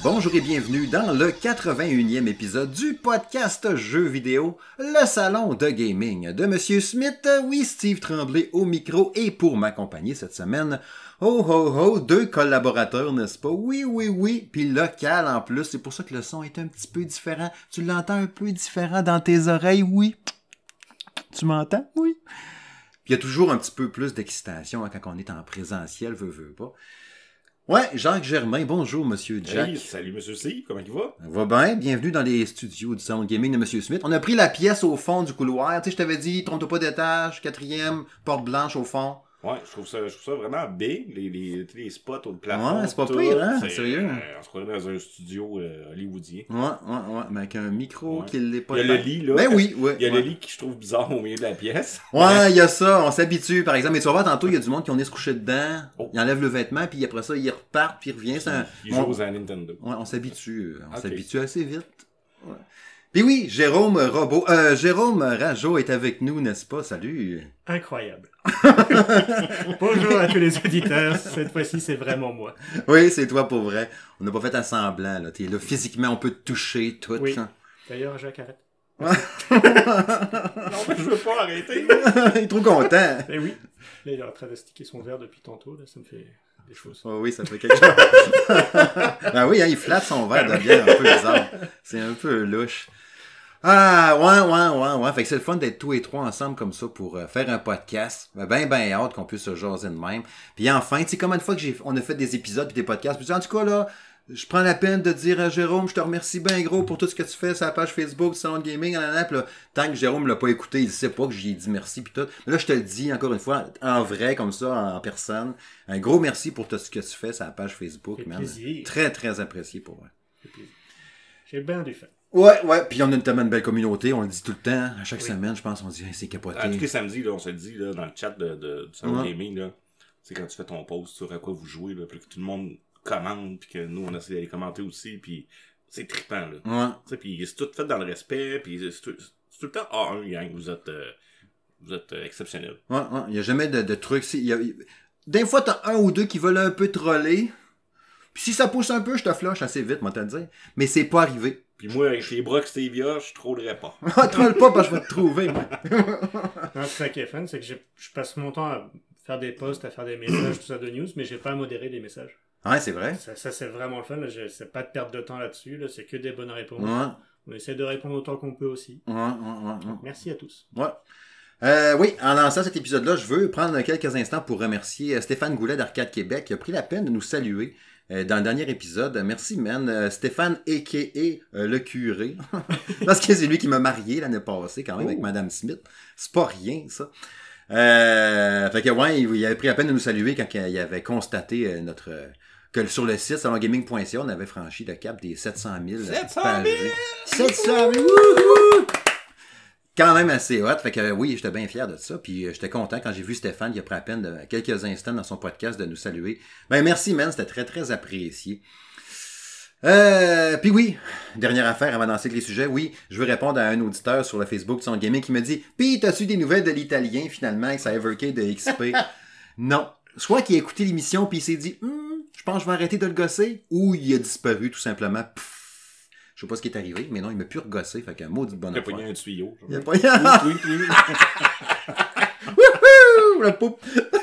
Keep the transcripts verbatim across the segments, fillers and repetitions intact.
Bonjour et bienvenue dans le quatre-vingt-unième épisode du podcast Jeux vidéo, le salon de gaming de Monsieur Smith. Oui, Steve Tremblay au micro et pour m'accompagner cette semaine, oh oh oh, deux collaborateurs, n'est-ce pas? Oui, oui, oui, puis local en plus, c'est pour ça que le son est un petit peu différent. Tu l'entends un peu différent dans tes oreilles, oui. Tu m'entends? Oui. Puis il y a toujours un petit peu plus d'excitation hein, quand on est en présentiel, veut, veut pas. Ouais, Jacques Germain, bonjour Monsieur Jack. Hey, salut Monsieur Steve, comment il va? Va bien, bienvenue dans les studios du salon gaming de Monsieur Smith. On a pris la pièce au fond du couloir, tu sais, je t'avais dit, trompe-toi pas d'étage, quatrième, porte blanche au fond. Ouais, je trouve ça, je trouve ça vraiment big, les, les, les spots au plafond. Ouais, c'est pas tout, pire, hein, c'est, sérieux. Euh, on se croirait dans un studio euh, hollywoodien. Ouais, ouais, ouais, mais avec un micro Ouais. qui l'est pas. Il y a le lit, là. Ben oui, ouais. Il y a ouais. le lit que je trouve bizarre au milieu de la pièce. Ouais, il y a ça, on s'habitue, par exemple. Mais tu vas voir, tantôt, il y a du monde qui on est se coucher dedans, Oh. ils enlèvent le vêtement, puis après ça, ils repartent, puis ils reviennent. C'est un... Il on... joue à Nintendo. Ouais, on s'habitue, on Ok. s'habitue assez vite. Ouais. Puis oui, Jérôme Robot, euh, Jérôme Rajo est avec nous, n'est-ce pas? Salut! Incroyable. Bonjour à tous les auditeurs. Cette fois-ci, c'est vraiment moi. Oui, c'est toi pour vrai. On n'a pas fait un semblant, là. T'es là, physiquement, on peut te toucher, tout. Oui. Hein. D'ailleurs, Jacques, arrête. Non, mais je veux pas arrêter. Il est trop content. Eh oui. Là, il est en train de sticker son verre depuis tantôt. Là, ça me fait des choses. Oh oui, ça fait quelque chose. Ben oui, hein, il flatte son verre de bière un peu bizarre. C'est un peu louche. Ah, ouais, ouais, ouais, ouais. Fait que c'est le fun d'être tous les trois ensemble comme ça pour euh, faire un podcast. Ben, ben, ben hâte qu'on puisse se jaser de même. Puis enfin, tu sais, combien de fois que j'ai, on a fait des épisodes puis des podcasts. Puis en tout cas, là, je prends la peine de dire à Jérôme, je te remercie bien gros pour tout ce que tu fais sur la page Facebook du Salon de Gaming. Nanana. Puis là, tant que Jérôme l'a pas écouté, il sait pas que j'y ai dit merci puis tout. Mais là, je te le dis encore une fois, en vrai, comme ça, en personne. Un gros merci pour tout ce que tu fais sur la page Facebook, Ça fait man. plaisir. Très, très apprécié pour moi. Ça fait plaisir. J'ai bien du fun. Ouais, ouais, puis on a tellement une belle communauté, on le dit tout le temps, à chaque Oui. semaine, je pense, on dit, hey, c'est capoté. En tout cas, samedi, là, on se dit là, dans le chat de, de, du salon Ouais. gaming, là, c'est quand tu fais ton post sur à quoi vous jouez, là, puis que tout le monde commente, puis que nous, on essaie d'aller commenter aussi, puis c'est trippant, là. Ouais. Tu sais, puis c'est tout fait dans le respect, puis c'est tout, c'est tout le temps A un, gang, vous êtes, euh, vous êtes euh, exceptionnels. Ouais, ouais, il n'y a jamais de, de trucs. Si- il y a- il- Des fois, t'as un ou deux qui veulent un peu troller, puis si ça pousse un peu, je te flush assez vite, moi, te le dire. Mais c'est pas arrivé. Puis moi, avec les bras que Stevia, je trollerais pas. Troll pas, parce que je vais te trouver, moi. Non, c'est ça qui est fun, c'est que j'ai- je passe mon temps à faire des posts, à faire des messages, tout ça de news, mais j'ai pas à modérer les messages. Ouais, c'est vrai. Ça, ça c'est vraiment le fun. Là. Je- C'est pas de perte de temps là-dessus. Là. C'est que des bonnes réponses. Ouais, On essaie de répondre autant qu'on peut aussi. ouais, ouais, ouais. ouais. Merci à tous. Ouais. Euh, oui, en lançant cet épisode-là, je veux prendre quelques instants pour remercier euh, Stéphane Goulet d'Arcade Québec qui a pris la peine de nous saluer euh, dans le dernier épisode. Merci, man. Euh, Stéphane, a k a euh, le curé. Parce que c'est lui qui m'a marié l'année passée, quand même, Oh. avec Madame Smith. C'est pas rien, ça. Euh, fait que, ouais, il, il avait pris la peine de nous saluer quand il avait constaté euh, notre... euh, que sur le site salon gaming point c a, on avait franchi le cap des sept cent mille. sept cent pages mille! vues. sept cent mille! Wouhou! Quand même assez hot. Fait que euh, oui, j'étais bien fier de ça. Puis euh, j'étais content quand j'ai vu Stéphane, il a pris la peine de quelques instants dans son podcast de nous saluer. Ben merci, man. C'était très, très apprécié. Euh, puis oui, dernière affaire avant d'encer les sujets. Oui, je veux répondre à un auditeur sur le Facebook de son gaming qui me dit « Pis, t'as-tu des nouvelles de l'italien finalement avec sa Evercade de X P? » Non. Soit qu'il a écouté l'émission puis il s'est dit Hum, je pense que je vais arrêter de le gosser, ou il a disparu tout simplement. Pff, je sais pas ce qui est arrivé, mais non, il m'a plus regosser. Fait qu'un mot de bonne Il a affaire. pogné un tuyau. Il a pas Oui, oui, oui. Wouhou! La poupe!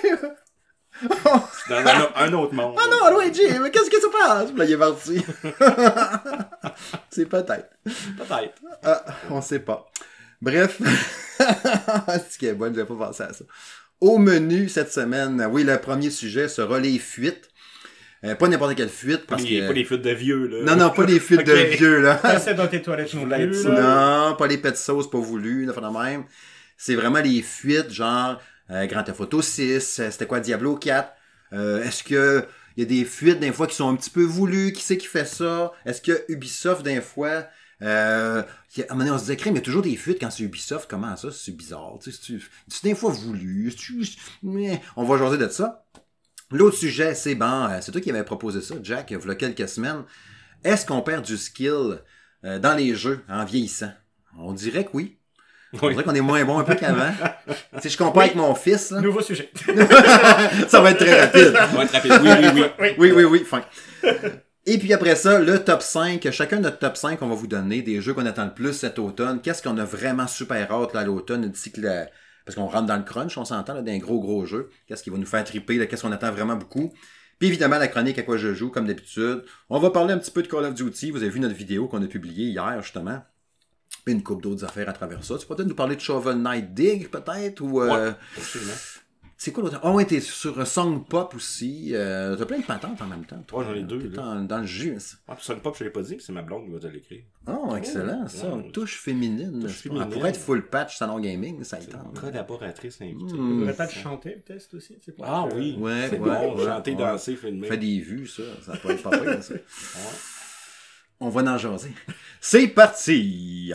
Dans un, un autre monde. Ah non, Luigi, mais qu'est-ce que ça passe? Là, il est parti. C'est peut-être. Peut-être. Ah, on sait pas. Bref. C'est qui est bonne, j'avais pas pensé à ça. Au menu cette semaine, oui, le premier sujet sera les fuites. Euh, pas n'importe quelle fuite, Pas parce les, que... pas les fuites de vieux, là. Non, non, pas les fuites de Ok. vieux, là. Passer dans tes toilettes non voulais plus. être là. Non, pas les pets de sauce, pas voulu, là, de même. C'est vraiment les fuites, genre euh, Grand Theft Auto six, euh, c'était quoi Diablo quatre. Euh, est-ce que il y a des fuites des fois qui sont un petit peu voulues, qui c'est qui fait ça? Est-ce que Ubisoft des fois euh, y a, à un moment donné, on se disait, crème, il y a toujours des fuites quand c'est Ubisoft, comment ça? C'est bizarre, tu sais, c'est c'est des fois voulu, c'est- mais on va jaser de ça. L'autre sujet, c'est bon, euh, c'est toi qui avais proposé ça, Jack, il y a quelques semaines. Est-ce qu'on perd du skill euh, dans les jeux en vieillissant? On dirait que oui. On Oui. dirait qu'on est moins bon un peu qu'avant. Si je compare avec mon fils, là, Nouveau sujet. ça va être très rapide. Ça va être rapide. Oui, oui, oui. Oui. Oui, oui, oui, fin. Et puis après ça, le top cinq. Chacun notre top cinq, on va vous donner des jeux qu'on attend le plus cet automne. Qu'est-ce qu'on a vraiment super hâte là, à l'automne, d'ici que la... Parce qu'on rentre dans le crunch, on s'entend, là, d'un gros gros jeu. Qu'est-ce qui va nous faire triper, là, qu'est-ce qu'on attend vraiment beaucoup. Puis évidemment, la chronique à quoi je joue, comme d'habitude. On va parler un petit peu de Call of Duty. Vous avez vu notre vidéo qu'on a publiée hier, justement. Puis une couple d'autres affaires à travers ça. Tu peux peut-être nous parler de Shovel Knight Dig, peut-être, ou... Euh... Ouais, absolument. C'est quoi l'autre? Ah ouais, t'es sur Song Pop aussi. Euh, t'as plein de patentes en même temps. Ouais, j'en ai deux. T'es Là. dans, dans le jus. Ouais, puis Song Pop, je l'ai pas dit, mais c'est ma blonde qui va te l'écrire. Oh, excellent, ça. Ouais, touche féminine. touche féminine. Elle pourrait être full patch Salon Gaming, ça y C'est tente. une collaboratrice invitée. Tu Hmm. voudrais pas te chanter le test aussi? C'est pas Ah que- oui, Ouais, c'est ouais, bon, ouais, chanter, ouais. danser, filmer. Fait des vues, ça. Ça peut être pas pire, ça. Ouais. On va en jaser. C'est parti!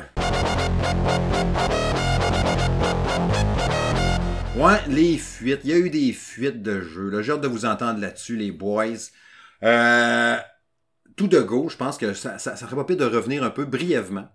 Ouais, les fuites. Il y a eu des fuites de jeux. Là. J'ai hâte de vous entendre là-dessus, les boys. Euh, tout de go, je pense que ça, ça, ça serait pas pire de revenir un peu brièvement.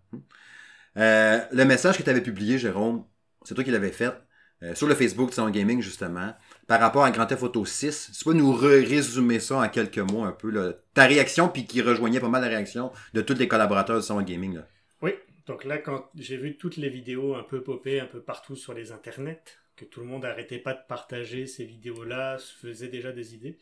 Euh, le message que tu avais publié, Jérôme, c'est toi qui l'avais fait, euh, sur le Facebook de Salon Gaming, justement, par rapport à Grand Theft Auto six. Tu peux nous re- résumer ça en quelques mots un peu, là, ta réaction, puis qui rejoignait pas mal la réaction de tous les collaborateurs de Salon Gaming. Là. Oui, donc là, quand j'ai vu toutes les vidéos un peu popées un peu partout sur les internets, que tout le monde arrêtait pas de partager ces vidéos-là, se faisait déjà des idées,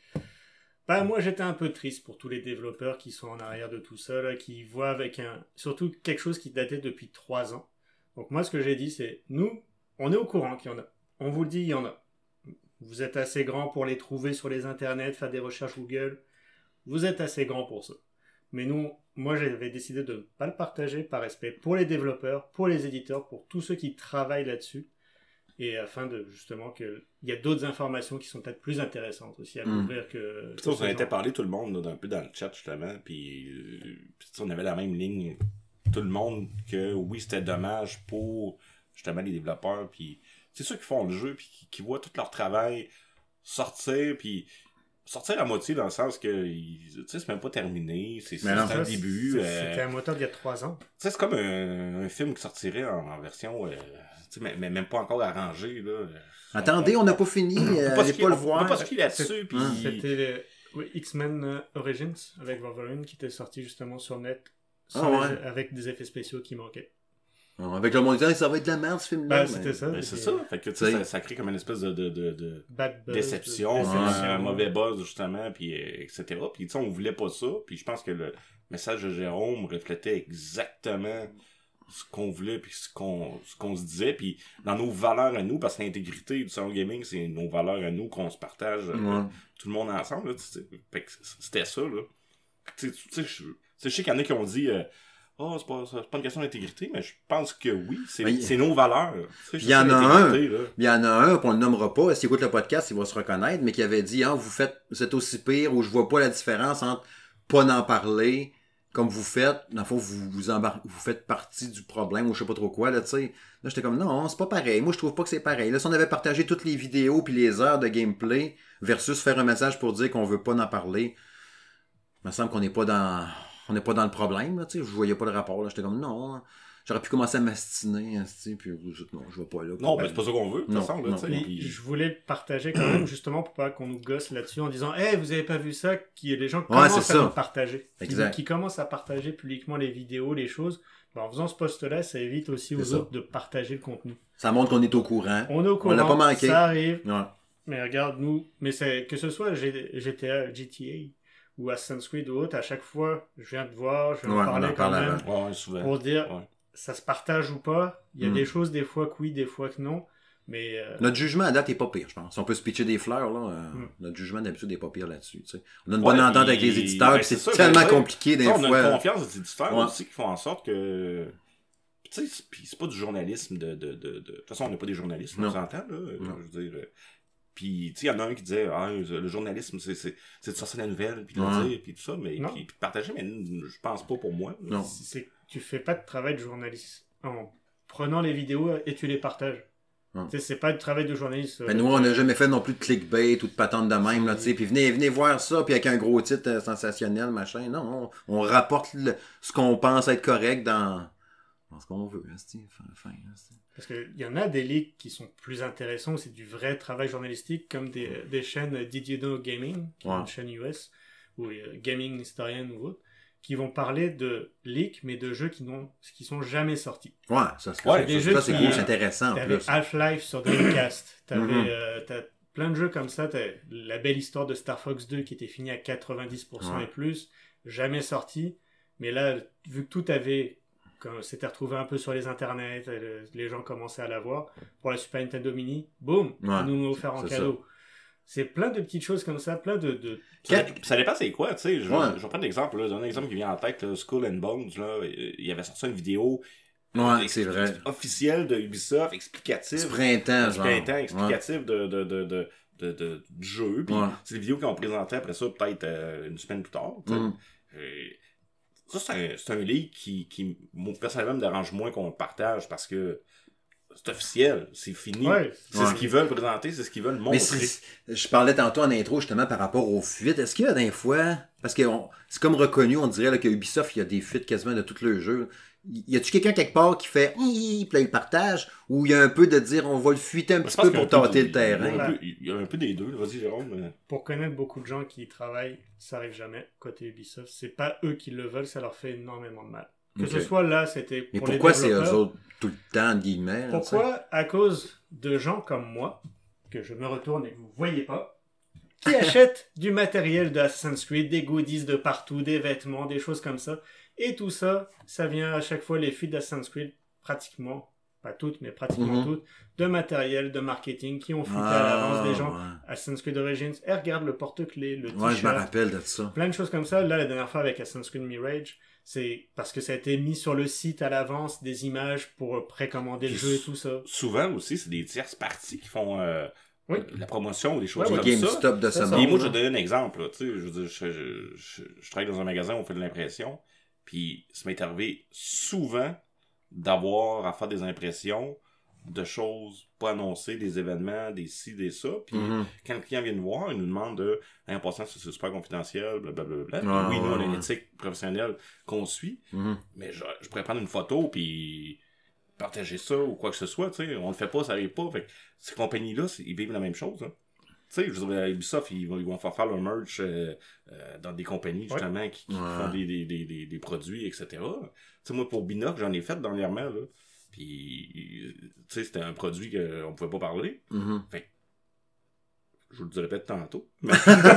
bah moi j'étais un peu triste pour tous les développeurs qui sont en arrière de tout ça, là, qui voient avec un... surtout quelque chose qui datait depuis trois ans. Donc moi ce que j'ai dit c'est, nous, on est au courant qu'il y en a. On vous le dit, il y en a. Vous êtes assez grand pour les trouver sur les internets, faire des recherches Google. Vous êtes assez grand pour ça. Mais nous, moi j'avais décidé de ne pas le partager par respect pour les développeurs, pour les éditeurs, pour tous ceux qui travaillent là-dessus. Et afin de, justement, qu'il y a d'autres informations qui sont peut-être plus intéressantes aussi à Mm. couvrir que... Puis ça, on que s'en ce était genre. parlé tout le monde, là, un peu dans le chat, justement, puis, euh, puis on avait la même ligne, tout le monde, que oui, c'était dommage pour, justement, les développeurs, puis c'est ceux qui font le jeu, puis qui, qui voient tout leur travail sortir, puis sortir à moitié dans le sens que, tu sais, c'est même pas terminé, c'est, c'est Mais non, un Ça, début. c'est- euh, C'était un moteur d'il y a trois ans. Tu sais, c'est comme un, un film qui sortirait en, en version, euh, tu sais, mais, mais même pas encore arrangé, là. Attendez, on n'a pas fini. On peut Euh, pas allez skier- pas le on peut voir. pas skier là-dessus, C'est- puis... C'était le- oui, X-Men euh, Origins avec Wolverine qui était sorti justement sur net Ah sans ouais. les- avec des effets spéciaux qui manquaient. Non, avec le monde disant, ça va être de la merde, ce film-là. Bah, mais- c'était ça. Ben, c'est Puis, ça. Fait que, tu sais, T'sais. ça, ça crée comme une espèce de, de, de, de Bad buzz, déception, de- puis déception. un mauvais buzz, justement, puis euh, et cetera. Puis, tu sais, on voulait pas ça. Puis, je pense que le message de Jérôme reflétait exactement ce qu'on voulait, puis ce qu'on, ce qu'on se disait. Puis, dans nos valeurs à nous, parce que l'intégrité du salon gaming, c'est nos valeurs à nous qu'on se partage, euh, Ouais. tout le monde ensemble. Là, tu sais. Fait que c'était ça, là. Tu sais, tu sais, je je sais qu'il y en a qui ont dit... euh, oh, c'est pas, c'est pas une question d'intégrité, mais je pense que oui, c'est, Mais il- c'est nos valeurs. Tu sais, Il y en c'est a l'intégrité, là. Il y en a un, qu'on le nommera pas, s'il écoute le podcast, il va se reconnaître, mais qui avait dit, ah, vous faites, vous êtes aussi pire, ou je vois pas la différence entre pas n'en parler, comme vous faites, dans le fond, vous, vous, embar- vous faites partie du problème, ou je sais pas trop quoi, là, tu sais. Là, j'étais comme, non, c'est pas pareil. Moi, je trouve pas que c'est pareil. Là, si on avait partagé toutes les vidéos puis les heures de gameplay, versus faire un message pour dire qu'on veut pas en parler, il me semble qu'on n'est pas dans, on n'est pas dans le problème, là, tu sais. Je voyais pas le rapport, là. J'étais comme, non, j'aurais pu commencer à m'astiner, tu sais, puis vous dites, non, je vais pas là. Non, ben c'est pas ça qu'on veut, de toute Non, façon, là, non, tu sais. Mais puis- je voulais le partager quand même, justement, pour pas qu'on nous gosse là-dessus en disant « Hey, vous avez pas vu ça ?» qu'il y ait des gens qui Ouais, commencent c'est à ça. nous partager. Qui- Exact. Qui, commencent à partager publiquement les vidéos, les choses. Ben, en faisant ce post-là, ça évite aussi aux C'est ça. autres de partager le contenu. Ça montre qu'on est au courant. On est au courant, l'a pas manqué. ça arrive, Ouais. mais regarde, nous, mais c'est que ce soit G- G T A, G T A ou Assassin's Creed ou autre, à chaque fois, je viens de voir, je vais Ouais, en on parler en quand parle même, avant. Ouais, ouais, souvent. pour dire, Ouais. ça se partage ou pas. Il y a Mm. des choses, des fois que oui, des fois que non, mais... euh, Notre jugement à date est pas pire, je pense. Si on peut se pitcher des fleurs, là, euh, Mm. notre jugement d'habitude est pas pire là-dessus. Tu sais. On a une Ouais, bonne entente puis- avec les éditeurs, ben, puis c'est, c'est ça, tellement ben, tu sais, compliqué des Ça, on a fois. une confiance des éditeurs Ouais. aussi qui font en sorte que... Tu sais, c'est- puis c'est pas du journalisme de... De, de, de... de toute façon, on n'est pas des journalistes, on Non. s'entend, là. euh, Non. Je veux dire... euh, Puis, tu sais, il y en a un qui disait, ah, le journalisme, c'est, c'est, c'est de sortir la nouvelle, puis de Ouais. le dire, puis tout ça, mais Non. puis, puis de partager, mais je pense pas pour moi. là. Non. c'est que tu fais pas de travail de journaliste en prenant les vidéos et tu les partages. Ouais. Tu sais, c'est pas du travail de journaliste. Ben, euh, nous, on n'a jamais fait non plus de clickbait ou de patente de même, là, tu sais. Puis venez, venez voir ça, puis avec un gros titre euh, sensationnel, machin. Non, on, on rapporte le- ce qu'on pense être correct dans, dans ce qu'on veut, là, tu sais. Fin, fin, là, tu sais. Parce qu'il y en a des leaks qui sont plus intéressants, c'est du vrai travail journalistique, comme des, des chaînes Did You Know Gaming, qui est Ouais. une chaîne U S, ou euh, Gaming Historian ou autres, qui vont parler de leaks, mais de jeux qui n'ont, qui sont jamais sortis. Ouais, ça, c'est, Ouais, ça, des ça, jeux ça, c'est qui- cool, c'est intéressant en T'avais plus. Half-Life sur Dreamcast, t'avais Mhm. euh, t'as plein de jeux comme ça, t'as la belle histoire de Star Fox deux qui était finie à quatre-vingt-dix pour cent Ouais. et plus, jamais sorti, mais là, vu que tout avait, quand s'était retrouvé un peu sur les internets, euh, les gens commençaient à l'avoir, pour la Super Nintendo Mini, boum, Ouais, nous nous offert en c'est cadeau. C'est plein de petites choses comme ça, plein de... de... Ça, dé- ça dépend c'est quoi, tu sais. Je, Ouais. je vais prendre l'exemple, là, un exemple qui vient en tête, là, Skull and Bones, là, il avait sorti une vidéo Ouais, euh, c'est vrai. officielle de Ubisoft, explicative. Du printemps, du genre. printemps, Ouais. explicatif de, de, de, de, de, de- du jeu. Puis Ouais. c'est des vidéos qu'on présentait après ça, peut-être euh, une semaine plus tard. tu sais. Mhm. Euh, ça, c'est un, c'est un leak qui, qui, moi, personnellement, me dérange moins qu'on le partage parce que c'est officiel, c'est fini. Ouais, C'est Ouais. ce qu'ils veulent présenter, c'est ce qu'ils veulent montrer. Mais c'est- je parlais tantôt en intro justement par rapport aux fuites. Est-ce qu'il y a des fois, parce que on- c'est comme reconnu, on dirait là, que Ubisoft, il y a des fuites quasiment de tous leurs jeux. Y a-tu quelqu'un quelque part qui fait Hi, puis là, il le partage, ou il y a un peu de dire on va le fuiter un Je petit pense peu qu'il y a pour un peu tâter de- le terrain? Il y a un Voilà. peu- il y a un peu des deux. Vas-y, Jérôme. mais- Pour connaître beaucoup de gens qui y travaillent, ça arrive jamais côté Ubisoft. C'est pas eux qui le veulent, ça leur fait énormément de mal. Que Ok. ce soit là, c'était Mais pour pourquoi les c'est eux développeurs. autres tout le temps, entre guillemets? là, Pourquoi? À cause de gens comme moi, que je me retourne et que vous voyez pas, qui achètent du matériel de Assassin's Creed, des goodies de partout, des vêtements, des choses comme ça. Et tout ça, ça vient à chaque fois les fuites d'Assassin's Creed, pratiquement, pas toutes, mais pratiquement Mhm. toutes, de matériel, de marketing, qui ont fuité Ah, à l'avance des gens. ouais. Assassin's Creed Origins, et regarde le porte-clés, le Ouais, je me t-shirt, rappelle de ça. plein de choses comme ça. Là, la dernière fois avec Assassin's Creed Mirage, c'est parce que ça a été mis sur le site à l'avance, des images pour précommander le Puis jeu et tout ça. Souvent aussi, c'est des tierces parties qui font euh, Oui. la promotion ou des choses Ouais, Les comme ça. GameStop de ce C'est ça. monde. Et moi, je là. vais te donner un exemple. Là, tu sais, je, veux dire, je, je, je, je travaille dans un magasin où on fait de l'impression. Puis, ça m'est arrivé souvent d'avoir à faire des impressions de choses pas annoncées, des événements, des ci, des ça. Puis, Mhm. quand le client vient nous voir, il nous demande de « En passant, c'est super confidentiel, blablabla. Puis Ah, oui, nous, on a une ouais. éthique professionnelle qu'on suit. Mhm. Mais je, je pourrais prendre une photo, puis partager ça ou quoi que ce soit, tu sais. On le fait pas, ça arrive pas. Fait que ces compagnies-là, c'est- ils vivent la même chose, hein. Tu sais, je veux dire, à Ubisoft, ils vont, ils vont faire faire leur merch euh, euh, dans des compagnies, justement, qui, qui Ouais. font des, des, des, des, des produits, et cetera. Tu sais, moi, pour Binoc, j'en ai fait dernièrement, là. Puis, tu sais, c'était un produit qu'on pouvait pas parler. Mhm. Je vous le dirai peut-être tantôt. Mais,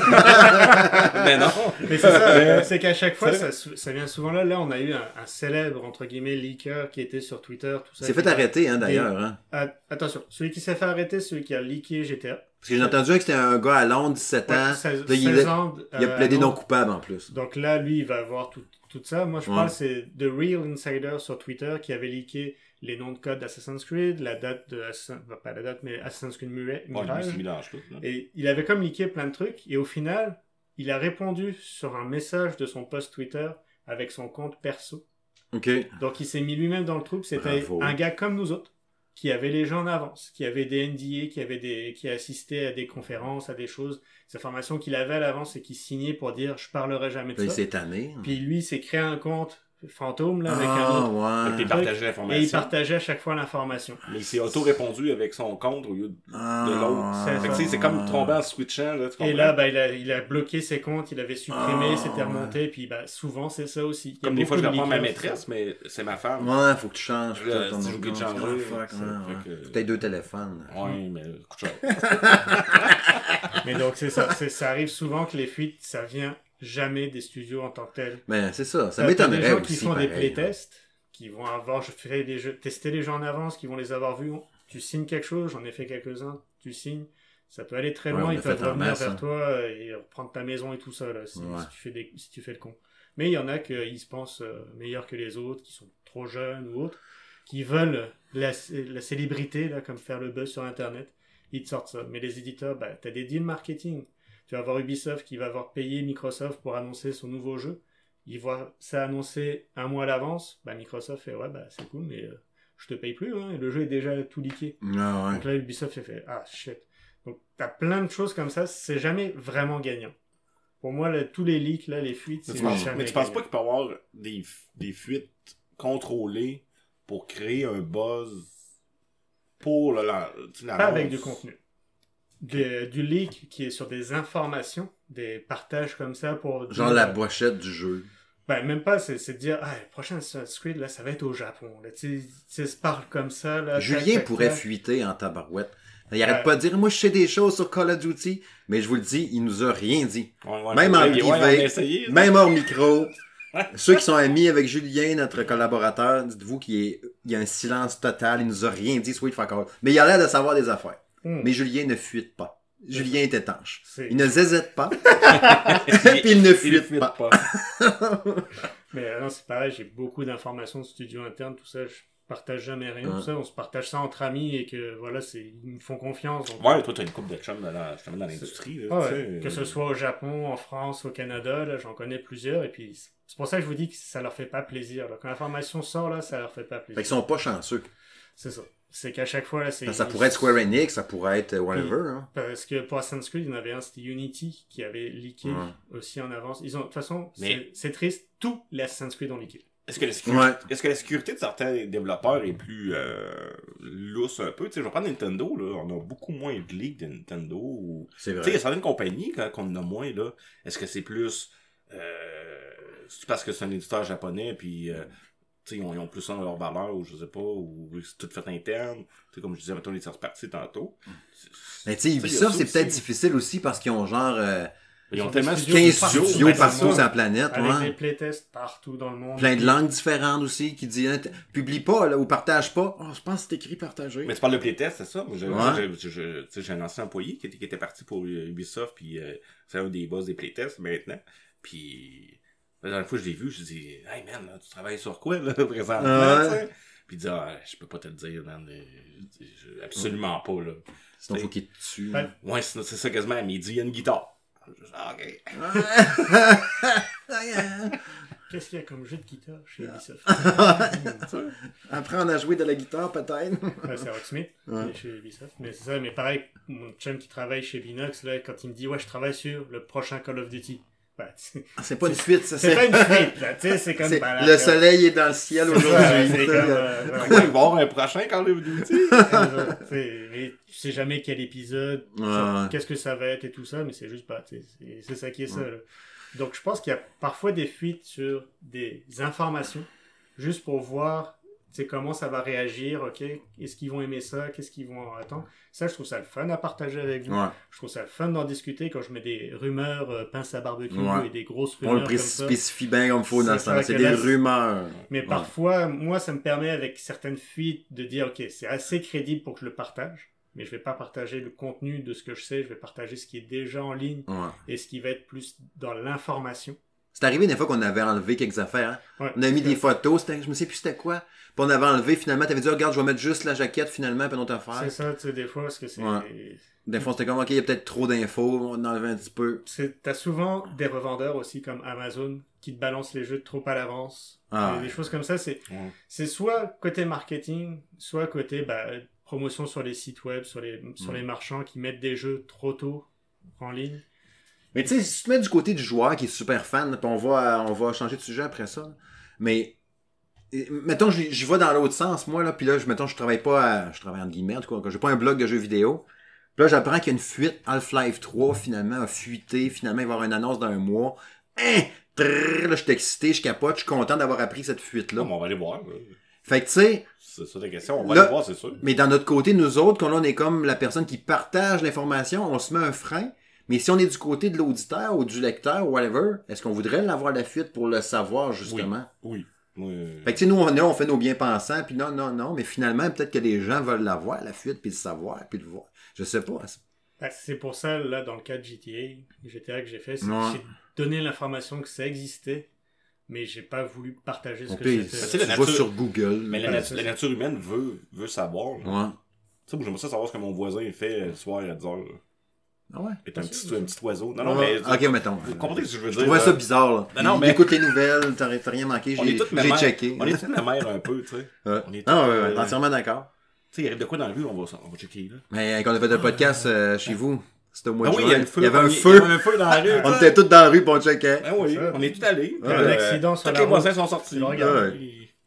mais non. Mais c'est ça, Mais- c'est qu'à chaque fois, Ça- ça, ça vient souvent là. Là, on a eu un, un célèbre, entre guillemets, leaker qui était sur Twitter, tout ça. C'est fait qui- arrêter, hein, d'ailleurs. Hein. Ah, attention, celui qui s'est fait arrêter, celui qui a leaké G T A. Parce que j'ai entendu que c'était un gars à Londres, dix-sept ans. Ouais, seize, Là, il, seize a, ans, il a euh, plaidé à non Londres. coupable en plus. Donc là, lui, il va avoir tout, tout ça. Moi, je Ouais. parle, c'est The Real Insider sur Twitter qui avait leaké les noms de code d'Assassin's Creed, la date de Assassin- bah, pas la date, mais Assassin's Creed Mira- Ouais, lui, Mirage. il se mélange tout, là. Et il avait comme leaké plein de trucs. Et au final, il a répondu sur un message de son post Twitter avec son compte perso. OK. Donc il s'est mis lui-même dans le trou. C'était Bravo. un gars comme nous autres, qui avait les gens en avance, qui avait des N D A, qui avait des, qui assistait à des conférences, à des choses, des informations qu'il avait à l'avance et qui signait pour dire je parlerai jamais de Là, il ça. s'est tanné. Puis lui, il s'est créé un compte fantôme là avec un Ah, autre. Fait ouais. que il partageait Et il l'information. partageait à chaque fois l'information. Mais il s'est auto-répondu avec son compte au lieu de, Ah, de l'autre. C'est Fait que, ça. tu sais, c'est comme tomber en switchant, là, tu comprends? Et là, bah, il, a, il a bloqué ses comptes, il avait supprimé, Ah, c'était remonté, puis bah, souvent c'est ça aussi. Il y a Comme des fois, je beaucoup de réponds à ma leakers, maîtresse, mais c'est ma femme. Ouais, faut que tu changes. Là, ton si autre j'oublie de compte. changer, Ah, fuck, ça ouais, fait ouais. que- Peut-être deux téléphones. Ouais, mais coup de chaud. Mais donc c'est ça, c'est- ça arrive souvent que les fuites, ça vient jamais des studios en tant que tel. Ben, c'est ça. Ça T'as- t'as des m'étonnerait gens aussi. qui font pareil, des hein. playtests, qui vont avoir, je fais des jeux, tester les jeux en avance, qui vont les avoir vus. Tu signes quelque chose, j'en ai fait quelques-uns, tu signes. Ça peut aller très Ouais, loin, on ils a peuvent fait en revenir masse, vers hein. toi et reprendre ta maison et tout ça, là, si, Ouais. si tu, fais des, si tu fais le con. Mais il y en a qui se pensent euh, meilleurs que les autres, qui sont trop jeunes ou autres, qui veulent la, la célébrité, là, comme faire le buzz sur Internet. Ils te sortent ça. Mais les éditeurs, bah, tu as des deals marketing. Tu vas avoir Ubisoft qui va avoir payé Microsoft pour annoncer son nouveau jeu. Ils voient ça annoncé un mois à l'avance. Bah, Microsoft fait, ouais, bah, c'est cool, mais euh, je te paye plus, hein, et le jeu est déjà tout leaké. Ah, ouais. Donc là, Ubisoft a fait, ah, shit. Donc, t'as plein de choses comme ça, c'est jamais vraiment gagnant. Pour moi, là, tous les leaks, là, les fuites, Mais c'est tu penses, jamais mais tu penses gagnant. pas qu'il peut y avoir des, des fuites contrôlées pour créer un buzz pour le, la, tu sais, Pas l'annonce? avec du contenu. De- du leak qui est sur des informations, des partages comme ça pour... Genre dire, la pochette du jeu. Ben, même pas, c'est, c'est de dire, ah, le prochain Assassin's Creed, là, ça va être au Japon. Là, tu sais, se parle comme ça. Là, Julien tac, tac, pourrait tac. fuiter en tabarouette. Il arrête Ouais. pas de dire, moi je sais des choses sur Call of Duty, mais je vous le dis, il nous a rien dit. Ouais, ouais, Même ouais, en ouais, privé, ouais, on a essayé, ça. même hors micro. Ceux qui sont amis avec Julien, notre collaborateur, dites-vous qu'il est- il y a un silence total, il nous a rien dit, Sweet fuck all. Mais il a l'air de savoir des affaires. Hmm. Mais Julien ne fuite pas. Julien est étanche. C'est- Il ne zézette pas. Puis il ne Il fuite fuite pas. pas. Mais euh, non, c'est pareil, j'ai beaucoup d'informations de studio interne, tout ça, je partage jamais rien, Ouais. tout ça, on se partage ça entre amis et que voilà, c'est, ils me font confiance. Donc, Ouais, toi, t'as une couple de chums dans, la- justement dans l'industrie. Là, ouais, tu sais. que ce soit au Japon, en France, au Canada, là, j'en connais plusieurs, et puis c'est pour ça que je vous dis que ça leur fait pas plaisir. Là. Quand l'information sort, là, ça leur fait pas plaisir. Fait qu'ils sont pas chanceux. C'est ça. C'est qu'à chaque fois, là, c'est... Ça pourrait être Square Enix, ça pourrait être whatever. Hein. Parce que pour Assassin's Creed, il y en avait un, c'était Unity, qui avait leaké Ouais. aussi en avance. Ils ont, de toute façon, Mais- c'est, c'est triste, tous les Assassin's Creed ont leaké. Est-ce que, la sécurité, Ouais. est-ce que la sécurité de certains développeurs est plus euh, lousse un peu? Tu sais, je vais prendre Nintendo, là, on a beaucoup moins de leaks de Nintendo. Ou... C'est Tu sais, il y a vrai. certaines compagnies, quand on en a moins, là, est-ce que c'est plus... Euh, c'est parce que c'est un éditeur japonais, puis... Euh, tu sais, ils ont, ils ont plus ça dans leur valeur, ou je sais pas, ou c'est tout fait interne. Tu sais, comme je disais, mettons les tierces parties tantôt. Mais tu sais, il y a Ubisoft, ça c'est peut-être aussi. difficile aussi parce qu'ils ont genre euh, Ils ont Ils tellement ont de des quinze partout, studios ben, c'est partout ça. sur la planète. Avec Ouais. des playtests partout dans le monde. Plein de langues différentes aussi qui disent hein, t- publie pas là, ou partage pas. Oh, je pense que c'est écrit partager. Mais tu parles de playtest, c'est ça? Moi, j'ai, Ouais. j'ai, j'ai, tu sais, j'ai un ancien employé qui était, qui était parti pour Ubisoft, puis euh, c'est un des boss des playtests maintenant. Puis, la dernière fois que je l'ai vu, je dis, hey man, là, tu travailles sur quoi, là, présentement, Ouais. tu sais? Puis il dit, ah, je peux pas te le dire, man. Je dis, Je- absolument pas, là. Sinon, faut qu'il te tue. Ouais. Ouais, c'est, c'est ça quasiment à midi, il y a une guitare. Je dis, ah, ok. Qu'est-ce qu'il y a comme jeu de guitare chez Ubisoft? Apprendre à jouer de la guitare, peut-être. Ouais, c'est Rocksmith, Ouais. qui est chez Ubisoft. Mais c'est ça, mais pareil, mon chum qui travaille chez Binox, là, quand il me dit, ouais, je travaille sur le prochain Call of Duty. Ben, c'est Ah, c'est pas une fuite, ça. c'est pas une fuite, là, tu sais, c'est comme... C'est- ben, là, le là, soleil est dans le ciel c'est ça, aujourd'hui. c'est comme... euh, Ouais, ouais, il va y avoir un prochain Call of Duty. tu sais, mais tu sais jamais quel épisode, Ouais, ça- ouais. qu'est-ce que ça va être et tout ça, mais c'est juste pas, tu sais, c'est, c'est ça qui est ça. Là. Donc je pense qu'il y a parfois des fuites sur des informations, juste pour voir, tu sais, comment ça va réagir, ok, est-ce qu'ils vont aimer ça, qu'est-ce qu'ils vont attendre. Ça, je trouve ça le fun à partager avec vous. Ouais. Je trouve ça le fun d'en discuter quand je mets des rumeurs euh, pince à barbecue Ouais. et des grosses On rumeurs le comme ça. spécifie bien comme il faut dans C'est ce temps-là. ça C'est que des là, rumeurs. Mais Ouais. parfois, moi, ça me permet avec certaines fuites de dire, ok, c'est assez crédible pour que je le partage, mais je vais pas partager le contenu de ce que je sais, je vais partager ce qui est déjà en ligne Ouais. et ce qui va être plus dans l'information. C'est arrivé des fois qu'on avait enlevé quelques affaires. Hein. Ouais, On a mis parce des que photos, c'était, je me sais plus c'était quoi. Puis on avait enlevé finalement, t'avais dit, oh, regarde, je vais mettre juste la jaquette finalement, puis une autre affaire. C'est ça, tu sais, des fois, parce que c'est... Ouais. Des fois, c'était comme, ok, il y a peut-être trop d'infos, on en enlevait un petit peu. c'est... T'as souvent des revendeurs aussi, comme Amazon, qui te balancent les jeux trop à l'avance. Ah, Et ouais. des choses comme ça, c'est... Ouais. C'est soit côté marketing, soit côté bah, promotion sur les sites web, sur les, sur Mm. les marchands qui mettent des jeux trop tôt en ligne. Mais tu sais, si tu te mets du côté du joueur qui est super fan, puis on va, on va changer de sujet après ça. là. Mais, et, mettons, j'y j'y vais dans l'autre sens, moi, là, puis là, je, mettons, je travaille pas à, je travaille en guillemets, en tout cas, j'ai pas un blog de jeux vidéo. Puis là, j'apprends qu'il y a une fuite, Half-Life trois, finalement, a fuité, finalement, il va y avoir une annonce dans un mois. Hein! Trrr, là, je suis excité, je capote, je suis content d'avoir appris cette fuite-là. Non, mais on va aller voir. là. Fait que, tu sais, C'est ça ta question. On va Là- aller voir, c'est sûr. mais dans notre côté, nous autres, quand on est comme la personne qui partage l'information, on se met un frein. Mais si on est du côté de l'auditeur ou du lecteur ou whatever, est-ce qu'on voudrait l'avoir la fuite pour le savoir, justement? Oui. Oui. Fait que, tu sais, nous, on, est- on fait nos bien-pensants, puis non, non, non, mais finalement, peut-être que les gens veulent l'avoir, la fuite, puis le savoir, puis le voir. Je sais pas. Ben, c'est pour ça, là, dans le cas de G T A, G T A que j'ai fait, c'est Ouais. que j'ai donné l'information que ça existait, mais j'ai pas voulu partager ce On que peut, c'était. c'est tu la vas nature- sur Google. Mais la, Ouais, nat- c'est la ça. nature humaine veut, veut savoir. là. Ouais. Tu sais, moi, j'aimerais ça savoir ce que mon voisin fait le soir à dix heures. là. Ah ouais? C'est un Bien petit, sûr, un petit oiseau. Non, non, Ouais. mais. Ok, mettons. Vous comprenez ce que je veux Je dire? trouvais là? ça bizarre, là. Ben non, Il mais- écoute les nouvelles, t'as t'as rien manqué, On est j'ai toutes j'ai la checké. On est toutes la mère un peu, tu sais. Ouais. On est Ah tous, ouais, ouais, euh, entièrement d'accord. Tu sais, il arrive de quoi dans la rue, on va, on va checker, là. Mais quand on a fait un podcast euh, chez vous, c'était au mois Ah de oui, juin, il y a le feu. il y avait un on est- feu. Il y avait un feu dans la rue. On était tous dans la rue, pis on checkait. Ben oui, Ça. on est tous allés. Il y a un accident sur Tous la les route. voisins sont sortis. Tu le regardes. Ouais. Puis,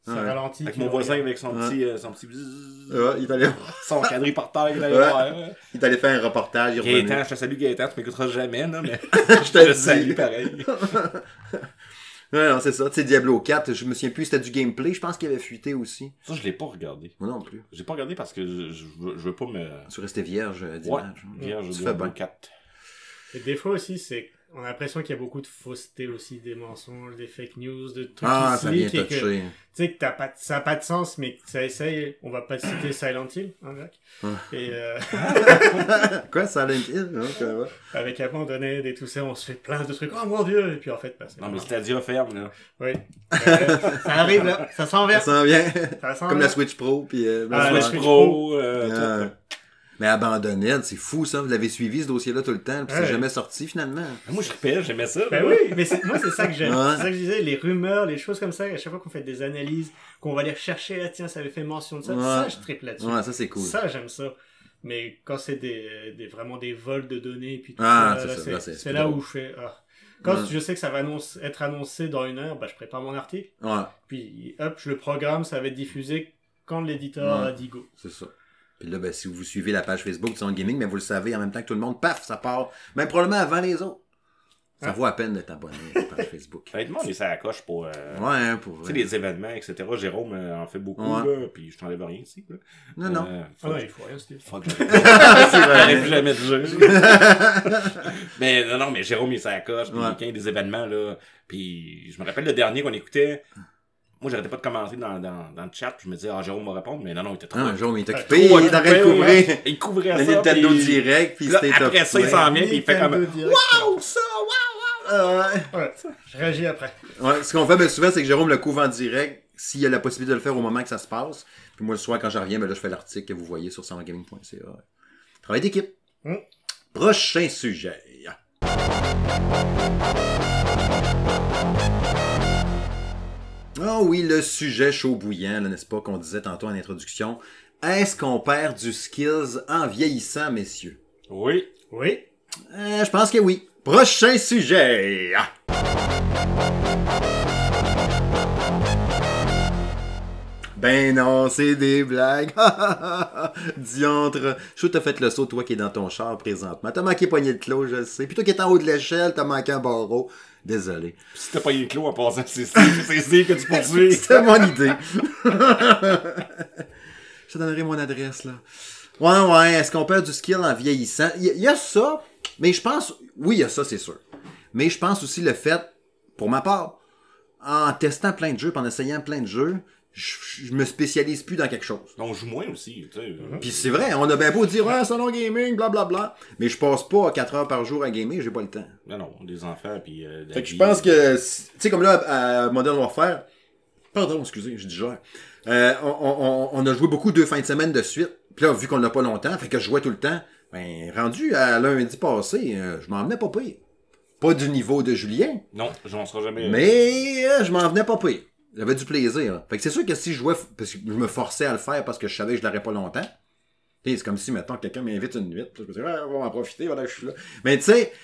Ça Ouais. ralentit. Avec tu mon le voisin regardes. avec son Ouais. petit, euh, son petit bzzz, Ouais, il t'allait, son quadrille par terre, il allait Ouais. voir. ouais. il t'allait faire un reportage, il est revenu. Gaëtan, je te salue Gaëtan, tu m'écouteras jamais, là, mais Je te je le te salue dis. pareil. Ouais, non, c'est ça. Tu sais, Diablo quatre, je me souviens plus, c'était du gameplay. Je pense qu'il avait fuité aussi. Ça, je l'ai pas regardé. Moi non plus. J'ai pas regardé parce que je, je, veux- je veux pas me... Tu restais vierge euh, d'image. Ouais, vierge Tu de fais bien. quatre. Et des fois aussi, c'est, on a l'impression qu'il y a beaucoup de fausseté aussi, des mensonges, des fake news, de trucs Ah, qui se ça vient leak et que, tu toucher. sais que t'as pas, ça a pas de sens, mais que ça essaye. On va pas citer Silent Hill, hein, Jacques. Ouais. Et euh, Quoi, ça allait Hill? Non, ça va. avec Abandonned et tout ça, on se fait plein de trucs. Oh mon dieu! Et puis en fait, bah, c'est Non, mais pas Stadia ferme, là. Oui. Euh, ça arrive là, ça s'en Ça vient. s'en vient. Ça s'en Comme vient. la Switch Pro. Puis, euh, Ah, la la Switch Switch Pro. Pro, euh, tout, Ah. là. Mais Abandonned, c'est fou ça. Vous l'avez suivi ce dossier-là tout le temps. Puis Ouais. c'est jamais sorti finalement. Moi, je répète, j'aimais ça. Ben là. oui, mais c'est, moi c'est ça que j'aime. Ouais. C'est ça que je disais, les rumeurs, les choses comme ça, à chaque fois qu'on fait des analyses, qu'on va aller rechercher, ah tiens, ça avait fait mention de ça, Ouais. ça je triple là-dessus. Ouais, ça c'est cool. Ça j'aime ça. Mais quand c'est des, des vraiment des vols de données, puis tout Ah, ça, c'est là, ça, c'est, là, c'est- c'est c'est là drôle. où je fais. Ah. Quand Ouais. je sais que ça va annonce, être annoncé dans une heure, bah, je prépare mon article, Ouais, puis hop, je le programme, ça va être diffusé quand l'éditeur Ouais. a dit go. c'est ça. Puis là, ben, si vous suivez la page Facebook de Son Gaming, mais vous le savez en même temps que tout le monde, paf, ça part. Même probablement avant les autres. Ça Hein? vaut à peine d'être abonné à la page Facebook. Honnêtement, on est sur la coche pour... euh, Ouais, hein, pour Tu vrai. sais, les événements, et cetera. Jérôme euh, en fait beaucoup, Ouais. là, puis je t'enlève rien ici. Là. Non, non. Euh, Ah faut non, que il faut rien, Steve. Fuck, j'aurais C'est vrai. plus jamais de jeu. mais non, non, mais Jérôme, il est sur la coche, puis Ouais. quand il y a des événements, là, puis je me rappelle le dernier qu'on écoutait, moi, j'arrêtais pas de commenter dans, dans, dans le chat, puis je me disais, ah, Jérôme va répondre, mais non, non, il était trop... Ah, Jérôme, il est Ah, occupé, trop il est en train de occupé, ouais, couvrir ouais. Il couvrait le ça, Nintendo puis- Direct, puis puis là, State après of ça, il Play. s'en vient, puis il fait comme... Nintendo Direct. Waouh, ça, waouh, Ah, ouais. Ouais, je réagis après. Ouais, ce qu'on fait ben, souvent, c'est que Jérôme le couvre en direct, s'il y a la possibilité de le faire au moment que ça se passe. Puis moi, le soir, quand je reviens, ben là, je fais l'article que vous voyez sur soundgaming point c a. Travail d'équipe. Mm. Prochain sujet. Ah oui, le sujet chaud bouillant, là, n'est-ce pas, qu'on disait tantôt en introduction. Est-ce qu'on perd du skills en vieillissant, messieurs? Oui. Oui. Euh, je pense que oui. Prochain sujet. Ah! Ben non, c'est des blagues. Diantre. Je t'as fait le saut, toi qui es dans ton char présentement. T'as manqué poignée de clos, je le sais. Puis toi qui es en haut de l'échelle, t'as manqué un barreau. Désolé. Puis si t'as pas eu le clos en passant, c'est Steve, c'est Steve que tu poursuis. C'était mon idée. Je te donnerai mon adresse, là. Ouais, ouais, est-ce qu'on perd du skill en vieillissant? Il y, y a ça, mais je pense... Oui, il y a ça, c'est sûr. Mais je pense aussi le fait, pour ma part, en testant plein de jeux, puis en essayant plein de jeux, je, je me spécialise plus dans quelque chose. On joue moins aussi, tu sais. Puis c'est vrai, on a bien beau dire « Ouais, salon gaming, blablabla », mais je passe pas quatre heures par jour à gamer, j'ai pas le temps. Non, non, des enfants, puis... Euh, Fait que je pense que, tu sais, comme là, à Modern Warfare, pardon, excusez, je dis genre, euh, on, on, on a joué beaucoup deux fins de semaine de suite. Puis là, vu qu'on l'a pas longtemps, fait que je jouais tout le temps, ben, rendu à lundi passé, euh, je m'en venais pas pire. Pas du niveau de Julien, Non, j'en serai jamais... mais euh, je m'en venais pas pire. J'avais du plaisir. Là. Fait que c'est sûr que si je jouais, parce que je me forçais à le faire parce que je savais que je l'aurais pas longtemps, c'est comme si, maintenant, quelqu'un m'invite une nuit, je me dis, ouais, on va en profiter, voilà, je suis là. Mais tu sais,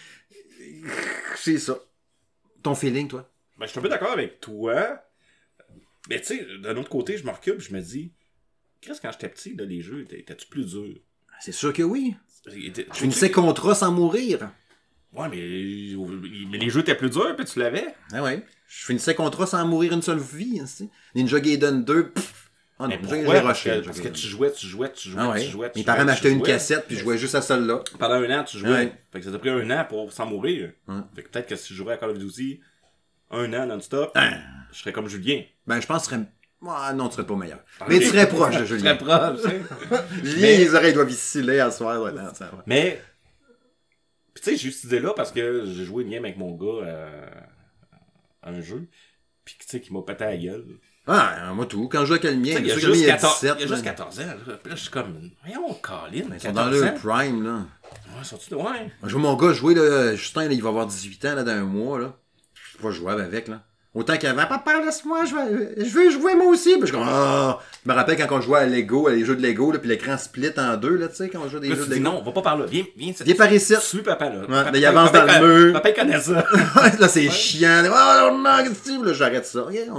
c'est ça. Ton feeling, toi? Ben, je suis un peu d'accord avec toi. Mais tu sais, d'un autre côté, je me recule et je me dis, qu'est-ce que quand j'étais petit, là, les jeux, étaient-tu plus durs? C'est sûr que oui. Était- Je finissais contrat sans mourir. Ouais, mais, mais les jeux étaient plus durs, puis tu l'avais. Ah ouais. Je finissais contrat sans mourir une seule vie. Hein, Ninja Gaiden deux, pff. Ah non, Mais j'ai pourquoi? rushé. Parce que, parce que tu jouais, tu jouais, tu jouais, Ah ouais. tu jouais, tu Mes jouais, parents tu m'achetaient une jouais. cassette, puis je jouais juste à celle-là. Pendant un an, tu jouais. Ouais. Fait que ça t'a pris un an pour sans mourir. Ouais. Fait que peut-être que si je jouais à Call of Duty un an non-stop, Ah. je serais comme Julien. Ben, je pense que tu serais... Ah, non, tu serais pas meilleur. Ah, Mais ok. tu serais proche de Je Julien. serais proche, tu sais. Julien, Mais- les oreilles doivent y sciller à soir. Ouais, non, ça va. Mais, pis tu sais, j'ai eu cette idée-là parce que j'ai joué une game avec mon gars euh, à un jeu, pis tu sais, qui m'a pété à la gueule. Ah, moi tout. Quand je joue avec le mien, Tu sais, il y a sûr que le juste mien, quatorze, dix-sept, il y a juste là. quatorze ans, là. Puis là, je suis comme, voyons, Colin, Ils sont dans quatorze le ans. prime, là. Ouais, sont-tu, ouais. Moi, je vois mon gars jouer, là. Justin, là, il va avoir dix-huit ans, là, dans un mois, là. Je suis pas jouable avec, là. Autant qu'avant, papa, laisse-moi, je veux, je veux jouer moi aussi. Puis je suis comme, ah! Je me rappelle quand on jouait à Lego, à les jeux de Lego, là, puis l'écran split en deux, là, tu sais, quand on joue à des Là, jeux tu de dis Lego. non, on va pas par là. Viens, viens. Viens par ici. Suis papa, là. Ouais, Papa- là, il avance papa- dans le mur. Papa, il connaît ça. là, c'est chiant. Oh, non, qu'est-ce que tu veux? Là, j'arrête ça. Ok, on joue plus.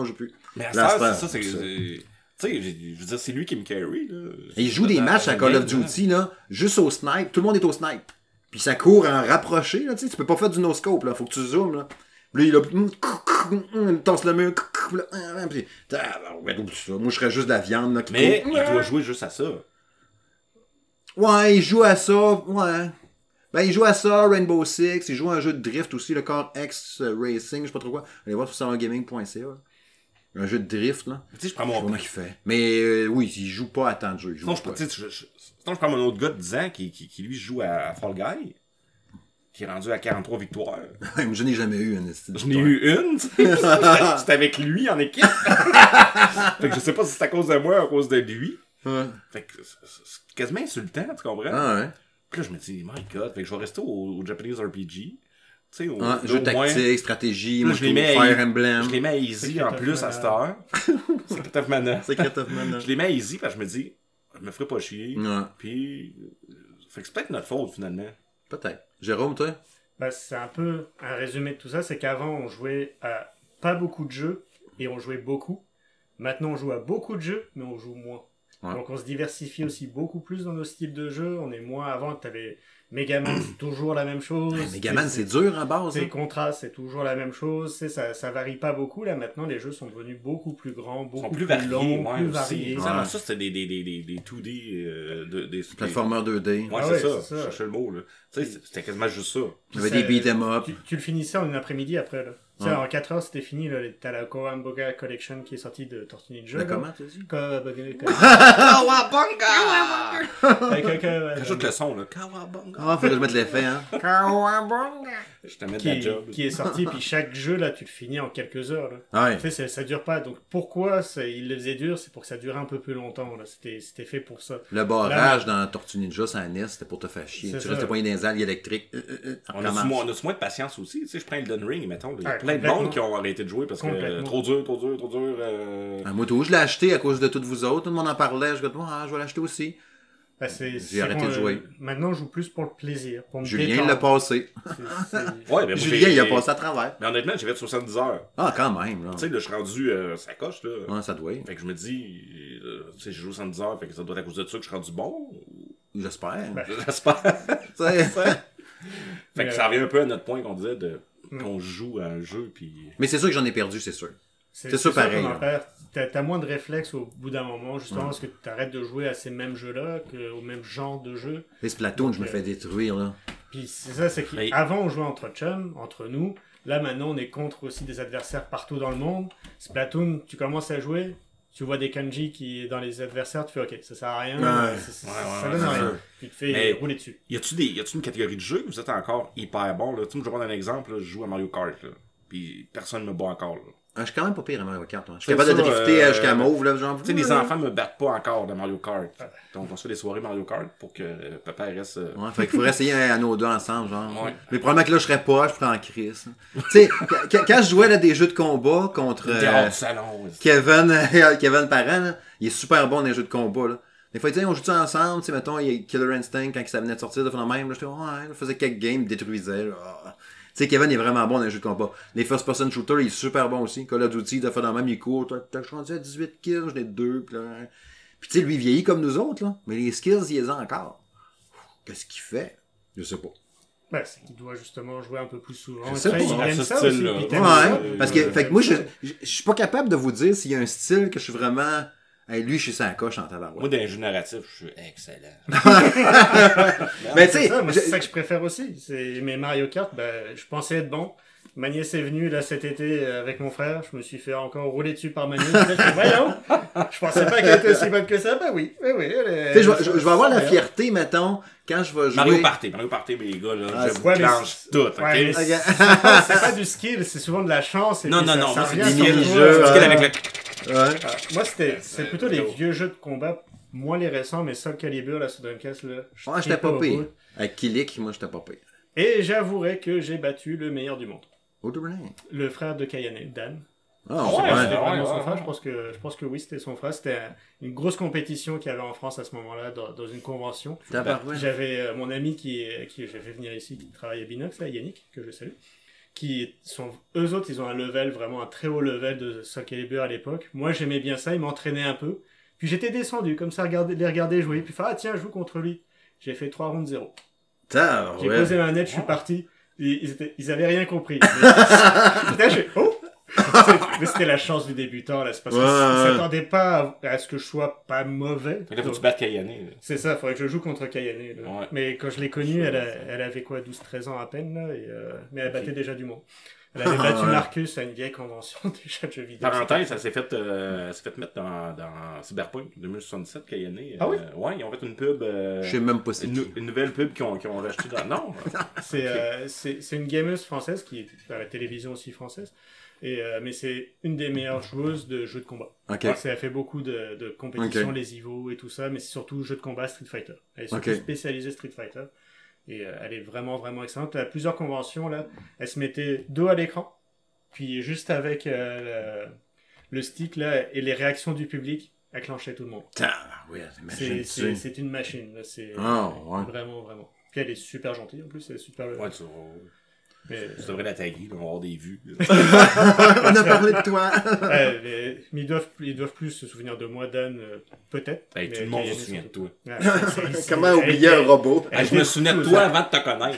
Mais à Là, ça, c'est c'est ça, c'est... ça. c'est- Tu sais, je veux dire, c'est lui qui me carry, là. Et il joue des matchs à Call of Duty, là, juste au snipe. Tout le monde est au snipe. Puis ça court en rapproché, là, tu sais. Tu peux pas faire du no-scope, là. Faut que tu zoomes, là. Puis là, il a... il tasse le mur. Puis, moi, je serais juste de la viande, là. Qui Mais court. il doit jouer juste à ça. Ouais, il joue à ça. Ouais. Ben, il joue à ça, Rainbow Six. Il joue à un jeu de drift aussi, le Car X Racing, je sais pas trop quoi. Allez voir sur salon gaming point c a. Un jeu de drift, là. Tu sais, je prends Je sais mon... pas comment il fait. Mais euh, oui, il joue pas à tant de jeux. Il joue Sinon, je, pas. tu sais, je, je, sinon, je prends mon autre gars de dix ans qui, qui, qui lui joue à, à Fall Guy, qui est rendu à quarante-trois victoires. Je n'ai jamais eu un estime. Je n'ai eu une, tu sais. C'était c'était avec lui en équipe. Fait que je sais pas si c'est à cause de moi ou à cause de lui. Ouais. Fait que c'est c'est quasiment insultant, tu comprends? Ah ouais. Puis là, je me dis, my god, fait que je vais rester au, au Japanese R P G. Tu sais, au, Ah, au jeu moins, tactique, stratégie, Là, moi, je les mets à- Fire Emblem. je les mets à easy Secret en of plus à Mana. cette heure. Secret of Mana. Secret of Mana. Je les mets à easy parce que je me dis, je me ferai pas chier. Ouais, Puis, euh, fait que c'est peut-être notre faute finalement. peut-être. Jérôme, toi? Bah, c'est un peu un résumé de tout ça, c'est qu'avant on jouait à pas beaucoup de jeux et on jouait beaucoup. Maintenant on joue à beaucoup de jeux mais on joue moins. Ouais. Donc on se diversifie aussi beaucoup plus dans nos styles de jeux. On est moins avant, t'avais Megaman, c'est toujours la même chose. Megaman, c'est C'est- dur en base. C'est Hein? Contra, c'est toujours la même chose. C'est ça, ça varie pas beaucoup. Là maintenant les jeux sont devenus beaucoup plus grands, Ils beaucoup sont plus, plus variés, longs, ouais, plus aussi. variés. Ça, Ouais. ça, c'était des, des, des, des, des deux D, euh, de, des... Platformer deux D. Ouais, Ah c'est ouais, ça. c'est Je ça. cherchais le mot, là. Tu sais, c'était quasiment juste ça. Il y avait Ça- des beat'em up. Tu, tu le finissais en une après-midi après. Là. Tu sais, Ouais. en quatre heures, c'était fini. Là. T'as la Kohamboga Collection qui est sortie de Tortue Ninja. De là. comment, tu dis? Kohamboga Collection. Kawabunga! Avec, avec, euh, Rajoute le son, là. Kawabunga! Ah, faut que je mette l'effet, hein? Je te mets de qui, la est, job. qui est sorti, puis chaque jeu, là, tu le finis en quelques heures. Là. Ouais. Tu sais, ça, ça dure pas. Donc pourquoi ça, il le faisait dur? C'est pour que ça dure un peu plus longtemps. Là. C'était, c'était fait pour ça. Le barrage dans Tortue Ninja, c'est un N E S, c'était pour te faire chier. C'est Tu ça. restais pas dans les algues électriques. Euh, euh, euh, On a, recommence. moins, on a moins de patience aussi. Tu sais, je prends Elden Ring, mettons. Il y a Ouais, plein de complètement. monde qui ont arrêté de jouer parce que euh, Complètement. trop dur, trop dur, trop dur. Euh... Ah, moi, tout, je l'ai acheté à cause de toutes vous autres. Tout le monde en parlait. Je me dis, ah, je vais l'acheter aussi. Bah, c'est, J'ai c'est arrêté qu'on, de jouer. euh, Maintenant, je joue plus pour le plaisir. Pour me Julien détendre. l'a passé. C'est- c'est- Ouais, mais moi, Julien, j'ai- il a passé à travers. Mais honnêtement, j'ai fait soixante-dix heures. Ah, quand même, là. Tu sais, là, je suis rendu euh, ça coche, là. Ouais, ça doit être. Fait que je me dis, euh, tu sais, j'ai joué soixante-dix heures, fait que ça doit être à cause de ça que je suis rendu bon. J'espère. Ben, J'espère. Tu sais. Fait que Mais, ça revient un peu à notre point qu'on disait de Mm. qu'on joue à un jeu, puis... Mais c'est sûr que j'en ai perdu, c'est sûr. C'est C'est ça, pareil, qu'on en là. perd. T'as, t'as moins de réflexes au bout d'un moment, justement, Ouais. parce que t'arrêtes de jouer à ces mêmes jeux-là, que, au même genre de jeu. Les Splatoon, je me Ok. fais détruire, là. Puis c'est ça, c'est Oui. qu'avant on jouait entre chums, entre nous. Là maintenant on est contre aussi des adversaires partout dans le monde. Splatoon, tu commences à jouer, tu vois des kanji qui dans les adversaires, tu fais ok, ça sert à rien, Ouais. c'est- c'est- Ouais, ça ouais, donne ouais, rien. ouais. Tu te fais Mais- rouler dessus. Y a-tu des, y a-tu une catégorie de jeux que vous êtes encore hyper bon, là? Tu sais, moi, je vais prendre un exemple, là, je joue à Mario Kart, là. Puis personne me bat encore, là. Ah, je suis quand même pas pire à Mario Kart. Hein. Je suis C'est capable de ça, drifter euh, jusqu'à Mauve, là, genre. Tu sais, les enfants me battent pas encore dans Mario Kart. Donc, on se fait des soirées Mario Kart pour que euh, papa reste... euh, Ouais, fait qu'il faudrait essayer un anneau deux ensemble, genre. Ouais. Mais probablement que là, je serais pas, je ferais en crise. Tu sais, quand- quand je jouais là, des jeux de combat contre Une euh, théâtre du salon. ouais. Kevin, Kevin Parent, là, il est super bon dans les jeux de combat, là. Des fois, il dit, on joue ça ensemble, tu sais, mettons, il y a Killer Instinct quand ça venait de sortir de faire le même, là, j'étais, ouais, il faisait quelques games, il détruisait, là. Ah. Tu sais, Kevin est vraiment bon dans les jeux de combat. Les first-person shooters, il est super bon aussi. Call of Duty, il a fait dans le même, il court, toi, je suis rendu à dix-huit kills, j'en ai deux, pis là, puis tu sais, lui, il vieillit comme nous autres, là. Mais les skills, il les a encore. Qu'est-ce qu'il fait? Je sais pas. Ouais, c'est qu'il doit justement jouer un peu plus souvent. Je sais Après, pas, il à aime ce ça aussi, style-là. puis Ouais, t'aimes Ouais, ça. parce que, Euh, fait que moi, je, t'aimes ça. je, je suis pas capable de vous dire s'il y a un style que je suis vraiment, hey, lui, je suis sa coche en tabarouette. Moi, dans les jeux narratifs, je suis excellent. Ben, tu C'est sais, ça, moi, je- c'est ça que je préfère aussi. C'est... Mais Mario Kart, ben, je pensais être bon. Ma nièce est venue là cet été euh, avec mon frère. Je me suis fait encore rouler dessus par ma nièce. Je fais, voyons, je pensais pas qu'elle était aussi bonne que ça. Ben oui, oui, oui. elle est- tu sais, je, vais- je- je vais avoir la Ouais. fierté, mettons, quand je vais jouer. Mario Party, Mario Party, mes gars, là, Ah, je c'est- vous ouais, mais clenche c'est- tout, ok? Ouais, mais Ok. c'est, c'est pas, c'est pas du skill, c'est souvent de la chance. Et Non, puis non, ça- non, ça moi, c'est revient des sur mini-jeux, toi. ouais. Skill avec le... Ouais. Ah, moi, c'était, c'est Euh, plutôt les euh, vieux jeux de combat, moins les récents, mais Soul Calibur, la sur Dreamcast, là. je Ouais, j'étais tripais pas au pire. bout. Avec Kilik, moi, j'étais pas pire. Et j'avouerai que j'ai battu le meilleur du monde. Autobrain. Le frère de Kayane, Dan. Ah, Ouais, c'est C'était ouais, vrai. vraiment ouais, son ouais, frère, ouais. je pense que, je pense que oui, c'était son frère. C'était euh, une grosse compétition qu'il y avait en France à ce moment-là, dans, dans une convention. Tabarouette. J'avais euh, mon ami qui, est- qui j'ai fait venir ici, qui travaille à Binox, là, Yannick, que je salue, qui sont, eux autres, ils ont un level, vraiment un très haut level de Soul Calibur à l'époque. Moi, j'aimais bien ça, ils m'entraînaient un peu. Puis j'étais descendu, comme ça, regarder, les regarder jouer. Puis, ah tiens, je joue contre lui. J'ai fait trois rounds zéro. Putain, J'ai ouais. posé ma manette, je suis parti. Ils, ils, étaient, ils avaient rien compris. Putain, je fais, oh! Mais c'était la chance du débutant, là. C'est parce qu'ils Ouais, ne ouais. s'attendaient pas à, à ce que je sois pas mauvais. Fait que là, faut que Donc, tu battes Kayane. là. c'est ça, il faudrait que je joue contre Kayane. là. Ouais. Mais quand je l'ai connue, Je elle, a- sais. elle avait quoi, douze treize ans à peine, là, et, euh, mais elle Ok. battait déjà du monde. Elle avait battu Ouais. Marcus à une vieille convention déjà de jeux vidéo. Parenthèse, ça s'est fait, euh, ça s'est fait mettre dans, dans Cyberpunk deux mille soixante-dix-sept, Kayane. Ah oui? Euh, ouais, ils ont fait une pub. Euh, Je sais même pas c'est une, qui. nou- une nouvelle pub qu'ils ont, qu'ils ont racheté dans. Non! C'est euh, c'est- c'est une gameuse française qui est à la télévision aussi française. Et, euh, mais c'est une des meilleures joueuses de jeux de combat. Ok. Ouais, elle fait beaucoup de, de compétitions, Ok. les Evo et tout ça, mais c'est surtout jeux de combat Street Fighter. Elle est surtout Ok. spécialisée Street Fighter. Et euh, elle est vraiment, vraiment excellente. À plusieurs conventions, là, elle se mettait dos à l'écran, puis juste avec euh, le, le stick là, et les réactions du public, elle clenchait tout le monde. Putain, ouais, C'est imagine c'est- c'est une machine. là. C'est Ah, ouais. vraiment, vraiment. Puis elle est super gentille en plus, elle est super. Ouais, tu, mais, tu devrais la taguer, là, on va avoir des vues. On a parlé de toi. Ouais, mais, mais ils, doivent, ils doivent plus se souvenir de moi, Dan, euh, peut-être. Hey, mais tout le monde se Kayane, souvient de surtout. toi. Ouais, c'est- c'est- Comment elle oublier était- un robot? Hey, je me souvenais de tout toi ça. avant de te connaître.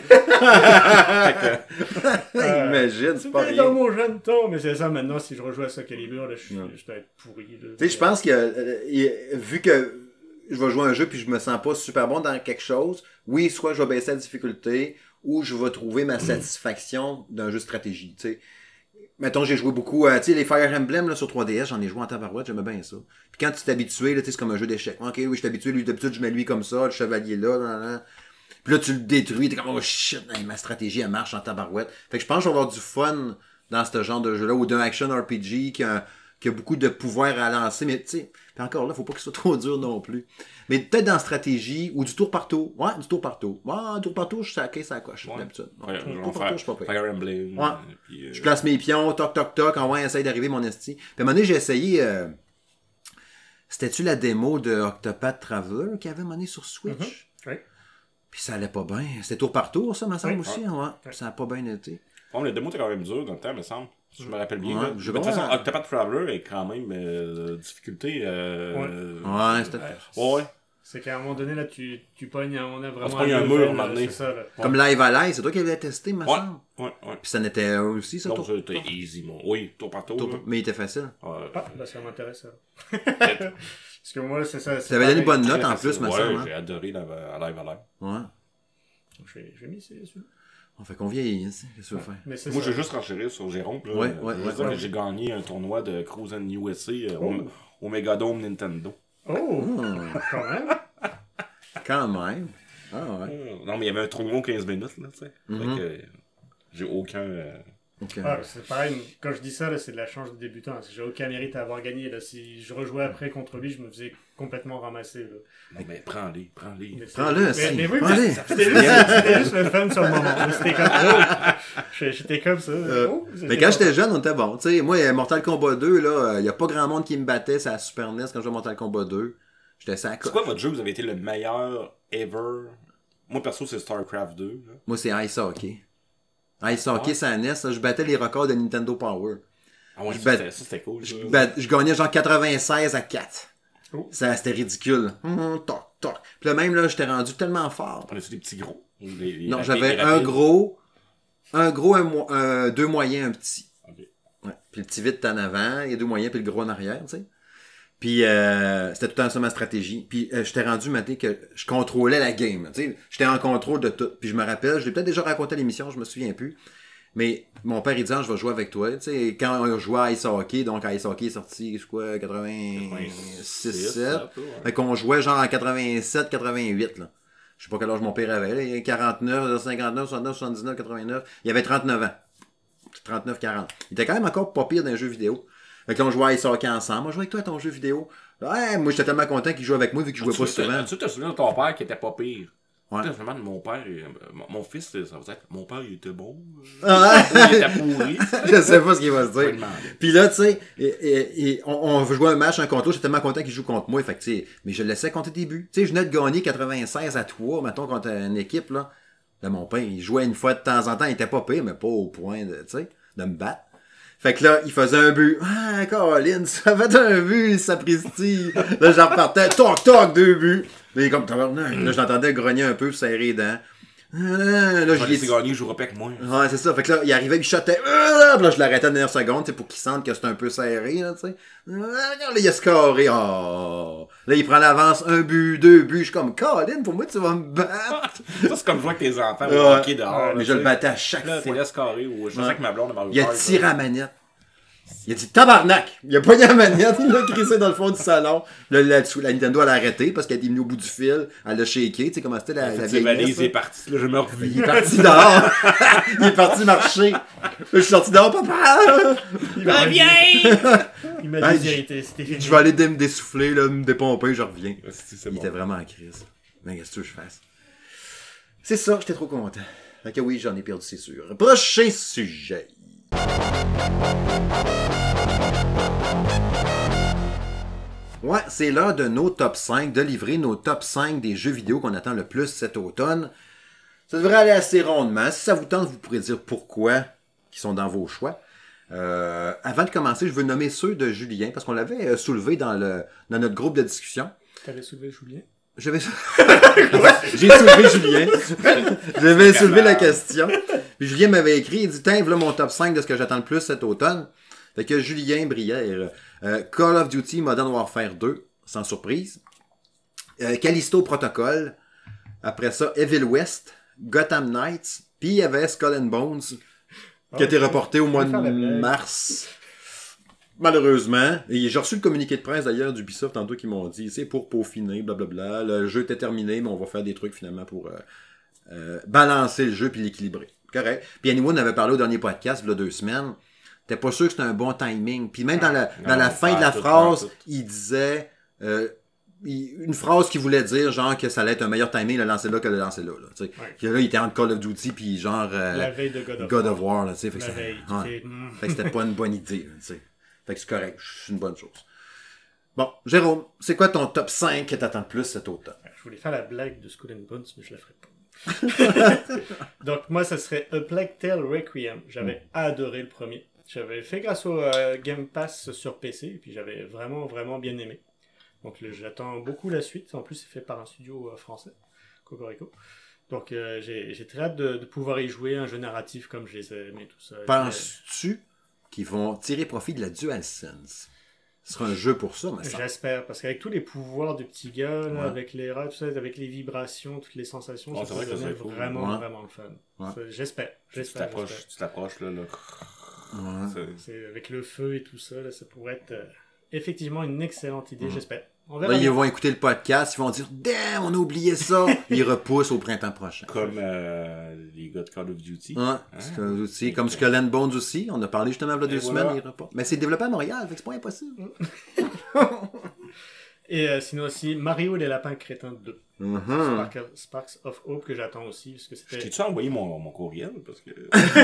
Euh, Imagine, c'est pas C'était dans rien. mon jeune temps, mais c'est ça maintenant, si je rejoue à Soul Calibur, là, je, suis- Ouais. je dois être pourri. là. Tu sais, je pense que euh, il- vu que je vais jouer un jeu puis je me sens pas super bon dans quelque chose, oui, soit je vais baisser la difficulté ou je vais trouver ma satisfaction d'un jeu de stratégie, tu sais. Mettons, j'ai joué beaucoup, euh, tu sais, les Fire Emblem là, sur trois D S, j'en ai joué en tabarouette, j'aimais bien ça. Puis quand tu t'es habitué, là, tu sais, c'est comme un jeu d'échecs. Ok, oui, je suis habitué, lui, d'habitude, je mets lui comme ça, le chevalier là, là, là. Puis là, tu le détruis, t'es comme, oh shit, hey, ma stratégie, elle marche en tabarouette. Fait que je pense que je vais avoir du fun dans ce genre de jeu-là, ou d'un action R P G qui a, qui a beaucoup de pouvoir à lancer, mais tu sais, puis encore là, faut pas qu'il soit trop dur non plus. Mais peut-être dans stratégie, ou du tour par tour. Ouais, du tour par tour. Ouais, tour par tour, je suis à la caisse à la coche, Ouais. d'habitude. Ouais, Tour on par va tour, je suis pas faire pire. Fire Emblem. Ouais. euh, puis, euh, Je place mes pions, toc, toc, toc, en ouais, essaye d'arriver mon esti. Puis à un moment donné, j'ai essayé, euh, c'était-tu la démo de Octopath Traveler qu'il y avait à un moment donné sur Switch? Mhm. Oui. Puis ça allait pas bien. C'était tour par tour, ça, me semble Oui. aussi, ouais. Puis ça a pas bien été. Bon, le démo était quand même dur dans le temps, me semble. Si je me rappelle bien. Ouais, là. je Mais de toute vois. façon, Octopath Traveler est quand même euh, difficulté. Euh, Ouais, c'était... Ouais, ouais. C'est qu'à un moment donné, là, tu, tu pognes, un- on a vraiment se pogne un level, mur, à un là, moment donné. c'est ça, là. Comme Live Alive, c'est toi qui avais testé, me Ouais. semble. Ouais, ouais. Puis ça n'était un aussi, ça, Non, tour... ça, c'était easy, mon. Oui, tour par tour. tour- là. Mais il était facile. Ouais. Ah, bah ça m'intéresse, ça. Peut-être. Parce que moi, c'est ça. c'est Ça avait donné une pareil. bonne note Très en facile. plus, me Ouais, semble. hein. j'ai adoré la, la live à live. Ouais. Je vais, je vais m'essayer celui-là. On fait qu'on vieillit, hein, qu'est-ce que tu veux faire? Mais c'est Moi, ça. je vais juste renchérir sur Jérôme. Là. Ouais, Euh, ouais, je veux ouais, dire ouais. que j'ai gagné un tournoi de Cruisin' U S A euh, Oh. au, au Megadome Nintendo. Oh, Hmm, quand même. quand même. Ah ouais. Oh. Non, mais il y avait un tournoi aux quinze minutes, là, tu sais. Mhm. Fait que euh, j'ai aucun. euh, Ok. Ah, c'est pareil, quand je dis ça, là, c'est de la chance du débutant. J'ai aucun mérite à avoir gagné. Là. Si je rejouais après contre lui, je me faisais complètement ramasser. Là. Non, mais prends-les, prends-les. Mais c'est- Prends-le, mais, si, mais oui, prends-le. mais c'était juste, c'était juste le fun sur le moment. C'était comme, oh, j'étais comme ça. Euh, Oh, Mais j'étais quand comme- j'étais jeune, on était bon. Tu sais, moi, Mortal Kombat deux, là, il y a pas grand monde qui me battait sur la Super N E S quand je jouais à Mortal Kombat deux. J'étais ça à C'est coche. quoi votre jeu que vous avez été le meilleur ever? Moi, perso, c'est StarCraft deux. Là. Moi, c'est Ice Hockey. Ice Hockey, Ouais. c'est la N E S, là, je battais les records de Nintendo Power. Ah ouais, Je ça, bat- c'était- ça, c'était cool. Je, ça. bat- je gagnais genre quatre-vingt-seize à quatre. Oh. Ça, c'était ridicule. Hum, toc, toc. Puis là, même, là, j'étais rendu tellement fort. Prenais-tu des petits gros? Ou les- les Non, rapides, j'avais les un rapides? gros, un gros, un, mo- un- deux moyens, un petit. Ok. Ouais. Puis le petit vite en avant, les deux moyens, puis le gros en arrière, tu sais. Puis euh, c'était tout le temps ça ma stratégie. Puis euh, j'étais rendu matin que je contrôlais la game. Tu sais, j'étais en contrôle de tout. Puis je me rappelle, je l'ai peut-être déjà raconté à l'émission, je me souviens plus. Mais mon père il dit ah, je vais jouer avec toi. Tu sais, quand on jouait à Ice Hockey, donc Ice Hockey est sorti, je crois, quatre-vingt-six, sept. Fait qu'on jouait genre en quatre-vingt-sept, quatre-vingt-huit, là. Je sais pas quel âge mon père avait, là. Il avait quarante-neuf, cinquante-neuf, soixante-neuf, soixante-dix-neuf, quatre-vingt-neuf. Il avait trente-neuf ans. trente-neuf, quarante. Il était quand même encore pas pire dans un jeu vidéo. Fait que là, on jouait à Ice Hockey ensemble. Moi, je jouais avec toi à ton jeu vidéo. Ouais, moi, j'étais tellement content qu'il jouait avec moi vu qu'il jouait pas souvent. Tu te souviens de ton père qui était pas pire? Ouais. Putain, je me demande, mon père, euh, mon, mon fils, ça va être, mon père, il était bon. euh, Ah, il était pourri. je sais pas ce qu'il va se Je vais dire. demander. Puis là, tu sais, et, et, et on, on jouait un match un contre l'autre, j'étais tellement content qu'il joue contre moi, fait que, tu sais, mais je le laissais compter des buts. Tu sais, je venais de gagner quatre-vingt-seize à trois, mettons, contre une équipe, là. de mon père. Il jouait une fois de temps en temps, il était pas pire, mais pas au point de, tu sais, de me battre. Fait que là, il faisait un but. Ah, Colin, ça fait un but, sapristi. Là, j'en repartais, toc, toc, deux buts. Là, il est comme, tabarnak. Là, je l'entendais grogner un peu, serrer les dents. Là, Je je vais laisser gagner, je jouerai pas avec moi. Ouais, c'est ça. Fait que là, il arrivait, il shotait. Là, je l'arrêtais de dernière seconde, pour qu'il sente que c'est un peu serré, là, tu sais. Là, il a scoré. Oh. Là, il prend l'avance, un but, deux buts. Je suis comme, Colin, pour moi, tu vas me battre. Ça, c'est comme jouer avec tes enfants Ouais. au hockey dehors. Mais là, je le tu sais. battais à chaque Là, fois. t'es là scarré ou je faisais Ouais. avec ma blonde de Mario Il a Kart, tiré là. à la manette. Il a dit tabarnak! Il a pogné la manette, il l'a crissé dans le fond du salon. Là, la, la Nintendo, elle a arrêté parce qu'elle était venue au bout du fil. Elle l'a shaké, tu sais comment c'était la, Il a la fait ses vieille valises, messe, il est là. parti. Là, je me reviens. Il est parti dehors. Il est parti marcher. Là, je suis sorti dehors, papa! Il m'a Reviens! Il m'a Hey, dit vérité, c'était fini. Je vais aller dé- me dessouffler, là, me dépomper, je reviens. C'est c'est Il bon. était vraiment en crise. Mais qu'est-ce que tu veux que je fasse? C'est ça, j'étais trop content. Fait que oui, j'en ai perdu, c'est sûr. Prochain sujet. Ouais, c'est l'heure de nos top cinq, de livrer nos top cinq des jeux vidéo qu'on attend le plus cet automne. Ça devrait aller assez rondement. Si ça vous tente, vous pourrez dire pourquoi, qui sont dans vos choix. Euh, avant de commencer, je veux nommer ceux de Julien, parce qu'on l'avait euh, soulevé dans, le, dans notre groupe de discussion. T'avais soulevé Julien? J'avais... J'ai soulevé Julien. J'avais soulevé la question. Puis Julien m'avait écrit, il dit, tiens, voilà mon top cinq de ce que j'attends le plus cet automne. Fait que Julien Brière, euh, Call of Duty Modern Warfare deux, sans surprise. Euh, Callisto Protocol. Après ça, Evil West, Gotham Knights. Puis il y avait Skull and Bones, qui a été reporté au mois de mars. Malheureusement. Et j'ai reçu le communiqué de presse d'ailleurs d'Ubisoft tantôt qui m'ont dit, c'est pour peaufiner, blablabla. Le jeu était terminé, mais on va faire des trucs finalement pour euh, euh, balancer le jeu puis l'équilibrer. Correct. Puis Anyway, on avait parlé au dernier podcast, il y a deux semaines. T'es pas sûr que c'était un bon timing. Puis même dans la, dans Non, la non, fin de la tout, phrase, tout. il disait euh, il- une phrase qui voulait dire genre que ça allait être un meilleur timing le lancer là que le lancer là. Là, tu sais. Ouais. Que là, il était entre Call of Duty puis genre euh, La veille de God of God War. of War. Là, tu sais. Fait que La ça- veille. tu ouais. fais, hmm. Fait que c'était pas une bonne idée. Là, tu sais. Fait que c'est correct. C'est une bonne chose. Bon, Jérôme, c'est quoi ton top cinq que t'attends le plus cet automne? Je voulais faire la blague de Skull and Bones, mais je la ferai pas. Donc moi, ça serait A Plague Tale Requiem. J'avais adoré le premier. J'avais fait grâce au euh, Game Pass sur P C, et puis j'avais vraiment, vraiment bien aimé. Donc le- j'attends beaucoup la suite. En plus, c'est fait par un studio euh, français, Cocorico. Donc euh, j'ai j'ai très hâte de, de pouvoir y jouer, un jeu narratif comme je les aime et tout ça. Penses-tu qu'ils vont tirer profit de la DualSense? Ce sera un jeu pour ça, mais ça. J'espère, parce qu'avec tous les pouvoirs du petit gars, là, Ouais. avec les rats, tout ça, avec les vibrations, toutes les sensations, Ouais, ça c'est vrai peut que ça donner serait cool. vraiment, Ouais. vraiment le fun. Ouais. Ça, J'espère, Tu j'espère, t'approches, j'espère. tu t'approches là, là. Ouais. C'est- C'est- Avec le feu et tout ça, là, ça pourrait être euh, effectivement une excellente idée, Mhm. j'espère. On verra Là, ils bien. vont écouter le podcast, ils vont dire damn, on a oublié ça. Ils repoussent au printemps prochain. Comme euh, les gars de Call of Duty. Ouais, c'est comme aussi, comme Skull and Bones aussi. On a parlé justement il y a deux Et semaines, voilà. ils reportent. Mais c'est développé à Montréal, fait que c'est pas impossible. Et euh, sinon aussi, Mario et les lapins crétins deux. Mhm. Spark- Sparks of Hope que j'attends aussi, parce que Je c'était t'ai-tu envoyé mon, mon courriel? Parce que...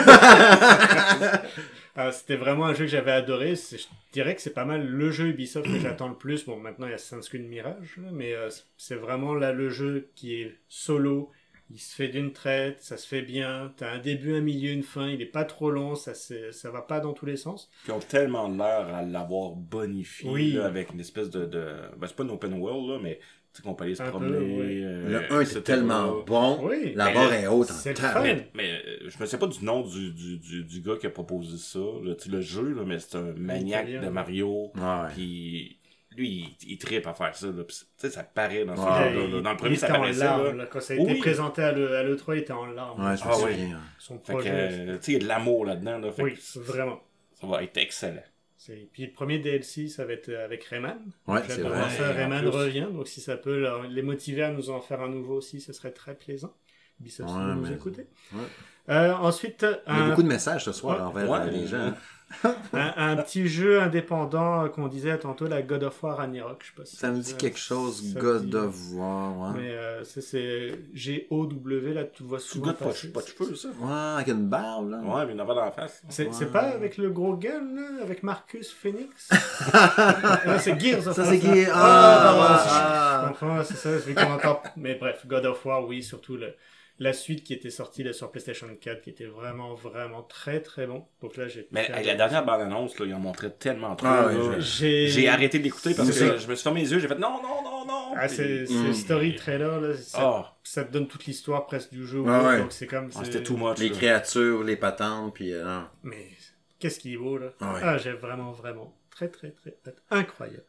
euh, c'était vraiment un jeu que j'avais adoré. C'est- Je dirais que c'est pas mal le jeu Ubisoft que j'attends le plus. Bon, maintenant il y a Assassin's Creed Mirage, là, mais euh, c'est vraiment là le jeu qui est solo. Il se fait d'une traite, ça se fait bien. T'as un début, un milieu, une fin. Il est pas trop long, ça, c'est- ça va pas dans tous les sens. Puis ils ont tellement l'air à l'avoir bonifié Oui. là, avec une espèce de... de... Ben, c'est pas une open world, là, mais tu sais qu'on peut aller se Un peu, promener. oui. euh, Le un, et c'est cetera. tellement bon. Oui. La Mais barre le- est haute en c'est le temps. fun. Mais, mais euh, je me sais pas du nom du, du, du, du gars qui a proposé ça, là, tu sais, le jeu, là, mais c'est un maniaque Italien. de Mario. Ouais. Puis lui, il, il trippe à faire ça. Là, pis c'est- tu sais, ça paraît dans ce Ouais. jeu-là. Il- là. Dans le il premier, ça était en paraissait. larmes, Là. là. Quand ça a été Oui. présenté à l'E à l'E trois, il était en larmes. Ouais, je me Ah ouais. souviens. Son Fait que, projet. euh, tu sais, il y a de l'amour là-dedans. Là, fait Oui, que vraiment. ça va être excellent. C'est- Puis le premier D L C, ça va être euh, avec Rayman. Ouais, J'adore c'est vrai. voir ça, Ouais, Rayman en plus. revient, donc si ça peut leur- les motiver à nous en faire un nouveau aussi, ce serait très plaisant. Ubisoft, si Ouais, vous nous mais- écoutez. Ouais. Euh, ensuite, Il y a un, beaucoup de messages ce soir Ouais. envers Ouais. euh, les gens. un, un petit jeu indépendant euh, qu'on disait tantôt, la God of War Ragnarok. Je sais pas si Ça me dit euh, quelque chose, ça God dit- of War, ouais. Mais euh, ça, c'est G O W, là, tu le vois Tu souvent. goûtes pas, passer. de- pas de cheveux, ça? Ouais, avec une barbe, là. Ouais, mais il y en a pas dans la face. C'est Ouais. c'est pas avec le gros gun, là, avec Marcus Phoenix? Non, c'est Gears of Ça, War. c'est qui? Ah, Ah, pardon, ah. je comprends, c'est ça, c'est vu qu'on entend. Mais bref, God of War, oui, surtout le, la suite qui était sortie là, sur PlayStation quatre, qui était vraiment, vraiment très, très bon. Donc là, j'ai... Mais avec la dernière bande-annonce, là, ils en montraient tellement trop. Ah, ouais, là. j'ai... J'ai arrêté d'écouter parce C'est que ça. je me suis fermé les yeux, j'ai fait non, non, non, non. Ah, Puis- c'est, c'est Mm. story trailer, là, ça, Ah. ça te donne toute l'histoire presque du jeu. Ah, ouais. Donc c'est comme... Ah, c'est- c'était too much. Les là. créatures, les patentes, puis... euh, non. Mais qu'est-ce qui est beau, là. Ah ouais. Ah, j'ai vraiment, vraiment très, très, très hâte. Incroyable.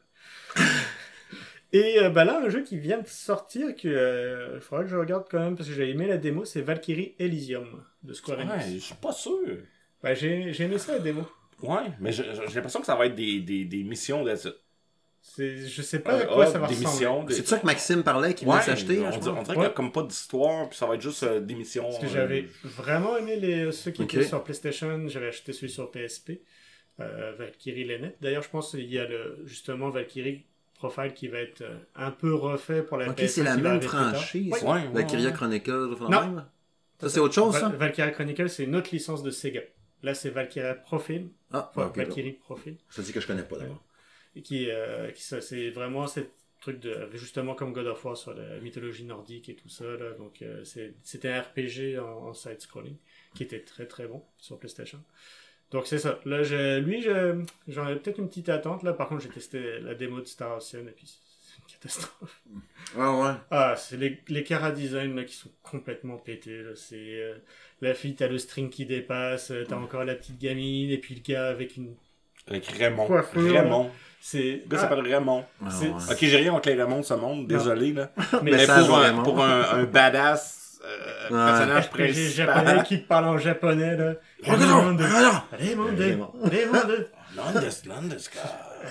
Et euh, bah là, un jeu qui vient de sortir, il euh, faudra que je regarde quand même, parce que j'ai aimé la démo, c'est Valkyrie Elysium de Square Enix. Ouais, je suis pas sûr. Bah, j'ai, j'ai aimé ça, la démo. Ouais, mais je- je- j'ai l'impression que ça va être des, des, des missions de C'est, je sais pas à quoi ça va des ressembler. missions. Des... C'est ça que Maxime parlait, qu'il Ouais, voulait s'acheter? on, hein, je dirait- pense? on dirait qu'il y a Ouais. comme pas d'histoire, puis ça va être juste euh, des missions. Parce que euh, j'avais vraiment aimé les, ceux qui Ok. étaient sur PlayStation, j'avais acheté celui sur P S P, euh, Valkyrie Lenneth. D'ailleurs, je pense qu'il y a le, justement Valkyrie Profile qui va être euh, un peu refait pour la Ok, P S c'est un la qui va même arriver plus tard. franchise. Oui. Ouais, ouais, Valkyria ouais. Chronicles, enfin, Non. même? Ça, c'est autre chose, ça? Val- Valkyria Chronicle, c'est une autre licence de Sega. Là, c'est Valkyria Profile. Ah, Enfin, ok. Valkyrie Profile. Ça dit que je connais pas, d'abord. Et qui, euh, qui ça, c'est vraiment ce truc de, justement comme God of War sur la mythologie nordique et tout ça, là. Donc, euh, c'est, c'était un R P G en, en side-scrolling qui était très très bon sur PlayStation. Donc, c'est ça. Là, je, lui, je, j'en avais peut-être une petite attente, là. Par contre, j'ai testé la démo de Star Ocean et puis c'est une catastrophe. Ah, ouais. Ah, c'est les, les chara design là, qui sont complètement pétés. Là. C'est euh, la fille, t'as le string qui dépasse, euh, t'as encore la petite gamine, et puis le gars avec une. Avec Raymond. Coiffure, Raymond. C'est. Le gars Ah, s'appelle Raymond. Ah, C'est- ouais. Ok, j'ai rien contre les Raymond de ce monde, désolé là. mais Mais Message pour, au un, Raymond. pour un, un badass euh, Ouais. personnage R P G japonais principal. qui parle en japonais là. Regarde, Raymond de- regarde. Raymond de- Raymond. Raymond de- Landes, Landeska.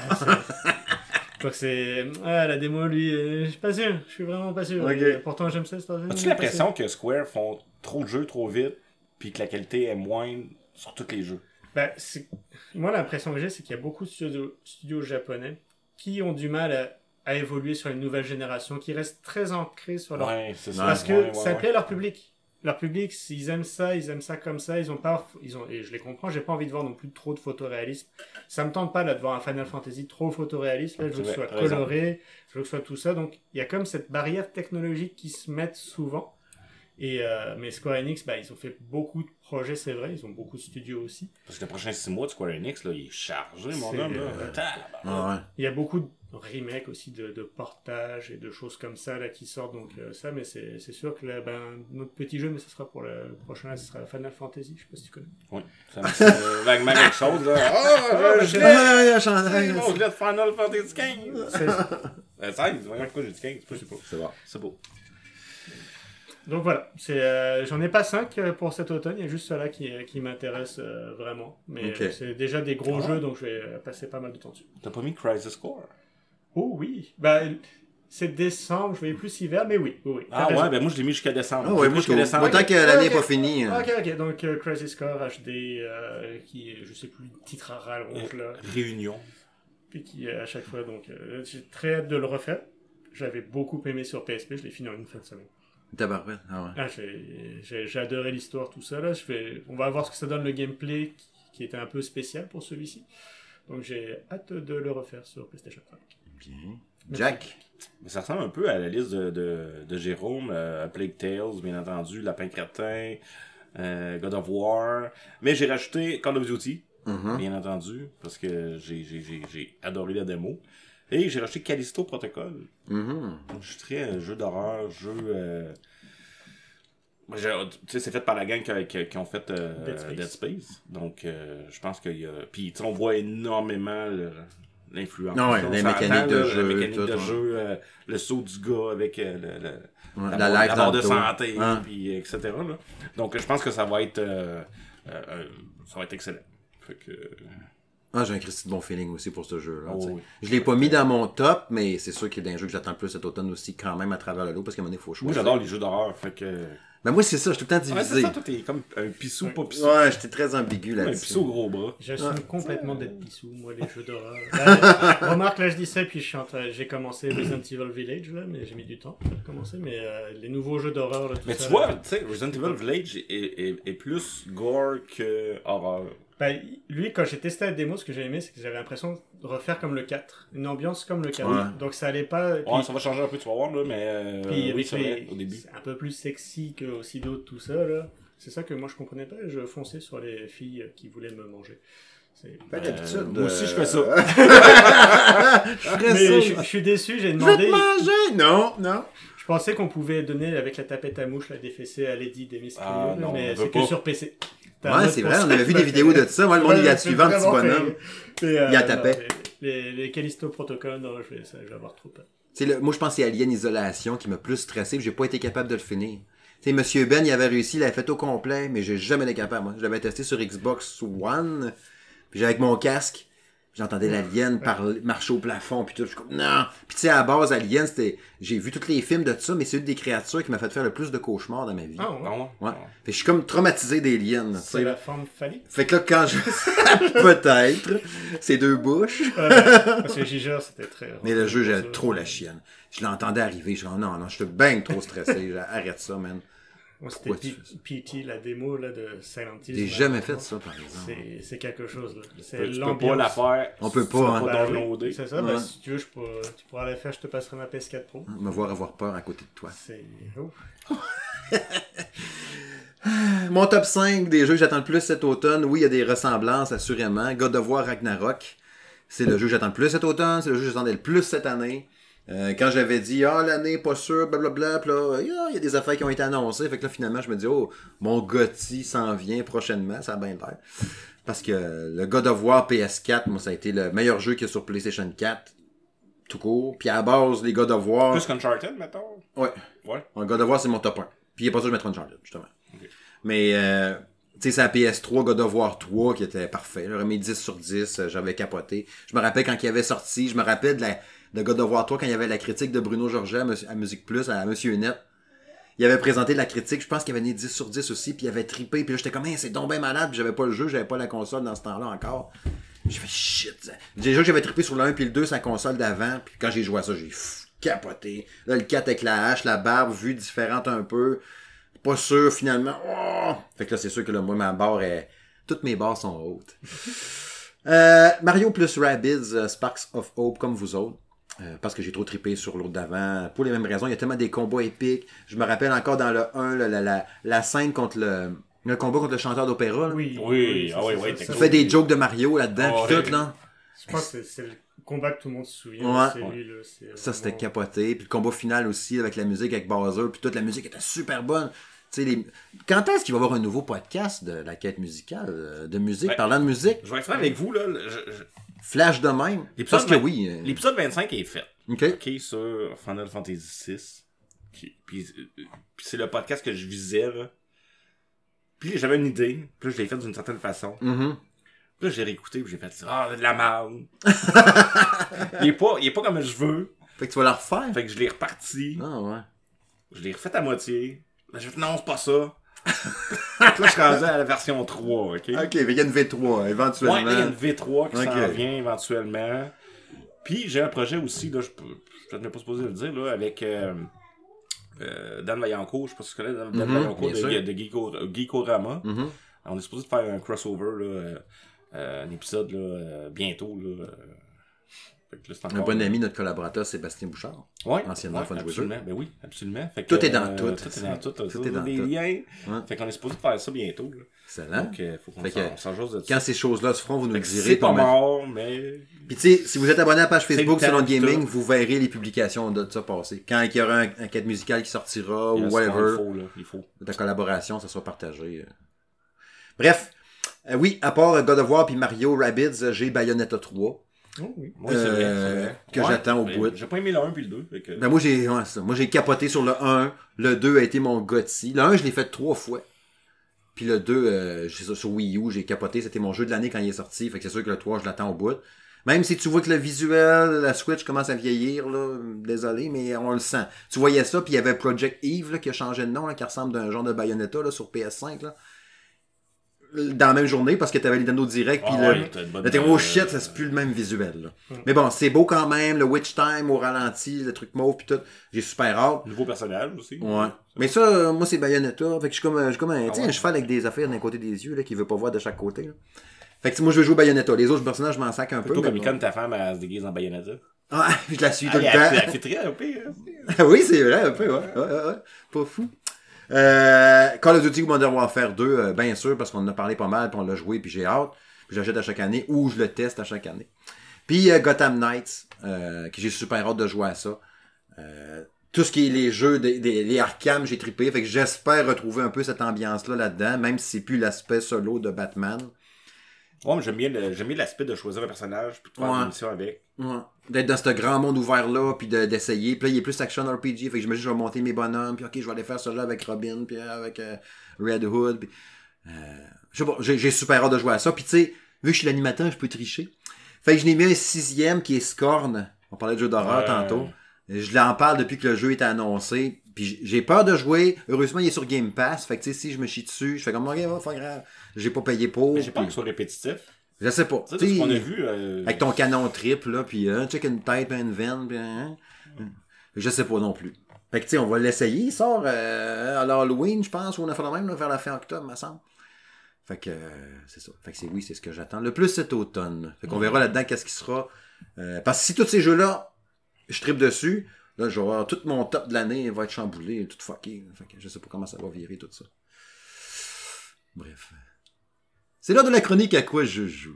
Donc c'est. Ah, la démo, lui, euh, je suis pas sûr. Je suis vraiment pas sûr. Ok. Et pourtant, j'aime ça, Star Ocean. As-tu je suis pas l'impression que Square font trop de jeux trop vite, puis que la qualité est moindre sur tous les jeux? Ben, c'est- moi, l'impression que j'ai, c'est qu'il y a beaucoup de studios, studios japonais qui ont du mal à, à évoluer sur une nouvelle génération, qui restent très ancrés sur leur... Ouais, c'est ça. Parce que Ouais, ouais, ça ouais. plaît à leur public. Leur public, s'ils aiment ça, ils aiment ça comme ça, ils ont pas... Ils ont, et je les comprends, j'ai pas envie de voir non plus trop de photoréalisme. Ça me tente pas, là, de voir un Final Fantasy trop photoréaliste. Là, je veux que C'est ce soit vrai, t'as raison. coloré, je veux que ce soit tout ça. Donc, il y a comme cette barrière technologique qui se met souvent. Et, euh, mais Square Enix, bah, ils ont fait beaucoup de projets, c'est vrai. Ils ont beaucoup de studios aussi. Parce que les prochains six mois de Square Enix, là, il est chargé, mon C'est, homme. Là. euh, Tabarnak. Ah, ouais. Il y a beaucoup de remakes aussi, de, de portages et de choses comme ça là, qui sortent. Donc euh, ça, mais c'est, c'est sûr que là, ben, notre petit jeu, mais ce sera pour le prochain, là, ce sera Final Fantasy. Je sais pas si tu connais. Oui, ça me semble vaguement quelque chose. Là. Ah, mais je c'est- l'ai! Ah, C'est chandail. mon gilet de Final Fantasy quinze! C'est- Euh, seize, voyons pourquoi j'ai dit quinze. Je sais pas. C'est bon. C'est beau. Donc voilà, c'est, euh, j'en ai pas cinq euh, pour cet automne, il y a juste ceux-là qui, qui m'intéressent euh, vraiment. Mais Ok. euh, c'est déjà des gros Ah. jeux, donc je vais euh, passer pas mal de temps dessus. T'as pas mis Crisis Core? Oh oui, bah, c'est décembre, je voyais plus hiver, mais oui, oui, oui. t'as Ah raison. ouais, ben moi je l'ai mis jusqu'à décembre. Ah, J'ai ouais, mis moi, jusqu'à je décembre. Autant que l'année Ok. n'est pas finie. hein. Ok, ok, donc euh, Crisis Core H D, euh, qui est, je sais plus, titre à rallonge là. Réunion. Puis qui à chaque fois, donc euh, j'ai très hâte de le refaire. J'avais beaucoup aimé sur P S P, je l'ai fini en une fin de semaine. Tabarouette. Ah, ouais. Ah, j'ai, j'ai, j'ai adoré l'histoire, tout ça là. Je fais, on va voir ce que ça donne le gameplay qui, qui était un peu spécial pour celui-ci. Donc j'ai hâte de le refaire sur PlayStation cinq. Bien. Jack. Mais ça ressemble un peu à la liste de, de, de Jérôme, euh, Plague Tales, bien entendu, Lapin Crétin, euh, God of War. Mais j'ai rajouté Call of Duty, Mhm. bien entendu, parce que j'ai, j'ai, j'ai, j'ai adoré la démo. Et j'ai rajouté Callisto Protocol. Mhm. Je suis très euh, jeu d'horreur, jeu... Euh... moi, j'ai- Tu sais, c'est fait par la gang qui, a- qui, a- qui ont fait euh, Dead Space. Dead Space. Donc, euh, je pense qu'il y a... Puis, tu sais, on voit énormément le- l'influence. Ah ouais, On les s'entend, mécaniques de là, jeu, La mécanique tout, de ouais. jeu, euh, le saut du gars avec euh, le, le- Ouais, la, La barre- live la dans barre le de dos. santé, Hein. puis et cetera. Là. Donc, je pense que ça va être... euh, euh, euh, ça va être excellent. Fait que... Ah, j'ai un Christy de bon feeling aussi pour ce jeu-là. Oh, tu sais. oui. Je l'ai pas mis dans mon top, mais c'est sûr qu'il y a des jeux que j'attends le plus cet automne aussi, quand même, à travers le lot, parce qu'à un moment donné, il faut Moi, choisir. j'adore les jeux d'horreur. Fait que... Ben moi, c'est ça, je suis tout le temps Ouais, c'est divisé. ça, toi, t'es comme un pissou, pas pissou. Ouais, j'étais très ambigu Un là-dessus. pissou gros bras. J'assume Ouais. complètement d'être pissou, moi, les jeux d'horreur. Là, remarque, là, je dis ça, puis je suis en train- j'ai commencé Resident Evil Village, là, mais j'ai mis du temps pour commencer. Mais euh, les nouveaux jeux d'horreur, là, tout Mais ça. tu vois, là, tu sais, Resident Evil Village est, est, est plus gore que horreur. Ben, lui, quand j'ai testé la démo, ce que j'ai aimé, c'est que j'avais l'impression de refaire comme le quatre. Une ambiance comme le quatre. Ouais. Donc ça allait pas... Ouais, puis- ça va changer un peu, tu vas voir, là, mais euh, Puis, oui, c'est puis, vrai, au début. c'est un peu plus sexy que aussi d'autres, tout ça, là. C'est ça que moi, je comprenais pas. Je fonçais sur les filles qui voulaient me manger. C'est... Ben, d'habitude, Euh, moi aussi, je fais ça. je ferais Mais ça. je, je suis déçu, j'ai Je vais demandé... te manger! Non, non. Je pensais qu'on pouvait donner, avec la tapette à mouche, la défaisser à Lady Demis Ah, non, mais on c'est veut que pas. sur P C. T'as un Ouais, autre c'est pour vrai, ça. on avait vu des vidéos de ça. Moi, le monde, il y a C'est suivant, petit vraiment bonhomme. fait. Et, euh, Il y a non, tapé. Les, les, les Callisto Protocol, non, je vais, ça, je vais avoir trop peur. Tu sais, le- moi, je pense que c'est Alien Isolation qui m'a plus stressé, puis j'ai pas été capable de le finir. Tu sais, Monsieur Ben, il avait réussi, il l'avait fait au complet, mais j'ai jamais été capable, moi. Je l'avais testé sur Xbox One, puis j'avais avec mon casque, puis j'entendais l'alien parler, marcher au plafond, puis tout, je suis comme, non! Puis tu sais, à la base, Alien, c'était, j'ai vu tous les films de ça, mais c'est une des créatures qui m'a fait faire le plus de cauchemars dans ma vie. Ah, ouais. Non, Ouais. Fait que je suis comme traumatisé d'Alien, tu C'est sais. la forme phallique. Fait que là, quand je... Peut-être, ces deux bouches. Ouais, parce que Giger, c'était très... Mais le jeu, j'avais ça. trop la chienne. Je l'entendais arriver, je suis comme, non, non, je suis bien trop stressé, arrête ça, man. Moi, c'était Pourquoi tu P- fais ça? P T, la démo là, de Silent Hill. J'ai là. jamais fait ça, par exemple. C'est, c'est quelque chose. Là. C'est Tu peux l'ambiance. pas la faire. On peut tu pas, peux hein. pas Bah oui, downloader. c'est ça, Ouais. bah, si tu veux, je peux, tu pourras la faire, je te passerai ma P S quatre Pro. Me voir avoir peur à côté de toi. C'est... Oh. Mon top cinq des jeux que j'attends le plus cet automne, oui, il y a des ressemblances, assurément. God of War Ragnarok, c'est le jeu que j'attends le plus cet automne, c'est le jeu que j'attendais le plus cette année. Euh, quand j'avais dit, ah, l'année, pas sûr, blablabla, pis là, il y a des affaires qui ont été annoncées, fait que là, finalement, je me dis, oh, mon Gotti s'en vient prochainement, ça a bien l'air. Parce que le God of War P S quatre, moi, ça a été le meilleur jeu qu'il y a sur PlayStation quatre, tout court. Puis à la base, les God of War... Plus qu'Uncharted, mettons. Ouais. Ouais. Un God of War, c'est mon top un. Puis il n'y a pas ça, je mettrai Uncharted, justement. Ok. Mais, euh, tu sais, c'est la P S trois, God of War trois qui était parfait. J'aurais mis dix sur dix, euh, j'avais capoté. Je me rappelle quand il avait sorti, je me rappelle de, la, de God of War trois, quand il y avait la critique de Bruno Georget à, Mus- à Musique Plus, à Monsieur Net. Il avait présenté la critique, je pense qu'il avait mis dix sur dix aussi, puis il avait trippé, puis là, j'étais comme, hey, c'est donc bien malade, puis j'avais pas le jeu, j'avais pas la console dans ce temps-là encore. J'ai fait shit. Déjà, j'avais trippé sur le un puis le deux, sa console d'avant, puis quand j'ai joué à ça, j'ai pff, capoté. Là, le quatre avec la hache, la barbe, vue différente un peu. Pas sûr, finalement. Oh! Fait que là, c'est sûr que là, moi, ma barre est... Toutes mes barres sont hautes. euh, Mario plus Rabbids, uh, Sparks of Hope, comme vous autres. Euh, parce que j'ai trop trippé sur l'autre d'avant. Pour les mêmes raisons, il y a tellement des combats épiques. Je me rappelle encore dans le un, la, la, la, la scène contre le... Le combat contre le chanteur d'opéra. Là. Oui, Oui, ah c'est oui, ça, oui, ça, t'es ça, Il cool. fait des jokes de Mario là-dedans, Oh, pis ouais. tout, là. Je pense que c'est, c'est le combat que tout le monde se souvient. Ouais. C'est lui, là, c'est Ça, c'était vraiment- capoté. Puis le combat final aussi, avec la musique, avec Bowser, puis toute la musique était super bonne. Tu sais, les... Quand est-ce qu'il va y avoir un nouveau podcast de la quête musicale, euh, de musique, Ouais. parlant de musique? Je vais être franc avec vous, là. je- je- Flash de même? L'épisode Parce que vingt- oui. euh, L'épisode vingt-cinq est fait. OK. OK, sur Final Fantasy six. Qui- Puis, euh, puis c'est le podcast que je visais, là. Puis j'avais une idée. Puis là, je l'ai fait d'une certaine façon. Mhm. Puis là, j'ai réécouté, puis j'ai fait ah, de la merde. il, est pas, il est pas comme je veux. Fait que tu vas la refaire? Fait que je l'ai reparti. Ah ouais. Je l'ai refait à moitié. Là, j'ai fait non, c'est pas ça. Fait que là, je suis rendu à la version trois, OK? OK, mais il y a une V trois, éventuellement. Ouais, là, il y a une V trois qui Ok. s'en vient éventuellement. Puis j'ai un projet aussi, là, je peux. Je ne pas supposé le dire, là, avec euh, euh, Dan Vaillancourt. Je sais pas si tu connais Dan, Dan Mhm, Vaillancourt bien de, sûr. de Geeko- Geekorama. Mhm. On est supposé de faire un crossover, là, euh, euh, un épisode là, euh, bientôt. Là, euh, fait que là, c'est Un encore, bon euh, ami, notre collaborateur Sébastien Bouchard. Ouais, anciennement ouais, Fun Wizard. absolument. Ben oui, absolument. Fait Tout que, est dans euh, tout. Tout est dans tout. Tout ça, est dans des tout. liens. Ouais. Fait qu'on est supposé faire ça bientôt. Là. Excellent. Donc, il faut qu'on Fait s'en, que on s'en jase de ça. Quand ces choses-là se feront, vous nous Fait le que direz. c'est pas puis on met- mort, mais... Puis tu sais, si vous êtes abonné à la page C'est Facebook le Selon temps, Gaming, tout. vous verrez les publications de ça passer. Quand il y aura un, un quête musical qui sortira Yes, ou Il whatever, faut, là. Il faut. de collaboration, ça sera partagé. euh. Bref, euh, oui, à part God of War puis Mario Rabbids, euh, j'ai Bayonetta trois. Oh, oui. Oui, c'est vrai, c'est Euh, vrai. que j'attends au mais bout. J'ai pas aimé le un puis le deux. Fait que... Ben moi j'ai ouais, c'est ça. Moi j'ai capoté sur le un, le deux a été mon Gotti. Le un, je l'ai fait trois fois. Puis le deux, euh, j'ai ça sur Wii U, j'ai capoté, c'était mon jeu de l'année quand il est sorti, fait que c'est sûr que le trois, je l'attends au bout. Même si tu vois que le visuel, la Switch commence à vieillir, là, désolé, mais on le sent. Tu voyais ça, puis il y avait Project Eve, là, qui a changé de nom, là, qui ressemble d'un genre de Bayonetta, là, sur P S cinq, là. Dans la même journée, parce que t'avais les Nintendo Direct, puis Ah le... ouais, t'as une bonne- Là, t'es oh shit, ça c'est plus le même visuel, là. Mm. Mais bon, c'est beau quand même, le Witch Time au ralenti, le truc mauve, pis tout. J'ai super hâte. Nouveau personnage aussi. Ouais. Mais ça, euh, moi, c'est Bayonetta. Fait que je suis comme, un- je suis comme un, Ah tu sais, ouais. un cheval avec des affaires d'un côté des yeux, là, qui veut pas voir de chaque côté, là. Fait que moi, je veux jouer Bayonetta. Les autres personnages, je m'en sac un peu. Plutôt mais comme bon. quand ta femme, elle se déguise en Bayonetta. Ah, je la suis tout Ah, le elle, temps. fait- elle fait très un peu. hein. Oui, c'est vrai, un peu, ouais. ouais, ouais, ouais. Pas fou. Euh, Call of Duty Modern Warfare deux, euh, bien sûr, parce qu'on en a parlé pas mal, puis on l'a joué, puis j'ai hâte. Puis j'achète à chaque année, ou je le teste à chaque année. Puis euh, Gotham Knights, euh, que j'ai super hâte de jouer à ça. Euh, tout ce qui est les jeux, des, des, les Arkham, j'ai trippé. Fait que j'espère retrouver un peu cette ambiance-là là-dedans, même si c'est plus l'aspect solo de Batman. Ouais, mais j'aime bien, le, j'aime bien l'aspect de choisir un personnage puis de faire Ouais. une mission avec. Ouais. D'être dans ce grand monde ouvert-là, puis de, d'essayer. Puis là, il est plus action R P G, fait que j'imagine que je vais monter mes bonhommes, puis ok, je vais aller faire cela avec Robin, puis avec euh, Red Hood. Puis, euh, je sais pas, j'ai, j'ai super hâte de jouer à ça. Puis tu sais, vu que je suis l'animateur, je peux tricher. Fait que je n'ai mis un sixième qui est Scorn. On parlait de jeu d'horreur Ouais. tantôt. Je l'en parle depuis que le jeu est annoncé. Puis j'ai peur de jouer. Heureusement, il est sur Game Pass. Fait que tu sais, si je me chie dessus, je fais comme, ok, va, pas grave. J'ai pas payé pour. Mais j'ai peur puis- qu'il soit répétitif. Je sais pas. Tu sais, Tu tout ce sais, qu'on a vu. Euh... avec ton canon triple, là, puis un check une tête, puis une veine, puis hein. Je sais pas non plus. Fait que, tu sais, on va l'essayer. Il sort euh, à l'Halloween, je pense, ou on a fait le même, là, vers la fin octobre, me semble. Fait que, euh, c'est ça. Fait que c'est oui, c'est ce que j'attends. Le plus cet automne. Fait qu'on verra là-dedans qu'est-ce qui sera. Euh, parce que si tous ces jeux-là, je tripe dessus, là, je vais avoir tout mon top de l'année, va être chamboulé, tout fucké. Fait que je sais pas comment ça va virer, tout ça. Bref. C'est l'heure de la chronique à quoi je joue.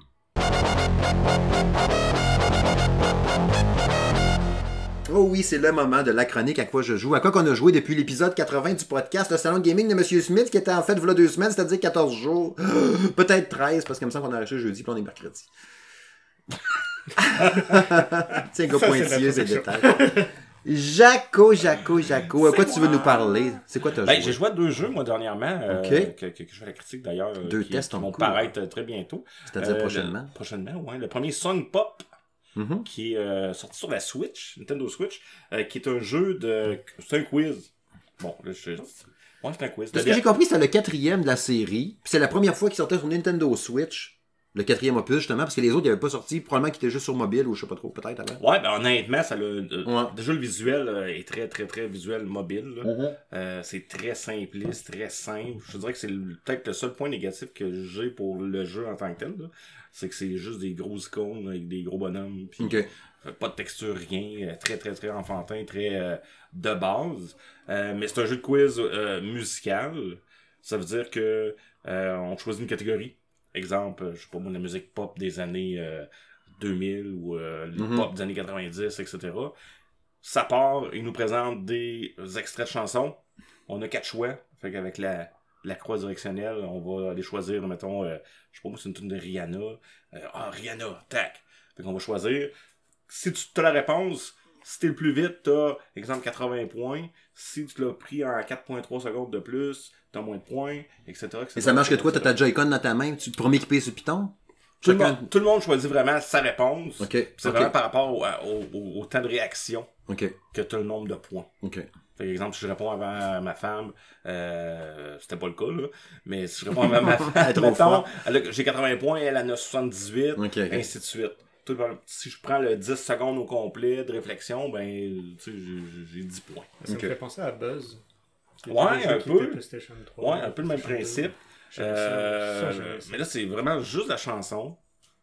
Oh oui, c'est le moment de la chronique à quoi je joue. À quoi qu'on a joué depuis l'épisode quatre-vingts du podcast, le salon de gaming de M. Smith, qui était en fait v'là deux semaines, c'est-à-dire quatorze jours. Peut-être treize, parce qu'il me semble qu'on a arrêté jeudi, puis on est mercredi. Tiens, gars Ça, pointilleux, c'est ces la détails. Jaco, Jaco, Jaco. À quoi tu veux nous parler? C'est quoi t'as Ben, joué? j'ai joué à deux jeux, moi, dernièrement. euh, Ok. que, que, que je fais la critique, d'ailleurs. euh, Deux qui, tests qui en vont cours. paraître euh, très bientôt. C'est-à-dire Euh, prochainement. le- prochainement, ouais. Le premier, Song Pop, Mhm. qui est euh, sorti sur la Switch, Nintendo Switch, euh, qui est un jeu de... C'est un quiz. Bon, là, je... Ouais, c'est un quiz. De ce que j'ai compris, c'est le quatrième de la série. Puis c'est la première fois qu'il sortait sur Nintendo Switch. Le quatrième opus, justement, parce que les autres, ils n'avaient pas sorti. Probablement qu'ils étaient juste sur mobile, ou je sais pas trop, peut-être avant. Ouais, ben honnêtement, ça le, euh, Ouais. déjà le visuel euh, est très très très visuel mobile. là. Mhm. Euh, c'est très simpliste, très simple. Je dirais que c'est le- peut-être le seul point négatif que j'ai pour le jeu en tant que tel. là. C'est que c'est juste des gros icônes avec des gros bonhommes. Puis Ok. euh, pas de texture, rien. euh, Très très très enfantin, très euh, de base. Euh, mais c'est un jeu de quiz euh, musical. Ça veut dire que euh, on choisit une catégorie. Exemple, je sais pas moi, la musique pop des années euh, deux mille ou euh, le Mhm. pop des années quatre-vingt-dix, et cetera. Ça part, il nous présente des extraits de chansons. On a quatre choix. Fait qu'avec la, la croix directionnelle, on va aller choisir, mettons, euh, je sais pas moi, c'est une tune de Rihanna. Euh, ah, Rihanna, tac. Fait qu'on va choisir. Si tu as la réponse, si t'es le plus vite, t'as, exemple, quatre-vingts points. Si tu l'as pris en quatre virgule trois secondes de plus, t'as moins de points, et cetera, et cetera Et ça marche que toi, t'as ta Joy-Con dans ta main, tu te promets équiper sur Python? Tout le, Chacun- monde, tout le monde choisit vraiment sa réponse. Ok. C'est Ok. vraiment par rapport au, au- au- au temps de réaction Ok. que tu as le nombre de points. Ok. Par exemple, si je réponds avant ma femme, euh, c'était pas le cas, là, mais si je réponds avant ma Elle est femme, trop mettons, forte. elle a- j'ai quatre-vingts points, elle en a soixante-dix-huit, Ok, ok. ainsi de suite. Tout le- si je prends le dix secondes au complet de réflexion, ben, tu sais, j'ai- j'ai dix points. Ça Ok. me fait penser à Buzz. Ouais, Il y a un des jeux qui peu. étaient PlayStation trois, Ouais, un peu le même PlayStation deux. principe. J'aime ça, Euh, ça, j'aime ça. mais là, c'est vraiment juste la chanson.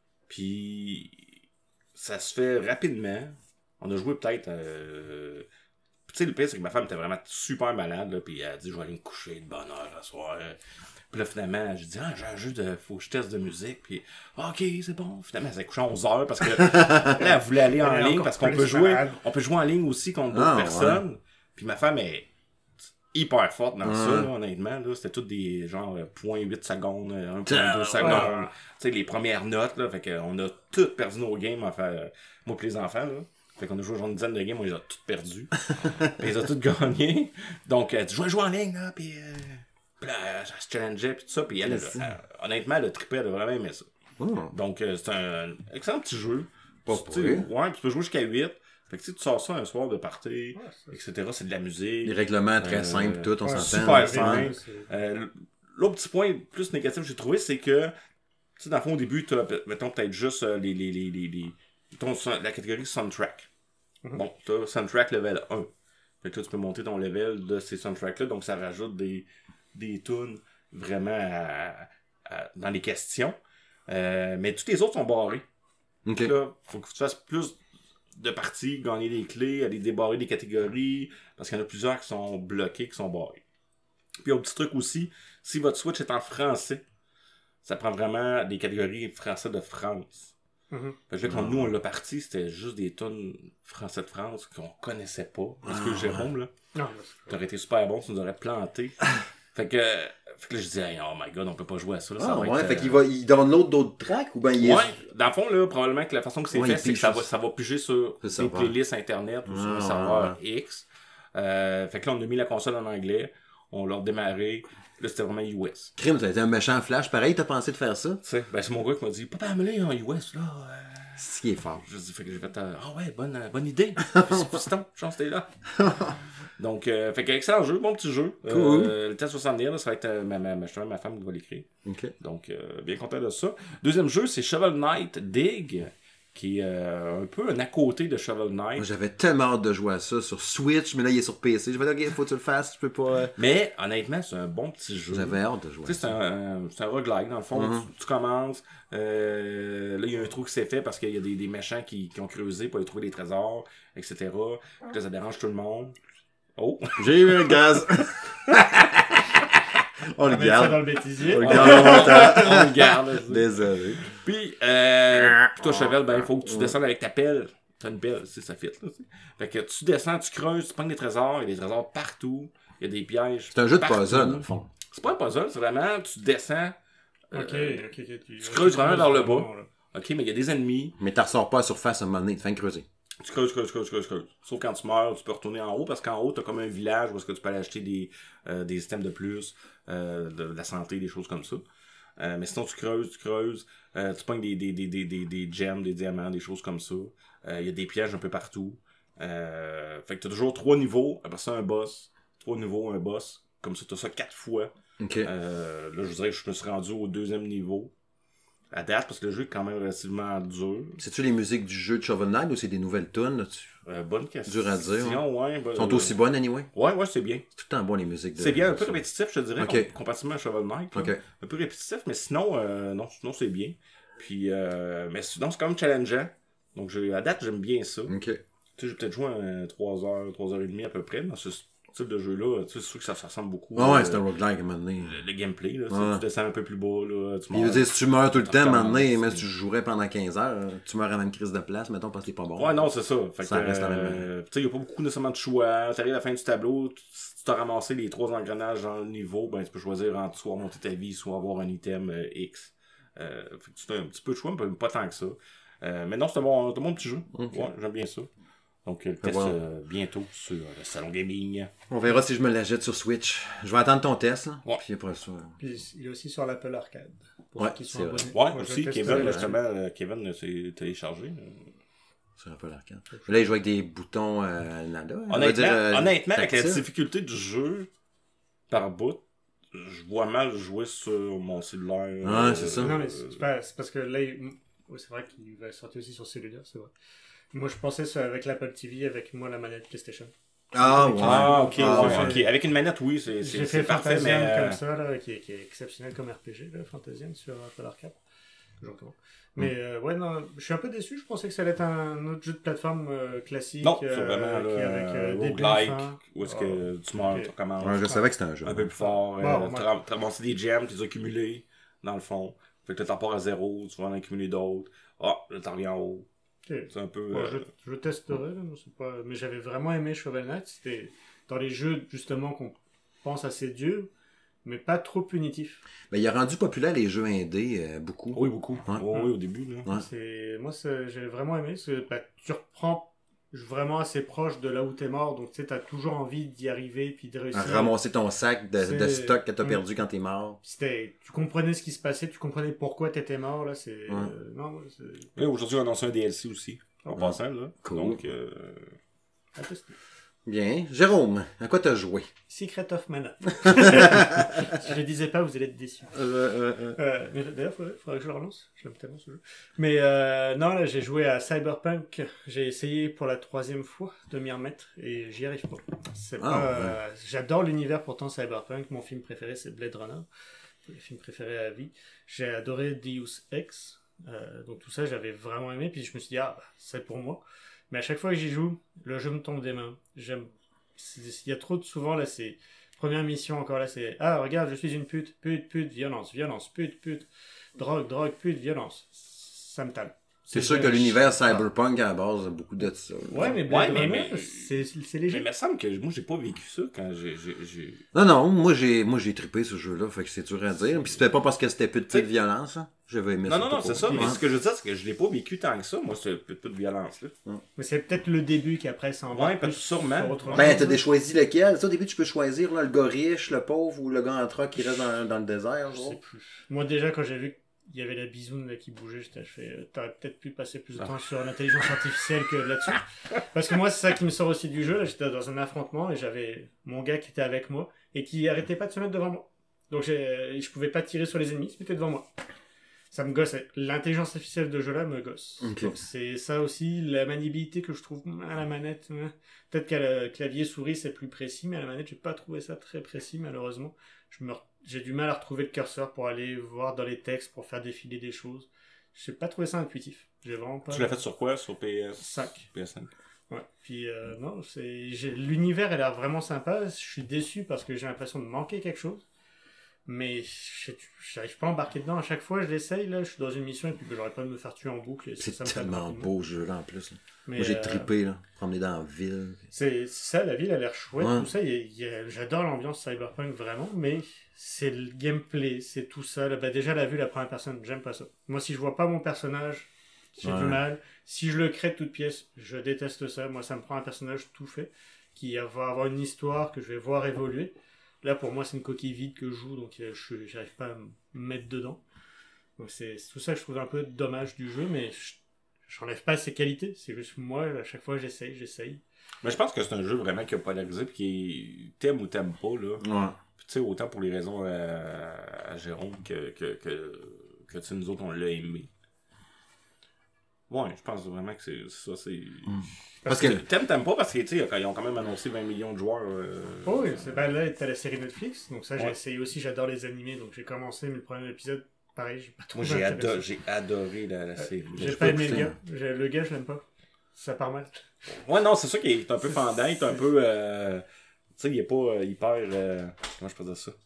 Puis, ça se fait rapidement. On a joué peut-être... Euh... Tu sais, le pire, c'est que ma femme était vraiment super malade. Là, puis elle a dit, je vais aller me coucher de bonne heure ce soir. Puis là, finalement, j'ai dit, ah, j'ai un jeu de... Faut que je teste de musique. Puis, ah, OK, c'est bon. Finalement, elle s'est couchée à onze heures parce que là, elle voulait aller en Elle est ligne encore parce qu'on plus peut jouer, malade. on peut jouer en ligne aussi contre d'autres Ah, ouais. personnes. Puis ma femme est hyper forte dans ça, Ouais. là, honnêtement. Là, c'était tous des genre euh, zéro virgule huit secondes, euh, un Ah, virgule deux ouais. secondes. Tu sais, les premières notes, là. Fait qu'on a toutes perdu nos games, enfin, euh, moi et les enfants, là. Fait qu'on a joué genre une dizaine de games, on les a toutes perdues. Puis ils ont toutes gagnées. Donc, elle dit, je vais jouer en ligne, là, puis euh, puis là, elle se challengeait, puis tout ça. Puis elle, elle, elle, elle, honnêtement, elle a trippé, elle a vraiment aimé ça. Oh. Donc, euh, c'est un excellent petit jeu. Pas Tu sais, pourri. ouais, puis tu peux jouer jusqu'à huit. Fait que tu sais, tu sors ça un soir de party, Ouais, ça, et cetera. C'est de la musique. Les règlements très Euh, simples, tout, on Ouais, s'entend. super simple. simple. Euh, L'autre petit point plus négatif que j'ai trouvé, c'est que, tu sais, dans le fond, au début, tu as, mettons, peut-être juste euh, les, les, les, les, les- mettons, son- la catégorie soundtrack. Mhm. Bon, tu as soundtrack level un. Fait que là, tu peux monter ton level de ces soundtracks-là, donc ça rajoute des, des tunes vraiment à- à- dans les questions. Euh, mais tous les autres sont barrés. Ok. Là, faut que tu fasses plus de parties, gagner des clés, aller débarrer des catégories, parce qu'il y en a plusieurs qui sont bloqués, qui sont barrés. Puis un petit truc aussi, si votre Switch est en français, ça prend vraiment des catégories français de France. Mm-hmm. Fait que là, quand nous, on l'a parti, c'était juste des tonnes français de France qu'on connaissait pas. Parce que Jérôme, là, Non, t'aurais été super bon, tu nous aurais planté. Fait que, fait que là, je disais, hey, oh my god, on peut pas jouer à ça. Là, ça Ah, va ouais, être, fait euh, qu'il va, il download d'autres tracks ou ben il est. Ouais, dans le fond, là, probablement que la façon que c'est Ouais, fait, il c'est que pige ça sur- va, ça va piger sur C'est des ça, ouais. playlists internet ou sur Ah, un serveur X. Euh, fait que là, on a mis la console en anglais, on l'a redémarré. Là, c'était vraiment U S. Crime, t'as été un méchant flash. Pareil, t'as pensé de faire ça? Tu sais, ben, c'est mon gars qui m'a dit, Papa, amenez en U S, là. Euh... C'est ce qui est fort. Je dis, fait que j'ai fait, euh, ah ouais, bonne, euh, bonne idée. Piston, chance t'es là. Donc, euh, fait que excellent jeu, bon petit jeu. Cool. Euh, le test va s'en venir, là, ça va être euh, ma, ma, ma, justement, ma femme qui va l'écrire. Ok. Donc, euh, bien content de ça. Deuxième jeu, c'est Shovel Knight Dig, qui est euh, un peu un à côté de Shovel Knight. Moi, j'avais tellement hâte de jouer à ça sur Switch, mais là, il est sur P C. Je vais dire, ok, faut que tu le fasses, tu peux pas. euh. Mais, honnêtement, c'est un bon petit jeu. J'avais hâte de jouer. Tu sais, c'est un, un- c'est un roguelike, dans le fond. Mhm. tu, tu commences, euh, là, il y a un trou qui s'est fait parce qu'il y a des, des méchants qui, qui ont creusé pour aller trouver des trésors, et cetera. Puis là, ça dérange tout le monde. Oh! J'ai eu un gaz. On le On met ça garde. dans le bêtisier. On le On, garde longtemps. on le garde. vas-y. Désolé. Puis, euh, puis toi, Chevel, ben, il faut que tu descendes avec ta pelle. T'as une pelle, tu sais, ça fit, là, tu sais. Fait que tu descends, tu creuses, tu prends des trésors, il y a des trésors partout, il y a des pièges. C'est un jeu de partout. puzzle, dans le fond. C'est pas un puzzle, c'est vraiment, tu descends. Ok, euh, ok, ok. Tu, tu creuses vraiment vers le bas. vraiment, là. Ok, mais il y a des ennemis. Mais t'en ressors pas à la surface à un moment donné, tu fais creuser. Tu creuses, creuses, creuses, creuses, creuses. Sauf quand tu meurs, tu peux retourner en haut parce qu'en haut, t'as comme un village où est-ce que tu peux aller acheter des, euh, des systèmes de plus, euh, de, de la santé, des choses comme ça. Euh, mais sinon, tu creuses, tu creuses, euh, tu pognes des, des, des, des, des, des gems, des diamants, des choses comme ça. Il euh, y a des pièges un peu partout. Euh, fait que t'as toujours trois niveaux, après ça un boss, trois niveaux, un boss. Comme ça, t'as ça quatre fois. Ok. Euh, là, je dirais que je me suis rendu au deuxième niveau. À date, parce que le jeu est quand même relativement dur. C'est-tu les musiques du jeu de Shovel Knight ou c'est des nouvelles tunes? Là, tu- Euh, bonne question. Dur à dire, hein. Ouais, ben, Ils sont euh, aussi bonnes, anyway? Ouais, ouais, c'est bien. C'est tout le temps bon, les musiques de... C'est bien, un peu ça. répétitif, je te dirais, Ok. com- comparativement à Shovel Knight. là. Ok. Un peu répétitif, mais sinon, euh, non, sinon c'est bien. Puis, euh, mais sinon, c'est quand même challengeant. Donc, j'ai- à date, j'aime bien ça. Ok. Tu sais, j'ai peut-être joué à trois heures, trois heures et demie à peu près dans ce style de jeu-là. Tu sais, c'est sûr que ça, ça ressemble beaucoup. Ouais, ouais, euh, c'est un roguelike à un moment donné. le, le gameplay, là. tu sais, Ouais. Tu descends un peu plus bas, là. Tu Puis, je veux meurs. dire, si tu meurs tout le Tu temps, à un moment donné, recommences. même si tu jouerais pendant quinze heures, tu meurs à la même crise de place, mettons, parce que t'es pas bon. Ouais, non, c'est ça. Fait Ça que, reste la même- euh, tu sais, il n'y a pas beaucoup nécessairement de choix. Tu arrives à la fin du tableau, tu- si tu t'as ramassé les trois engrenages dans le niveau, ben tu peux choisir entre soit monter ta vie, soit avoir un item euh, X. Euh, fait que tu as un petit peu de choix, mais pas tant que ça. Euh, mais non, c'est un bon, c'est un bon petit jeu. Ok. Ouais, j'aime bien ça. Donc, euh, le Ben test voilà. euh, bientôt sur euh, le salon gaming. On verra si je me la jette sur Switch. Je vais attendre ton test, là. Ouais. Puis après ça... Puis il est aussi sur l'Apple Arcade. Pour Ouais, ceux qui sont c'est abonnés. Ouais, Moi, je aussi, le Kevin, testerai, là. justement, euh, Kevin euh, s'est téléchargé. sur un peu l'arcade. Là, il joue avec des boutons euh, nada. On va Honnêtement, dire, euh, honnêtement avec la tactile. difficulté du jeu par bout, je vois mal jouer sur mon cellulaire. Ouais, c'est ça. Non, mais c'est pas- c'est parce que là, il- ouais, c'est vrai qu'il va sortir aussi sur cellulaire, c'est vrai. Moi, je pensais ça avec l'Apple T V, avec moi la manette PlayStation. Ah, ouais. Ah, ok, Ah, ouais, ouais. ok. Avec une manette, oui, c'est J'ai c'est- fait c'est parfait, Fantasian mais. euh, comme ça, là, qui, est, qui est exceptionnel comme R P G, là, Fantasian sur Apple Arcade. Je recommande. Mais euh, ouais, non, je suis un peu déçu. Je pensais que ça allait être un autre jeu de plateforme euh, classique. Non, c'est euh, vraiment qui là, avec euh, des roguelike, fins. où est-ce Ah, que tu meurs, ok. tu recommences. Ouais, je savais que c'était un jeu. Un peu plus fort. Bon, euh, ouais. tu ram- tu ramasses des gems, tu les as accumulés, dans le fond. Fait que t'as pars à zéro, tu vas en accumuler d'autres. Ah, là, t'en reviens en haut. Ok. C'est un peu. Bon, euh, je, je testerai, là, mais, c'est pas... mais j'avais vraiment aimé Shovel Knight. C'était dans les jeux, justement, qu'on pense assez durs, mais pas trop punitifs. Ben, il a rendu populaire les jeux indés, euh, beaucoup. Oui, beaucoup. Ouais. Oui, oui, au début. Là. Ouais. C'est... Moi, c'est... j'ai vraiment aimé. C'est... Bah, tu reprends vraiment assez proche de là où t'es mort, donc tu sais, t'as toujours envie d'y arriver puis de réussir. À ramasser ton sac de, de C'est- stock que t'as Mm. perdu quand t'es mort. C'était... Tu comprenais ce qui se passait, tu comprenais pourquoi t'étais mort, là. C'est... Ouais. euh, Non, c'est... Et aujourd'hui, on a annoncé un D L C aussi. En Ouais. passant, là. Cool. Donc, euh, à tester. Bien. Jérôme, à quoi t'as joué? Secret of Mana. Si je le disais pas, vous allez être déçus. Euh, euh, euh. Euh, mais d'ailleurs, faudrait, faudrait que je le relance. J'aime tellement ce jeu. Mais euh, non, là, j'ai joué à Cyberpunk. J'ai essayé pour la troisième fois de m'y remettre et j'y arrive pas. C'est Ah, pas, ouais. euh, j'adore l'univers pourtant Cyberpunk. Mon film préféré, c'est Blade Runner. films préférés à la vie. J'ai adoré Deus Ex. Euh, donc tout ça, j'avais vraiment aimé. Puis je me suis dit, ah, c'est pour moi. Mais à chaque fois que j'y joue, le jeu me tombe des mains. J'aime. Il y a trop de souvent, là, c'est. Première mission encore là, c'est ah, regarde, je suis une pute, pute, pute, violence, violence, pute, pute, drogue, drogue, pute, violence. Ça me tape. C'est sûr que l'univers cyberpunk à la base a beaucoup de ça. Ouais, mais Ouais, Blade mais- Runner, mais- c'est c'est Mais léger. il me semble que moi, j'ai pas vécu ça quand j'ai. j'ai, j'ai... Non, non, moi j'ai moi j'ai trippé ce jeu-là, fait que c'est dur à dire. Puis c'était pas parce que c'était peu de petite violence, hein. J'avais aimé Non, ça. non, tout non, c'est court. ça. Mais Ouais. ce que je veux dire, c'est que je l'ai pas vécu tant que ça, moi, ce peu de violence-là. Mais c'est peut-être le début qui après s'en va. Ouais, peut-être sûrement. Ben, t'as des choisi lequel. Ça, au début, tu peux choisir là, le gars riche, le pauvre ou le gars en truck qui reste dans, dans le désert. Je genre. sais plus. Moi, déjà, quand j'ai vu qu'il y avait la bisoune là, qui bougeait, j'étais, je fais, euh, t'aurais peut-être pu passer plus de temps sur l'intelligence artificielle que là-dessus. Parce que moi, c'est ça qui me sort aussi du jeu. Là, j'étais dans un affrontement et j'avais mon gars qui était avec moi et qui arrêtait pas de se mettre devant moi. Donc, j'ai, je pouvais pas tirer sur les ennemis, il se mettait devant moi. Ça me gosse. L'intelligence artificielle de jeu-là me gosse. Ok. Donc, c'est ça aussi, la maniabilité que je trouve à la manette. hein. Peut-être qu'à la clavier-souris, c'est plus précis, mais à la manette, j'ai pas trouvé ça très précis, malheureusement. Je me... J'ai du mal à retrouver le curseur pour aller voir dans les textes, pour faire défiler des choses. J'ai pas trouvé ça intuitif. J'ai vraiment pas... Tu l'as fait sur quoi? Sur P S cinq. P S cinq. Ouais. Puis, euh, non, c'est... j'ai- l'univers a l'air vraiment sympa. Je suis déçu parce que j'ai l'impression de manquer quelque chose. Mais je- j'arrive pas à embarquer dedans. À chaque fois, je l'essaye. Là, je suis dans une mission et puis que j'aurais pas de me faire tuer en boucle. Et C'est ça me tape tellement rapidement. beau ce jeu-là en plus. là. Mais, Moi j'ai euh, trippé, là. Promener dans la ville. C'est c'est ça, la ville a l'air chouette, Ouais. tout ça. il y a- il y a- J'adore l'ambiance cyberpunk vraiment, mais c'est le gameplay, c'est tout ça. Là, bah, déjà, la vue, la première personne, j'aime pas ça. Moi, si je vois pas mon personnage, j'ai Ouais. du mal. Si je le crée de toute pièce, je déteste ça. Moi, ça me prend un personnage tout fait qui va avoir une histoire que je vais voir évoluer. Là, pour moi, c'est une coquille vide que je joue, donc euh, je j'arrive pas à me mettre dedans. Donc c'est c'est tout ça que je trouve un peu dommage du jeu, mais je- j'enlève pas ses qualités. C'est juste moi, à chaque fois, j'essaye, j'essaye. Mais je pense que c'est un jeu vraiment qui a polarisé puis qui t'aime ou t'aime pas, là. Ouais. Puis tu sais, autant pour les raisons à, à Jérôme que, que, que, que tu sais, nous autres, on l'a aimé. Ouais, je pense vraiment que c'est c'est ça, c'est... Parce que que. t'aimes, t'aimes pas parce que, tu sais, ils ont quand même annoncé vingt millions de joueurs. euh, Oh oui, c'est, ben là, t'as la série Netflix, donc ça, j'ai Ouais. essayé aussi, j'adore les animés, donc j'ai commencé, mais le premier épisode, pareil, j'ai pas Moi, trouvé j'ai, intéressant. ado- j'ai adoré la, la série. J'ai j'ai pas pas aimé le écouté. gars. J'ai- Le gars, je l'aime pas. Ça part mal. Ouais, non, c'est ça qui est un peu C'est- fendant, il est un c'est- peu... euh, tu sais, il est pas euh, hyper... euh, comment je peux dire ça?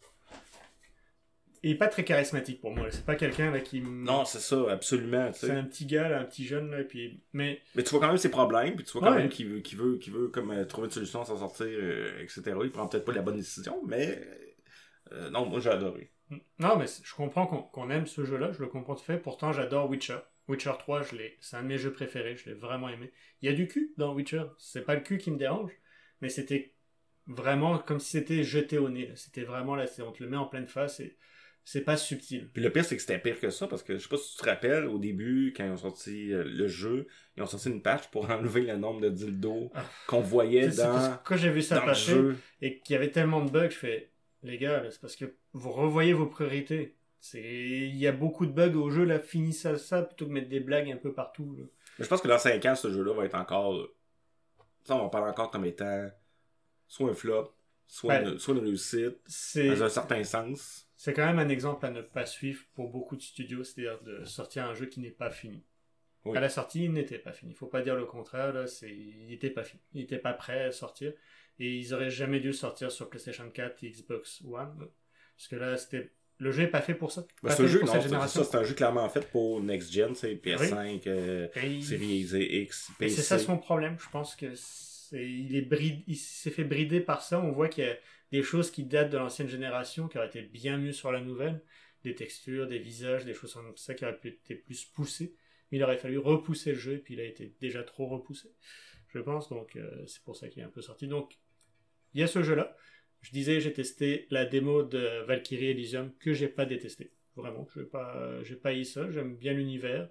Il est pas très charismatique pour moi, là. C'est pas quelqu'un là qui me... Non, c'est ça, absolument, tu C'est sais. un petit gars, là, un petit jeune, là, puis... Mais... Mais tu vois quand même ses problèmes, puis tu vois quand Ouais. même qu'il veut, qu'il veut, qu'il veut comme, euh, trouver une solution à s'en sortir, euh, et cetera. Il prend peut-être pas la bonne décision, mais... euh, non, moi, j'ai adoré. Non, mais c'est- je comprends qu'on qu'on aime ce jeu-là, je le comprends tout à fait. Pourtant, j'adore Witcher. Witcher trois, je l'ai... c'est un de mes jeux préférés, je l'ai vraiment aimé. Il y a du cul dans Witcher. C'est pas le cul qui me dérange, mais c'était vraiment comme si c'était jeté au nez. là. C'était vraiment là, c'est- on te le met en pleine face et c'est pas subtil. Puis le pire, c'est que c'était pire que ça, parce que je sais pas si tu te rappelles, au début, quand ils ont sorti euh, le jeu, ils ont sorti une patch pour enlever le nombre de dildos Ah. qu'on voyait C'est- c'est parce dans, que quand j'ai vu ça dans le passer jeu. et qu'il y avait tellement de bugs, je fais, les gars, là, c'est parce que vous revoyez vos priorités. C'est... Il y a beaucoup de bugs au jeu, là, finissez ça, ça plutôt que de mettre des blagues un peu partout. là. Mais je pense que dans cinq ans, ce jeu-là va être encore... Ça, on va parler encore comme étant soit un flop, soit, Ouais. une, soit une réussite, C'est... dans un certain sens. C'est quand même un exemple à ne pas suivre pour beaucoup de studios, c'est-à-dire de sortir un jeu qui n'est pas fini. Oui. À la sortie, il n'était pas fini. Faut pas dire le contraire, là, c'est... il n'était pas fini. Il n'était pas prêt à sortir. Et ils auraient jamais dû le sortir sur PlayStation quatre et Xbox One. là. Parce que là, c'était... le jeu est pas fait pour ça. Ben, Pas c'est un fait jeu, pour non, cette c'est génération. ça, c'est un jeu clairement fait pour Next Gen, c'est P S cinq, euh, Et il- Series X, Et P C. c'est ça son problème. Je pense que c'est... Il, est brid... il s'est fait brider par ça. On voit qu'il y a des choses qui datent de l'ancienne génération, qui auraient été bien mieux sur la nouvelle. Des textures, des visages, des choses comme ça qui auraient pu être plus poussées. Mais il aurait fallu repousser le jeu, et puis il a été déjà trop repoussé, je pense. Donc euh, c'est pour ça qu'il est un peu sorti. Donc il y a ce jeu-là. Je disais, j'ai testé la démo de Valkyrie Elysium, que j'ai pas détesté. Vraiment, j'ai pas, j'ai pas eu ça. J'aime bien l'univers.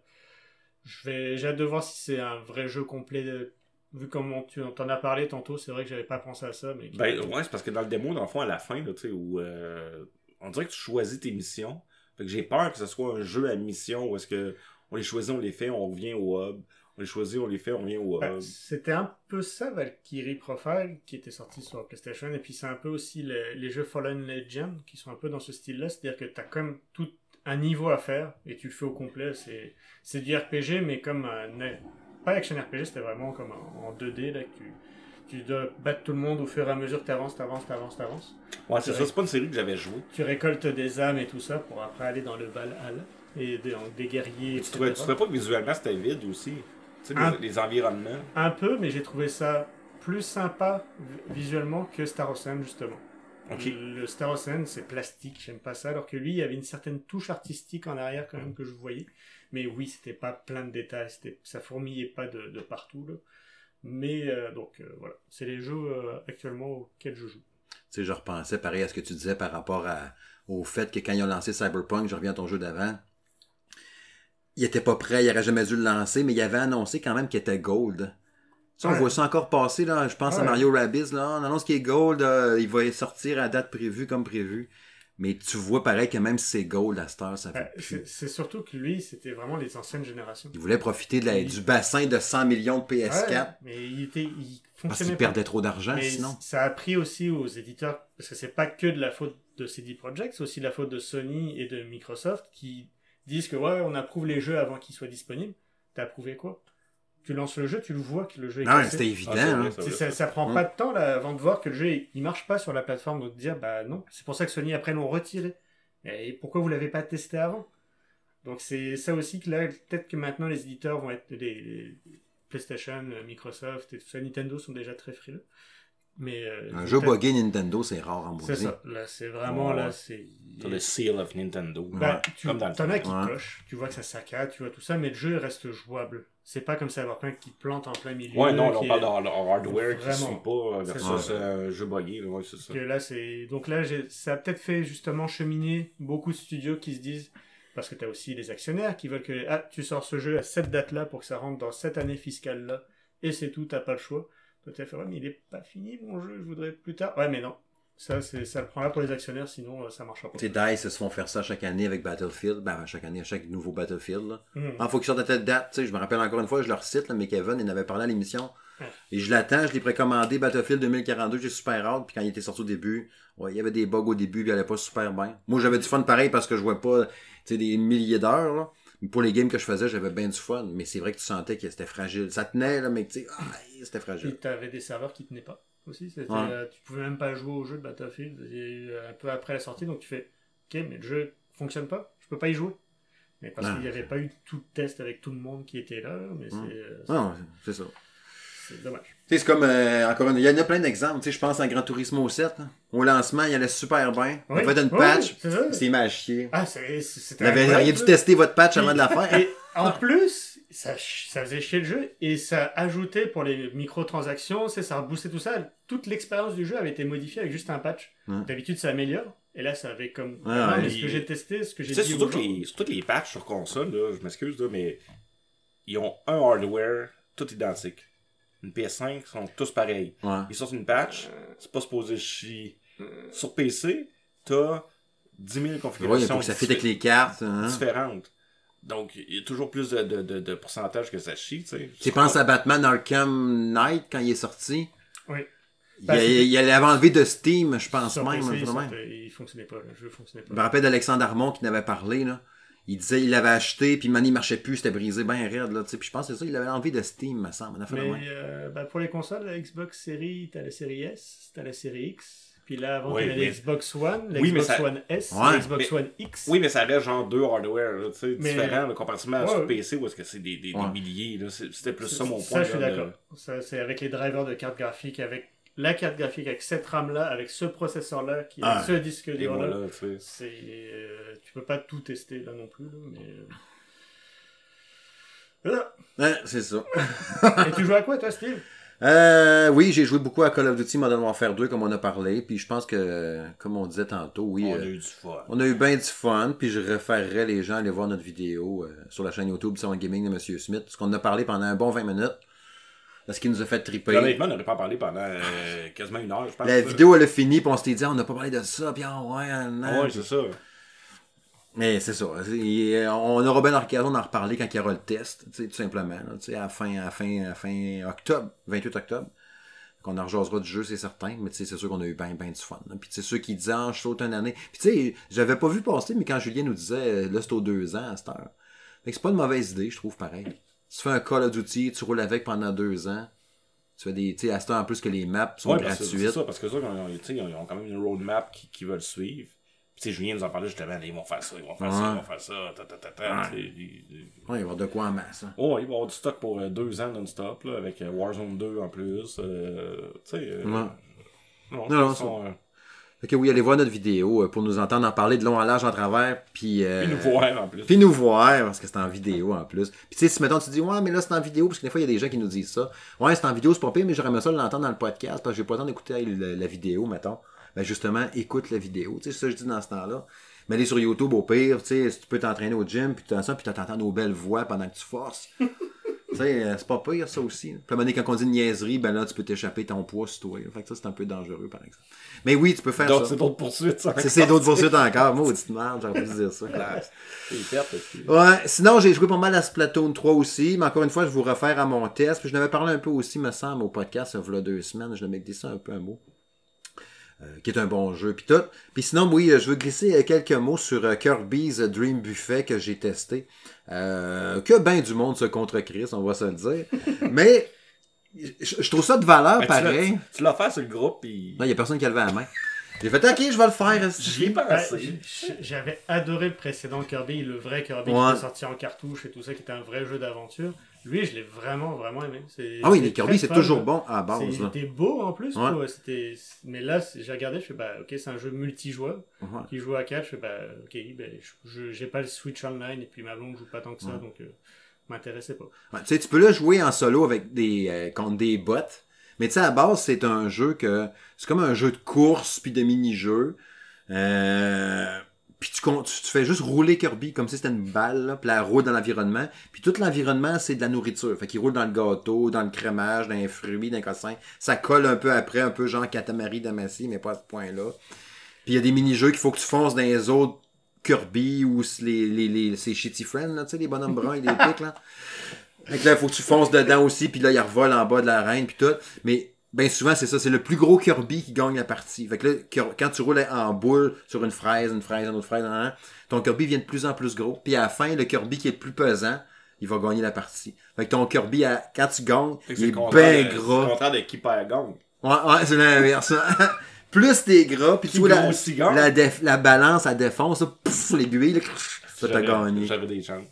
Je vais, j'ai hâte de voir si c'est un vrai jeu complet. De... Vu comment tu t'en as parlé tantôt, c'est vrai que j'avais pas pensé à ça. Mais... Ben ouais, c'est parce que dans le démo, dans le fond, à la fin, là, tu sais, où euh, on dirait que tu choisis tes missions. Fait que j'ai peur que ce soit un jeu à mission où est-ce que on les choisit, on les fait, on revient au hub, On les choisit, on les fait, on vient au Ben, hub. c'était un peu ça, Valkyrie Profile, qui était sorti sur la PlayStation, et puis c'est un peu aussi le- les jeux Fallen Legend, qui sont un peu dans ce style-là, c'est-à-dire que t'as comme tout un niveau à faire, et tu le fais au complet, c'est, c'est du R P G, mais comme un... Pas action R P G, c'était vraiment comme en en deux D, là, que tu, tu dois battre tout le monde au fur et à mesure que t'avances, t'avances, t'avances, t'avances. Ouais, c'est c'est ça, vrai. c'est pas une série que j'avais joué. Tu récoltes des âmes et tout ça, pour après aller dans le Valhalla, et des, des guerriers, Tu trouvais, tu et cetera. trouvais pas que visuellement c'était vide aussi? Tu sais, les, Un- les environnements. Un peu, mais j'ai trouvé ça plus sympa vi- visuellement que Star Ocean, justement. Ok. Le, le Star Ocean, c'est plastique, j'aime pas ça, alors que lui, il y avait une certaine touche artistique en arrière quand même que je voyais. Mais oui, c'était pas plein de détails, c'était, ça fourmillait pas de, de partout, là. Mais euh, donc euh, voilà, c'est les jeux euh, actuellement auxquels je joue. Tu sais, je repensais pareil à ce que tu disais par rapport à, au fait que quand ils ont lancé Cyberpunk, je reviens à ton jeu d'avant, il était pas prêt, il aurait jamais dû le lancer, mais il avait annoncé quand même qu'il était gold. Ça, on Ouais. voit ça encore passer, là. Je pense à Ouais. Mario Rabbids, là. On annonce qu'il est gold, euh, il va sortir à date prévue comme prévu. Mais tu vois pareil que même si c'est gold à cette heure, ça fait Euh, plus. c'est, c'est surtout que lui, c'était vraiment les anciennes générations. Il voulait profiter de la- Il- du bassin de cent millions de P S quatre Ouais, mais il était, il parce fonctionnait qu'il pas. perdait trop d'argent, Mais sinon. ça a pris aussi aux éditeurs, parce que c'est pas que de la faute de C D Projekt, c'est aussi de la faute de Sony et de Microsoft qui disent que ouais, on approuve les jeux avant qu'ils soient disponibles. T'as approuvé quoi? Tu lances le jeu, tu le vois que le jeu est Non, cassé. c'était évident. Ah, c'est vrai, hein. c'est C'est- vrai. ça, ça prend Mm. pas de temps là, avant de voir que le jeu il marche pas sur la plateforme, donc de dire bah non. C'est pour ça que Sony après l'ont retiré. Et pourquoi vous l'avez pas testé avant? Donc c'est ça aussi que là, peut-être que maintenant les éditeurs vont être les, les PlayStation, Microsoft et tout ça, Nintendo sont déjà très frileux. Mais euh, Un jeu peut-être- buggé Nintendo, c'est rare en c'est maudit. ça. Là, c'est vraiment Ouais. là, c'est. T'as le seal of Nintendo. Bah, tu, Comme dans le t'en as qui Ouais. cochent, tu vois que ça saccade, tu vois tout ça, mais le jeu reste jouable. C'est pas comme Cyberpunk qui plante en plein milieu. Ouais, non, là, qui on parle est- de har- hardware qui Vraiment. suit pas euh, C'est versus ça. euh, jeu buggé. Là, ouais, c'est ça. que là, c'est... Donc là, j'ai... ça a peut-être fait justement cheminer beaucoup de studios qui se disent, parce que t'as aussi les actionnaires qui veulent que ah, tu sors ce jeu à cette date-là pour que ça rentre dans cette année fiscale-là, et c'est tout, t'as pas le choix. Toi, t'as fait, ouais, mais il est pas fini mon jeu, je voudrais plus tard. Ouais, mais non. Ça, c'est... ça le prend là pour les actionnaires, sinon euh, ça marchera pas. Tu sais, DICE se font faire ça chaque année avec Battlefield. Ben, chaque année, à chaque nouveau Battlefield. Là. Mhm. Ah, faut qu'ils sortent à telle date. Tu sais, je me rappelle encore une fois, je leur cite, là, mais Kevin, il en avait parlé à l'émission. Ouais. Et je l'attends, je l'ai précommandé Battlefield deux mille quarante-deux, j'ai super hâte. Puis quand il était sorti au début, ouais, il y avait des bugs au début, puis il allait pas super bien. Moi, j'avais du fun pareil parce que je jouais pas, tu sais, des milliers d'heures, là. Mais pour les games que je faisais, j'avais bien du fun. Mais c'est vrai que tu sentais que c'était fragile. Ça tenait, là, mais tu sais, ah, c'était Puis fragile. t'avais des serveurs qui tenaient pas aussi. C'était, Ouais. euh, tu pouvais même pas jouer au jeu de Battlefield il y a eu, euh, un peu après la sortie, donc tu fais ok, mais le jeu fonctionne pas, je peux pas y jouer. Mais parce Non. qu'il n'y avait pas eu tout de test avec tout le monde qui était là, mais c'est, euh, c'est, Non, c'est ça. c'est dommage. Tu sais, c'est comme, euh, encore une, il y en a plein d'exemples. Tu sais, je pense à Gran Turismo sept. Là. Au lancement, il allait super bien. Il Oui. a fait une Oui, patch. c'est ça. C'est mal chier. Ah, c'est, c'est- c'était Vous avez incroyable, auriez dû là. tester votre patch avant de la faire. Et en plus, ça, ch- ça faisait chier le jeu et ça ajoutait pour les microtransactions, c'est, ça reboostait tout ça. Toute l'expérience du jeu avait été modifiée avec juste un patch. Ouais. D'habitude, ça améliore. Et là, ça avait comme. Ouais, vraiment, ouais. mais ce que j'ai testé, ce que j'ai Tu sais, dit. surtout aux que, gens- les, surtout que les patchs sur console, là, je m'excuse, là, mais ils ont un hardware tout identique. Une P S cinq sont tous pareils. Ouais. Ils sortent une patch, c'est pas supposé chier. Sur P C, t'as dix mille Ouais, il configurations faut que ça fitte diffé- avec les cartes. Hein. différentes. Donc, il y a toujours plus de, de, de, de pourcentage que ça chie, tu sais. Tu penses à Batman Arkham Knight quand il est sorti. Oui. Il, Ben, a- c'était- il avait enlevé de Steam, je pense Sur même. P C, vraiment. ça, il fonctionnait pas, le jeu fonctionnait Je me pas. rappelle d'Alexandre Armand qui n'avait parlé. Là. Il disait qu'il l'avait acheté, puis maintenant il marchait plus, c'était brisé bien raide. Là, tu sais. Puis je pense que c'est ça, il l'avait enlevé de Steam, me semble. On a fait le Mais même. euh, ben, pour les consoles, la Xbox Series, t'as la série S, t'as la série X, puis là avant Oui, t'avais mais- la Xbox One, la Oui, mais Xbox ça- One S, Ouais, la Xbox mais- One X. Oui, mais ça reste genre deux hardware, là, tu sais, Mais- différents, là, comparativement à Ouais, sur ouais. P C où est-ce que c'est des, des, des Ouais. milliers, là. C'est- C'était plus C'est- ça mon ça, point. je suis là, de- d'accord. Ça, c'est avec les drivers de carte graphique, avec la carte graphique, avec cette RAM-là, avec ce processeur-là, qui Ah. avec ce disque Et dur-là. voilà, tu sais. C'est, euh, tu peux pas tout tester là non plus, là, mais. euh. Voilà. Ouais, c'est ça. Et tu joues à quoi toi, Steve? Euh, oui, j'ai joué beaucoup à Call of Duty Modern Warfare deux, comme on a parlé. Puis je pense que, comme on disait tantôt, oui. On a euh, eu du fun. On a eu bien du fun, puis je référerais les gens à aller voir notre vidéo euh, sur la chaîne YouTube Salon Gaming de Monsieur Smith, parce qu'on en a parlé pendant un bon vingt minutes. Ce qui nous a fait Puis triper. honnêtement, on n'aurait pas parlé pendant euh, quasiment une heure, je pense. La là. vidéo, elle a fini, puis on s'était dit, ah, on n'a pas parlé de ça, puis ah ouais, non. Ah ouais, c'est ça. Mais c'est ça. Et on aura bien l'occasion d'en reparler quand il y aura le test, tout simplement. Là, à la fin, à la fin, à la fin octobre, vingt-huit octobre. Qu'on en rejasera du jeu, c'est certain, mais c'est sûr qu'on a eu bien ben du fun. Là. Puis c'est ceux qui disaient, ah, je saute une année. Puis tu sais, j'avais pas vu passer, mais quand Julien nous disait, là, c'est aux deux ans à cette heure. Fait que c'est pas une mauvaise idée, je trouve, pareil. Tu fais un Call of Duty, tu roules avec pendant deux ans. Tu fais des, tu sais, à cette heure en plus que les maps sont ouais, gratuites. C'est ça, parce que ça, ils, ils ont quand même une roadmap qui, qui veulent suivre. Puis, Julien nous en parlait justement, ils vont faire ça, ils vont faire ouais. ça, ils vont faire ça, ta ta ta ta. Ouais, il, il... ouais, il va y avoir de quoi en masse. Hein. Oh, il va y avoir du stock pour euh, deux ans non-stop, là, avec euh, Warzone deux en plus. Euh, tu sais. Euh, ouais. Non, non, non, sont, euh... Fait que oui, allez voir notre vidéo pour nous entendre en parler de long en large en travers. Puis euh, nous voir en plus. Puis nous voir, parce que c'est en vidéo en plus. Puis tu sais, si mettons tu dis, ouais, mais là c'est en vidéo, parce que des fois il y a des gens qui nous disent ça. Ouais, c'est en vidéo, c'est pas pire, mais j'aurais aimé ça l'entendre dans le podcast, parce que j'ai pas le temps d'écouter la, la vidéo, mettons. Ben justement, écoute la vidéo. Tu sais, c'est ça que je dis dans ce temps-là. Mais aller sur YouTube au pire, tu sais, si tu peux t'entraîner au gym, puis tu ça, puis tu t'entends nos belles voix pendant que tu forces. Tu sais, c'est pas pire ça aussi. Puis à un moment donné, quand on dit une niaiserie, ben là, tu peux t'échapper ton poids sur toi. Fait que ça, c'est un peu dangereux, par exemple. Mais oui, tu peux faire donc, ça. C'est d'autres poursuites, ça. C'est, c'est d'autres poursuites encore. Maudite merde, j'aurais pu dire ça. C'est fait, aussi. Ouais, sinon, j'ai joué pas mal à Splatoon trois aussi, mais encore une fois, je vous réfère à mon test. Puis je n'avais parlé un peu aussi, me semble, au podcast, il y a deux semaines. Je n'avais glissé ça un peu un mot. Euh, qui est un bon jeu, puis tout. Puis sinon, oui, je veux glisser quelques mots sur euh, Kirby's Dream Buffet que j'ai testé. Euh, que ben du monde se contre Chris, on va se le dire. Mais je, je trouve ça de valeur, ben, pareil. Tu l'as, tu l'as fait sur le groupe, puis... Non, il n'y a personne qui a levé la main. J'ai fait, ok, je vais le faire. J'y ai pensé. Ouais, j'avais adoré le précédent Kirby, le vrai Kirby ouais. qui était sorti en cartouche et tout ça, qui était un vrai jeu d'aventure. Lui, je l'ai vraiment, vraiment aimé. C'est, ah oui, les Kirby, c'est fun, toujours bon à la base. C'était beau en plus. Ouais. Quoi. C'était... Mais là, j'ai regardé, je fais, bah, ok, c'est un jeu multijoueur ouais. qui joue à quatre. Je fais, bah, ok, ben, je, j'ai pas le Switch Online et puis ma blonde joue pas tant que ça, ouais. donc euh, m'intéressait pas. Ouais, tu sais, tu peux le jouer en solo avec des, euh, contre des bots. Mais tu sais, à la base, c'est un jeu que... C'est comme un jeu de course puis de mini-jeu. Euh... Puis tu, tu, tu fais juste rouler Kirby comme si c'était une balle, là, puis elle roule dans l'environnement. Puis tout l'environnement, c'est de la nourriture. Fait qu'il roule dans le gâteau, dans le crémage, dans les fruits, dans les cossins. Ça colle un peu après, un peu genre Katamari Damacy, mais pas à ce point-là. Puis il y a des mini-jeux qu'il faut que tu fonces dans les autres Kirby ou les, les, les, ces Shitty Friends, là, tu sais, les bonhommes bruns et les pics, là. Fait que là, il faut que tu fonces dedans aussi, puis là, il revole en bas de l'arène, puis tout. Mais ben souvent, c'est ça, c'est le plus gros Kirby qui gagne la partie. Fait que là, quand tu roules en boule sur une fraise, une fraise, une autre fraise, ton Kirby vient de plus en plus gros. Puis à la fin, le Kirby qui est le plus pesant, il va gagner la partie. Fait que ton Kirby, quand tu gagnes, il est bien gras. C'est le contraire de qui perd gagne. Ouais, ouais, c'est l'inverse. Plus t'es gras, puis tu vois la, la, déf, la balance à défense, là, pouf, l'aiguille, là, ça t'a gagné. J'avais des chances.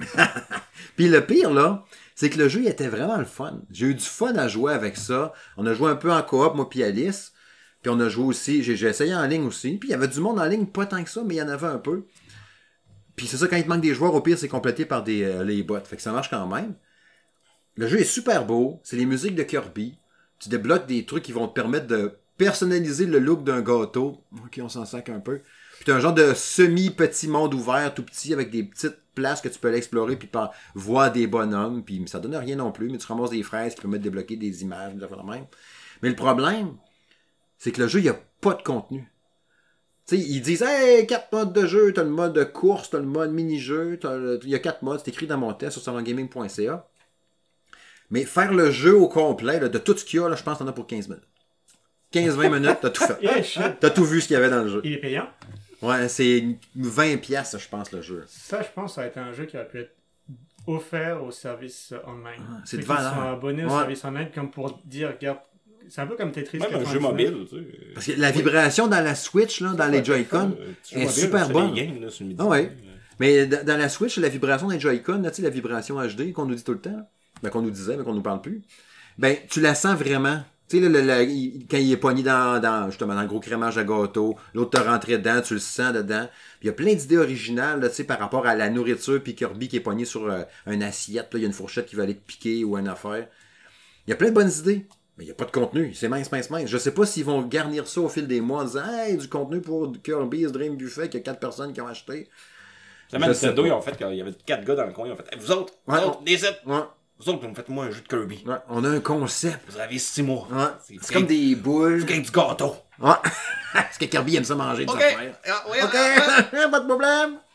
Puis le pire, là, c'est que le jeu, il était vraiment le fun. J'ai eu du fun à jouer avec ça. On a joué un peu en coop, moi puis Alice. Puis on a joué aussi, j'ai, j'ai essayé en ligne aussi. Puis il y avait du monde en ligne, pas tant que ça, mais il y en avait un peu. Puis c'est ça, quand il te manque des joueurs, au pire, c'est complété par des, euh, les bots. Fait que ça marche quand même. Le jeu est super beau. C'est les musiques de Kirby. Tu débloques des trucs qui vont te permettre de personnaliser le look d'un gâteau. Ok, on s'en sac un peu. Puis t'as un genre de semi-petit monde ouvert, tout petit, avec des petites places que tu peux aller explorer, puis par... voir des bonhommes, puis ça donne rien non plus, mais tu ramasses des fraises qui permettent de débloquer des images, des affaires de même. Mais le problème, c'est que le jeu, il n'y a pas de contenu. Tu sais, ils disent, hey, quatre modes de jeu, t'as le mode course, t'as le mode mini-jeu, il y a quatre modes, c'est écrit dans mon test sur salon gaming point c a. Mais faire le jeu au complet, là, de tout ce qu'il y a, là, je pense que t'en as pour quinze minutes. quinze vingt minutes, t'as tout fait. Yeah, t'as tout vu ce qu'il y avait dans le jeu. Il est payant? Ouais, c'est vingt piastres, je pense, le jeu. Ça, je pense, ça a été un jeu qui aurait pu être offert au service online. Ah, c'est ceux de valeur. Qui sont abonnés au ouais. service online, comme pour dire, regarde, c'est un peu comme Tetris. Même un jeu mobile, tu sais. Parce que la vibration dans la Switch, là, dans les Joy-Con, est mobile, super bonne. Games, là, ah ouais. Mais dans la Switch, la vibration des Joy-Con, là, tu sais, la vibration H D qu'on nous dit tout le temps, là, ben, qu'on nous disait, mais qu'on nous parle plus, ben, tu la sens vraiment. Tu sais, le, le, le, quand il est pogné dans, dans, justement, dans le gros crémage à gâteau, l'autre te rentrait dedans, tu le sens dedans. Puis il y a plein d'idées originales, là, tu sais, par rapport à la nourriture, puis Kirby qui est pogné sur euh, une assiette, là, il y a une fourchette qui va aller te piquer ou une affaire. Il y a plein de bonnes idées, mais il n'y a pas de contenu. C'est mince, mince, mince. Je sais pas s'ils vont garnir ça au fil des mois en disant, hey, du contenu pour Kirby's Dream Buffet qu'il y a quatre personnes qui ont acheté. Ça même Nintendo, ils ont fait, quand il y avait quatre gars dans le coin, ils ont fait, hey, vous autres, vous ouais, autres, des sept. Ouais. Vous autres, vous me faites moi un jeu de Kirby. Ouais, on a un concept. Vous avez six mois. Ouais. C'est, c'est comme des boules. Faut qu'il y ait du gâteau. Ouais. Parce que Kirby aime ça manger des okay. affaires. Ah, oui, ok, ah, ah. pas de problème.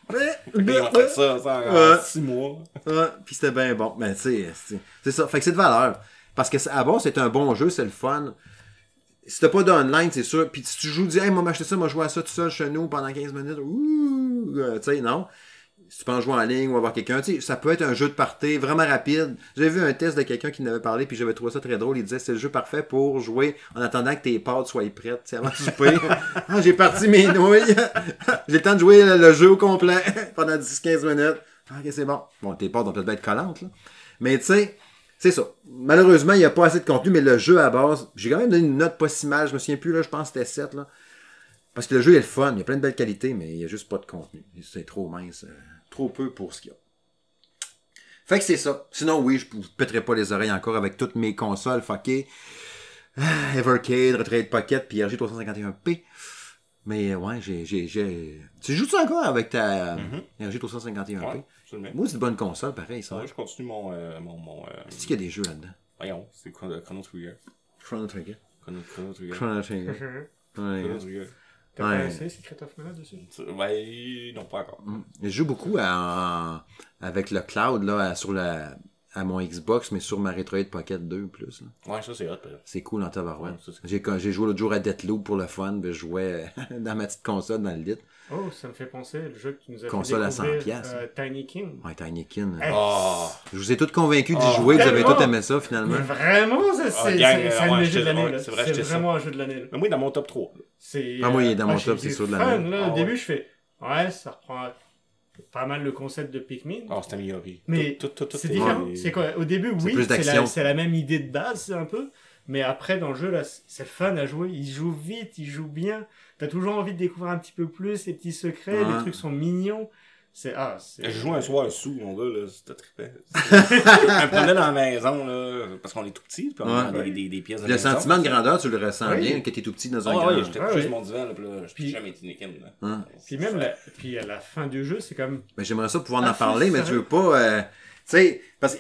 Ils ont fait ça, ça en Ouais. six mois. Ouais, puis c'était bien bon. Mais tu sais, c'est, c'est ça. Fait que c'est de valeur. Parce que à base, c'est un bon jeu, c'est le fun. Si t'as pas d'online, c'est sûr. Puis si tu joues, dis, hey, moi, m'acheter ça, moi, jouer à ça tout seul chez nous pendant quinze minutes. Ouh, euh, tu sais, non. Si tu peux en jouer en ligne ou avoir quelqu'un, tu sais, ça peut être un jeu de party vraiment rapide. J'avais vu un test de quelqu'un qui m'avait parlé, puis j'avais trouvé ça très drôle. Il disait, c'est le jeu parfait pour jouer en attendant que tes pâtes soient prêtes, tu sais, avant de souper. Ah, j'ai parti mes nouilles. J'ai le temps de jouer le, le jeu au complet pendant dix à quinze minutes. Ah, ok, c'est bon. Bon, tes pâtes vont peut-être être collantes, là. Mais tu sais, c'est ça. Malheureusement, il n'y a pas assez de contenu, mais le jeu à base, j'ai quand même donné une note pas si mal. Je me souviens plus, là, je pense que c'était sept, là. Parce que le jeu est le fun, il y a plein de belles qualités, mais il n'y a juste pas de contenu. C'est trop mince, euh, trop peu pour ce qu'il y a. Fait que c'est ça. Sinon, oui, je ne pèterai pas les oreilles encore avec toutes mes consoles fuckées. Ah, Evercade, Retrade Pocket, puis R G trois cent cinquante et un P. Mais ouais, j'ai, j'ai, j'ai... Tu joues-tu encore avec ta mm-hmm. R G trois cent cinquante et un P? Ouais, absolument. Moi, c'est une bonne console, pareil, ça. Ouais, je continue mon... Euh, mon, mon euh... C'est qu'il y a des jeux là-dedans? Voyons, c'est Chrono, Chrono Trigger. Chrono Trigger. Chrono, Chrono Trigger. Chrono Trigger. Ouais. Chrono Trigger. T'as Ouais. pas essayé Secret of Mana dessus? Ouais, non, pas encore. Mm. Je joue beaucoup à, avec le cloud là, à, sur la, à mon Xbox, mais sur ma Retroid Pocket deux plus. Là. Ouais, ça c'est hot. Là. C'est cool en tabarouette. Ouais, ça, c'est... J'ai, j'ai joué l'autre jour à Deathloop pour le fun, ben, je jouais dans ma petite console dans le lit. Oh, ça me fait penser, le jeu que tu nous as Console fait découvrir, à cent piastres. euh, Tiny King. Ouais, Tiny Kin. Hey. Oh. Je vous ai tous convaincus d'y Oh, jouer, vous avez tellement. tous aimé ça finalement. Mais vraiment, ça, c'est, gang, c'est, euh, c'est un de ouais, mes jeux de j'étais- l'année. ouais, là. c'est vrai, c'est j'étais vraiment un jeu de l'année. Là. Mais moi, dans mon top trois. Là. C'est, Ah, moi, il est dans mon j'ai top, du c'est sûr, de fun, l'année. là. Ah, Au début, ouais. je fais, ouais, ça reprend pas mal le concept de Pikmin. Oh, c'est amélioré. Mais tout, tout, tout, c'est tout différent. est- C'est quoi? Au début, C'est oui, plus c'est d'action. la, c'est la même idée de base, un peu. Mais après, dans le jeu, là, c'est le fun à jouer. Il joue vite, il joue bien. T'as toujours envie de découvrir un petit peu plus les petits secrets. Ouais. Les trucs sont mignons. C'est, ah, c'est... Je jouais un soir sous, mon gars, là, c'était trippant. On me prenait dans la maison, là, parce qu'on est tout petit, puis on a Ouais. des, des, des pièces de Le maison. sentiment de grandeur, tu le ressens Oui. bien, que t'es tout petit dans un Ah grand. ouais, j'étais Ah couché oui. sur mon divan, là, puis là, je Puis- suis jamais Tinikin, là. Hein? Puis même, la... puis à la fin du jeu, c'est comme... Ben, j'aimerais ça pouvoir en Ah, parler, mais je sérieux? veux pas. Euh, tu sais, parce que.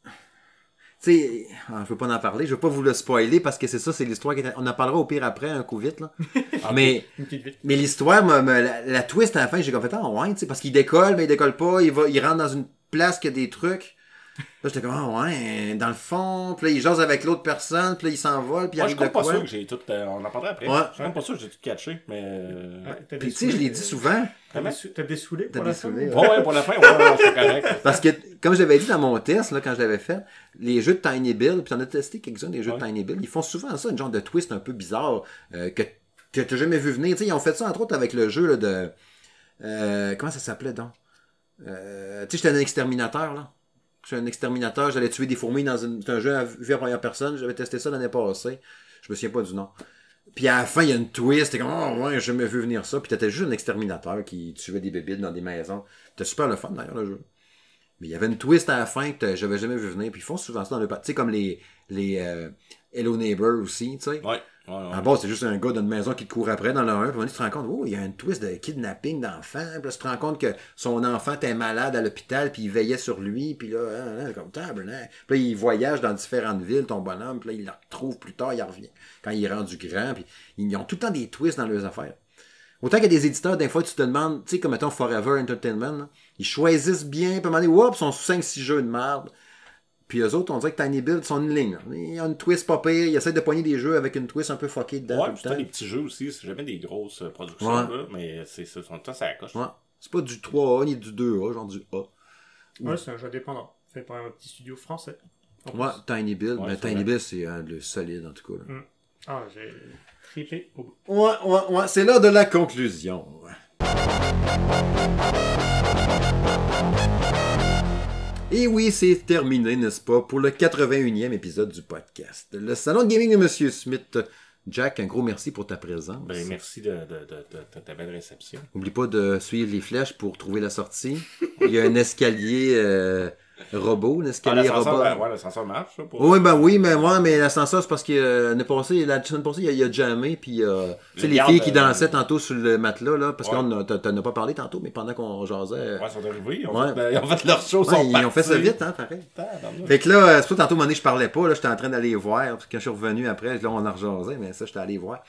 Tu sais, ah, je veux pas en parler, je veux pas vous le spoiler parce que c'est ça, c'est l'histoire qui est... On en parlera au pire après, un coup vite, là. mais, Une petite vite. mais l'histoire, me, me- la, la twist à la fin, j'ai comme fait, ah ouais, tu sais, parce qu'il décolle, mais il décolle pas, il va, il rentre dans une place qui a des trucs. Là, j'étais comme, ah ouais, dans le fond, puis là, il jase avec l'autre personne, puis là, il s'envole, puis il Moi, je arrive suis de pas quoi. sûr que j'ai tout. euh, on en parlera après. Ouais. Je suis même pas sûr que j'ai tout catché, mais. euh, Ouais, t'as Puis des tu sais, je l'ai saoulés, dit euh, souvent, T'as des, sou- t'as des saoulés T'as pour des la fin? saoulés, Ouais, ouais, pour la fin, ouais, ouais, c'est correct. parce que, comme je l'avais dit dans mon test, là, quand je l'avais fait, les jeux de Tiny Build, puis on a testé quelques-uns des jeux Ouais. de Tiny Build, ils font souvent ça, une genre de twist un peu bizarre, euh, que, que t'as jamais vu venir. Tu sais, ils ont fait ça, entre autres, avec le jeu là, de... Euh, comment ça s'appelait, donc? Euh, tu sais, j'étais un exterminateur, là. J'étais un exterminateur, j'allais tuer des fourmis dans une... C'est un jeu à vue à première personne, j'avais testé ça l'année passée. Je me souviens pas du nom. Puis à la fin, il y a une twist, t'es comme, oh ouais, j'ai jamais vu venir ça. Puis t'étais juste un exterminateur qui tuait des bébites dans des maisons. C'était super le fun d'ailleurs, le jeu. Mais il y avait une twist à la fin que j'avais jamais vu venir. Puis ils font souvent ça dans le... Tu sais, comme les, les euh, Hello Neighbor aussi, tu sais. Ouais, ouais, ouais. En bas, c'est juste un gars d'une maison qui te court après dans le un. Puis à un moment donné, tu te rends compte, oh, il y a une twist de kidnapping d'enfant. Puis là, tu te rends compte que son enfant était malade à l'hôpital, puis il veillait sur lui. Puis là, hein, hein, comme tabernacle. Puis là, il voyage dans différentes villes, ton bonhomme. Puis là, il le retrouve plus tard, il revient. Quand il est rendu grand. Puis ils ont tout le temps des twists dans leurs affaires. Autant qu'il y a des éditeurs, des fois, tu te demandes, tu sais, comme mettons Forever Entertainment, là, ils choisissent bien, puis à un moment donné, oups, ils sont cinq six jeux de merde. Puis eux autres, on dirait que Tiny Build sont une ligne. Là. Ils ont une twist pas pire, ils essaient de pogner des jeux avec une twist un peu fuckée dedans Ouais, tout puis le t'as temps. des petits jeux aussi, c'est jamais des grosses euh, productions, Ouais. là, mais c'est ça, son temps, ça coche. Ouais. C'est pas du trois A ni du deux A, genre du A. Ouais, c'est un jeu indépendant. Fait par un petit studio français. en Ouais, plus. Tiny Build. Ouais, mais c'est Tiny vrai. Build, c'est euh, le solide en tout cas. Là. Ah, j'ai trippé au bout. Ouais, ouais, ouais, c'est l'heure de la conclusion. Et oui, c'est terminé, n'est-ce pas, pour le quatre-vingt-unième épisode du podcast. Le salon de gaming de Monsieur Smith. Jack, un gros merci pour ta présence. Ben, merci de, de, de, de, de ta belle réception. N'oublie pas de suivre les flèches pour trouver la sortie. Il y a un escalier euh, robot, un Ah, escalier l'ascenseur, robot. ben, ouais, l'ascenseur marche, là, pour... Oui, ben oui, mais ouais, mais l'ascenseur, c'est parce que euh, l'année passée, la semaine passée, il y a, il y a jammé, puis euh, tu sais, Le les garde, filles qui euh, dansaient tantôt sur le matelas, là, parce Ouais. qu'on a- t'en t'en as pas parlé tantôt, mais pendant qu'on jasait. euh, Ouais, ils sont arrivés, ils ont, Ouais. fait, ils ont fait leur show, ouais, sont ils ont fait ça partis. vite, hein, pareil. Tabarnak. Fait que là, euh, c'est pas tantôt, à un moment donné, je parlais pas, là, j'étais en train d'aller voir, puis quand je suis revenu après, là, on a rejasé, mais ça, j'étais allé voir.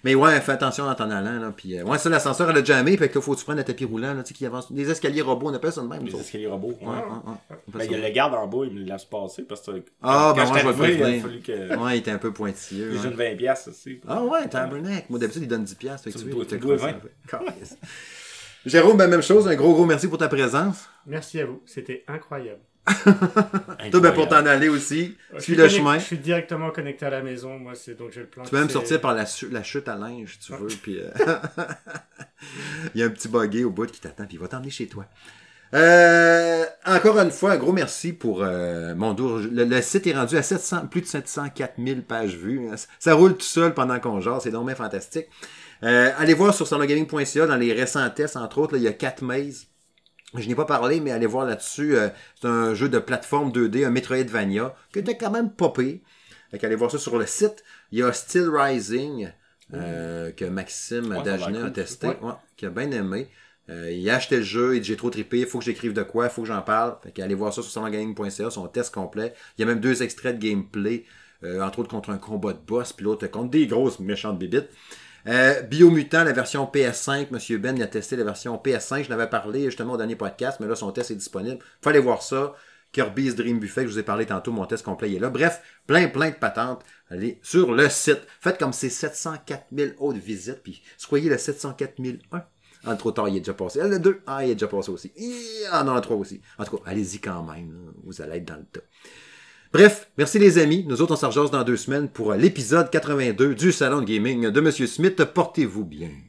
Mais ouais, fais attention en t'en allant, là. Puis, euh, ouais, ça, l'ascenseur, elle a jamais, fait que là, faut que tu prennes le tapis roulant, là, tu sais, qui avance. Des escaliers robots, on appelle ça de même. Les ça. escaliers robots. Ouais, ouais, ouais. Ben, il y a le garde en bas, il me le laisse passer parce que. Ah, quand ben, moi, je vais le arrivé, faire. il a fallu que. Ouais, il était un peu pointilleux. J'ai Ouais. une vingt piastres aussi. Ah ouais, tabarnak. Moi, d'habitude, il donne dix piastres. Fait que Tu tu me dois- veux, tu me t'as dois quoi, vingt. ça fait? Calisse. Jérôme, ben, même chose. Un gros, gros merci pour ta présence. Merci à vous, c'était incroyable. Toi, ben, pour t'en aller aussi. Je Suis suis le connect- chemin. Je suis directement connecté à la maison, moi, c'est donc j'ai le plan. Tu peux même c'est- sortir par la, su- la chute à linge, si tu veux. Puis, euh, il y a un petit buggy au bout qui t'attend, puis il va t'emmener chez toi. Euh, encore une fois, un gros merci pour euh, mon dos. Le, le site est rendu à sept cents, plus de sept cent quatre mille pages vues. Ça roule tout seul pendant qu'on jase. C'est donc bien fantastique. Euh, allez voir sur salongaming point c a dans les récents tests, entre autres, là, il y a quatre mazes. Je n'ai pas parlé, mais allez voir là-dessus. Euh, c'est un jeu de plateforme deux D, un Metroidvania, qui était quand même pas pire. Fait qu'allez voir ça sur le site. Il y a Still Rising, euh, que Maxime Ouais, ça a Dagenet l'air a cool. testé, Ouais. ouais, qui a bien aimé. Euh, il a acheté le jeu, il dit j'ai trop trippé, il faut que j'écrive de quoi, il faut que j'en parle. Fait qu'allez voir ça sur salongaming point c a, son test complet. Il y a même deux extraits de gameplay, euh, entre autres contre un combat de boss, puis l'autre contre des grosses méchantes bébites. Euh, Biomutant, la version P S cinq, Monsieur Ben il a testé la version P S cinq, je n'avais parlé justement au dernier podcast, mais là son test est disponible. Faut aller voir ça. Kirby's Dream Buffet, que je vous ai parlé tantôt, mon test complet est là. Bref, plein plein de patentes. Allez sur le site. Faites comme c'est sept cent quatre mille autres visites, puis soyez le sept cent quatre mille un. Ah, trop tard, il est déjà passé. Ah, le deux, ah, il est déjà passé aussi. Ah, non, le trois aussi. En tout cas, allez-y quand même. Là. Vous allez être dans le tas. Bref, merci les amis. Nous autres, on s'en rejase dans deux semaines pour l'épisode quatre-vingt-deux du Salon de Gaming de Monsieur Smith. Portez-vous bien.